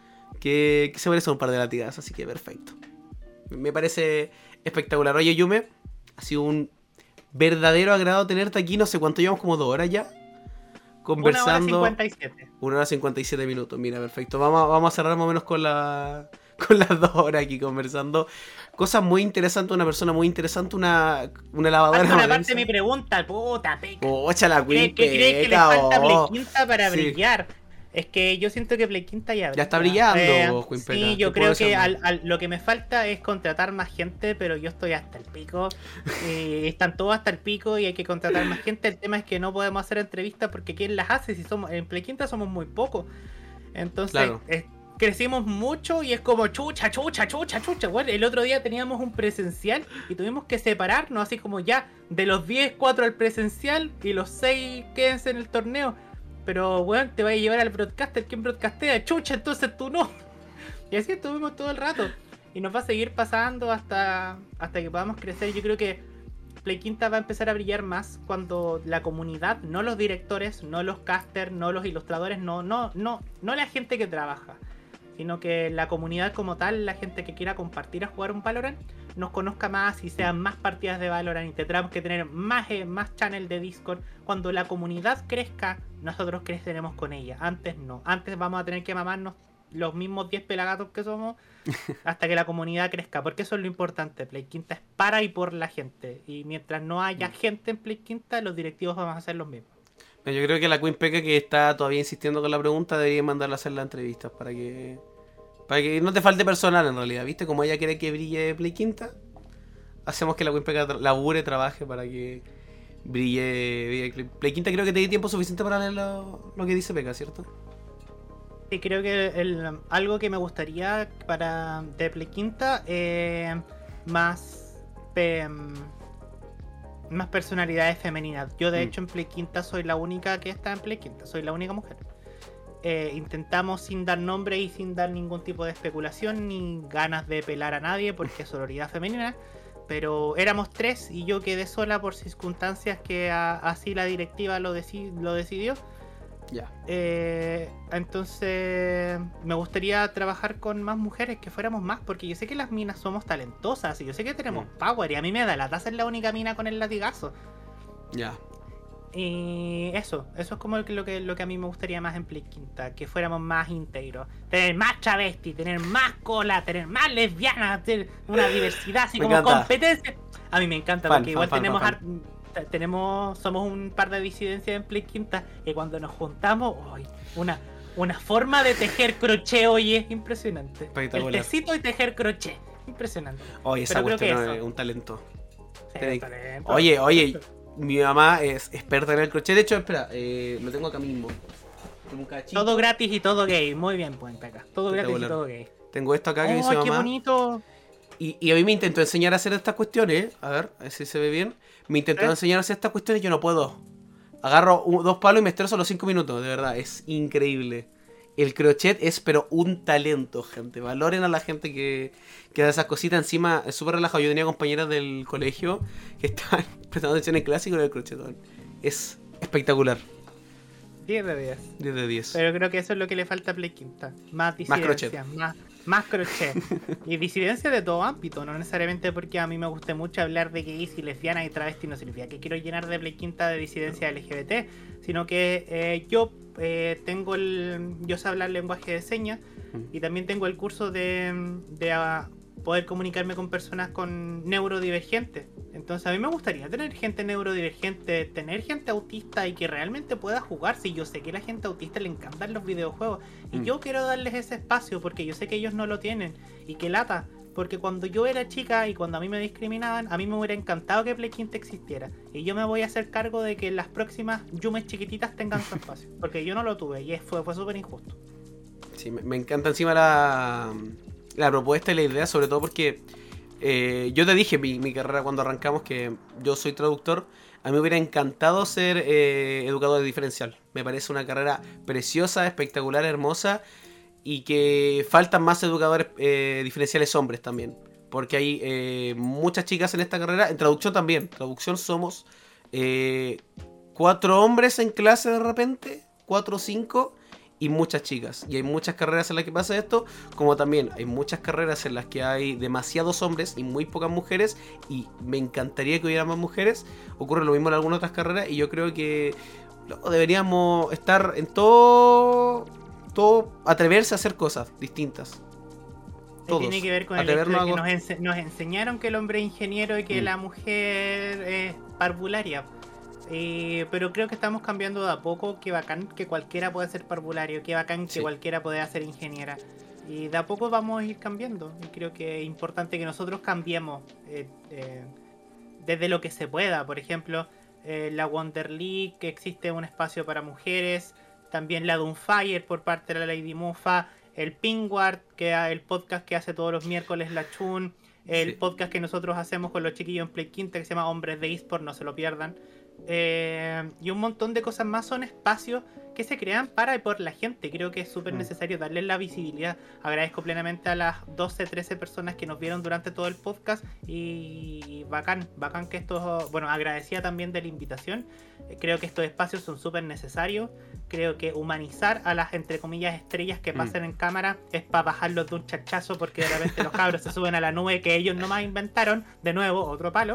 Que se merecen un par de latigazos, así que perfecto. Me parece espectacular. Oye, Yume, ha sido un verdadero agrado tenerte aquí. No sé cuánto llevamos, como 2 horas ya. Conversando. 1 hora 57. 1 hora 57 minutos. Mira, perfecto. Vamos a cerrar más o menos con las 2 horas aquí conversando. Cosas muy interesantes, una persona muy interesante, una lavadora. Una parte de mi pregunta, puta, peca. Pocha, la Queen ¿Qué crees que le falta a Play Quinta para sí. brillar? Es que yo siento que Play Quinta ya está brillando, Queen Peca. Sí, yo creo que lo que me falta es contratar más gente, pero yo estoy hasta el pico. Están todos hasta el pico y hay que contratar más gente. El tema es que no podemos hacer entrevistas porque ¿quién las hace? Si somos en Play Quinta somos muy pocos. Entonces, claro. Crecimos mucho y es como chucha. Bueno, el otro día teníamos un presencial y tuvimos que separarnos, así como ya, de los 10, 4 al presencial y los 6 quédense en el torneo. Pero, weón, te va a llevar al broadcaster. ¿Quién broadcastea? Chucha, entonces tú no. Y así estuvimos todo el rato. Y nos va a seguir pasando hasta que podamos crecer. Yo creo que Play Quinta va a empezar a brillar más cuando la comunidad, no los directores, no los casters, no los ilustradores, no la gente que trabaja, sino que la comunidad como tal, la gente que quiera compartir a jugar un Valorant, nos conozca más y sean más partidas de Valorant y tendremos que tener más channel de Discord. Cuando la comunidad crezca, nosotros creceremos con ella. Antes no. Antes vamos a tener que mamarnos los mismos 10 pelagatos que somos hasta que la comunidad crezca, porque eso es lo importante. Play Quinta es para y por la gente, y mientras no haya gente en Play Quinta, los directivos vamos a hacer los mismos. Yo creo que la Queen Peca, que está todavía insistiendo con la pregunta, debería mandarla a hacer las entrevistas para que no te falte personal en realidad, ¿viste? Como ella quiere que brille Play Quinta, hacemos que la Queen Peca labure, trabaje para que brille Play Quinta. Creo que te di tiempo suficiente para leer lo que dice Peca, ¿cierto? Sí, creo que algo que me gustaría de Play Quinta, más personalidades femeninas. Yo de hecho en Play Quinta soy la única que está en Play Quinta, soy la única mujer. Intentamos sin dar nombre y sin dar ningún tipo de especulación ni ganas de pelar a nadie porque es sororidad femenina, pero éramos 3 y yo quedé sola por circunstancias que así la directiva lo decidió. Ya. Entonces me gustaría trabajar con más mujeres, que fuéramos más, porque yo sé que las minas somos talentosas y yo sé que tenemos power y a mí me da lata ser la única mina con el latigazo. Ya. Y eso es como lo que a mí me gustaría más en Play Quinta, que fuéramos más íntegros, tener más travesti, tener más cola, tener más lesbianas, tener una diversidad así como competencia. A mí me encanta porque igual somos un par de disidencias en Play Quinta y cuando nos juntamos, una forma de tejer crochet, oye, es impresionante. El tecito y tejer crochet, impresionante. Oye, esa cuestión es un talento. Sí, talento. Oye, mi mamá es experta en el crochet. De hecho, espera, lo tengo acá mismo. Todo gratis y todo gay. Muy bien, pues, acá. Todo gratis y todo gay. Tengo esto acá que dice mamá. ¡Qué bonito! Y a mí me intentó enseñar a hacer estas cuestiones. A ver si se ve bien. Me intentó enseñar a hacer estas cuestiones y yo no puedo. Agarro 2 palos y me estreso a los 5 minutos. De verdad, es increíble. El crochet es pero un talento, gente. Valoren a la gente que hace esas cositas. Encima es súper relajado. Yo tenía compañeras del colegio que estaban prestando atención en clase con el crochet. Es espectacular. 10 de 10. 10 de 10. Pero creo que eso es lo que le falta a Play Quinta. Más disidencia, más crochet. Y disidencia de todo ámbito. No necesariamente porque a mí me guste mucho hablar de gays y lesbianas y travestis. No significa que quiero llenar de Play Quinta de disidencia LGBT. Sino que yo sé hablar lenguaje de señas. Y también tengo el curso de poder comunicarme con personas con neurodivergentes. Entonces a mí me gustaría tener gente neurodivergente, tener gente autista y que realmente pueda jugar. Si yo sé que a la gente autista le encantan los videojuegos y yo quiero darles ese espacio porque yo sé que ellos no lo tienen y que lata. Porque cuando yo era chica y cuando a mí me discriminaban, a mí me hubiera encantado que Play Quinta existiera. Y yo me voy a hacer cargo de que las próximas Yumes chiquititas tengan su espacio. Porque yo no lo tuve y fue súper injusto. Sí, me encanta encima la propuesta y la idea, sobre todo porque yo te dije mi carrera cuando arrancamos que yo soy traductor. A mí me hubiera encantado ser educador diferencial. Me parece una carrera preciosa, espectacular, hermosa. Y que faltan más educadores diferenciales hombres también. Porque hay muchas chicas en esta carrera. En traducción también. Traducción somos 4 hombres en clase de repente. 4 o 5. Y muchas chicas. Y hay muchas carreras en las que pasa esto. Como también hay muchas carreras en las que hay demasiados hombres y muy pocas mujeres. Y me encantaría que hubiera más mujeres. Ocurre lo mismo en algunas otras carreras. Y yo creo que deberíamos estar en todo atreverse a hacer cosas distintas. Todos. Tiene que ver con el hecho de que nos enseñaron que el hombre es ingeniero y que la mujer es parvularia. Pero creo que estamos cambiando de a poco. Qué bacán que cualquiera puede ser parvulario. Qué bacán que cualquiera puede ser ingeniera. Y de a poco vamos a ir cambiando. Y creo que es importante que nosotros cambiemos desde lo que se pueda. Por ejemplo, la Wonder League, que existe un espacio para mujeres. También la Doomfire por parte de la Lady Mufa. El Pingward, que es el podcast que hace todos los miércoles la Chun. El podcast que nosotros hacemos con los chiquillos en Play Quinta, que se llama Hombres de eSport, no se lo pierdan. Y un montón de cosas más. Son espacios que se crean para y por la gente. Creo que es súper necesario darles la visibilidad. Agradezco plenamente a las 12, 13 personas que nos vieron durante todo el podcast. Y bacán que esto... Bueno, agradecía también de la invitación. Creo que estos espacios son súper necesarios. Creo que humanizar a las, entre comillas, estrellas que pasan en cámara es para bajarlos de un chachazo, porque de repente los cabros se suben a la nube que ellos nomás inventaron. De nuevo, otro palo.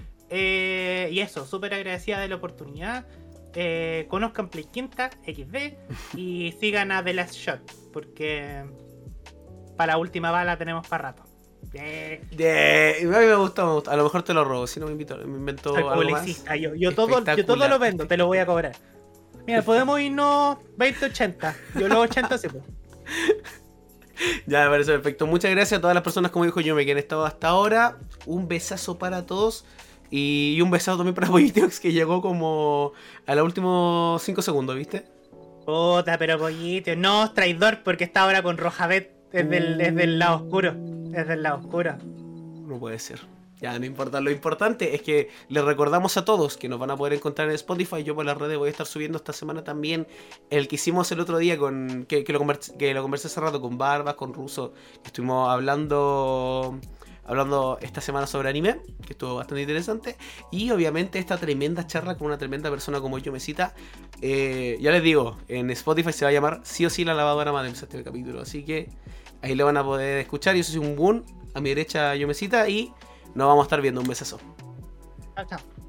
Y eso, súper agradecida de la oportunidad. Conozcan Play Quinta, XD, y sigan a The Last Shot, porque para la última bala tenemos para rato. A mí me gustó. A lo mejor te lo robo, si no me invento algo más. Yo todo lo vendo, te lo voy a cobrar. Mira, podemos irnos 20-80. Yo los 80 sí puedo. Ya, me parece perfecto. Muchas gracias a todas las personas, como dijo Yume, que han estado hasta ahora. Un besazo para todos. Y un besazo también para Pollitiox, que llegó como a los últimos 5 segundos, ¿viste? Puta, pero Pollitiox, no, traidor, porque está ahora con Rojabet. Es del lado oscuro. Es del lado oscuro. No puede ser. Ya, no importa. Lo importante es que les recordamos a todos que nos van a poder encontrar en Spotify. Yo por las redes voy a estar subiendo esta semana también el que hicimos el otro día con que lo conversé hace rato con Barbas, con Russo, que estuvimos hablando esta semana sobre anime, que estuvo bastante interesante. Y obviamente esta tremenda charla con una tremenda persona como Yomecita. Ya les digo, en Spotify se va a llamar sí o sí la lavadora Madem, este capítulo. Así que ahí lo van a poder escuchar. Yo soy un Boon, a mi derecha Yomecita, y nos vamos a estar viendo. Un besazo. Chao, chao.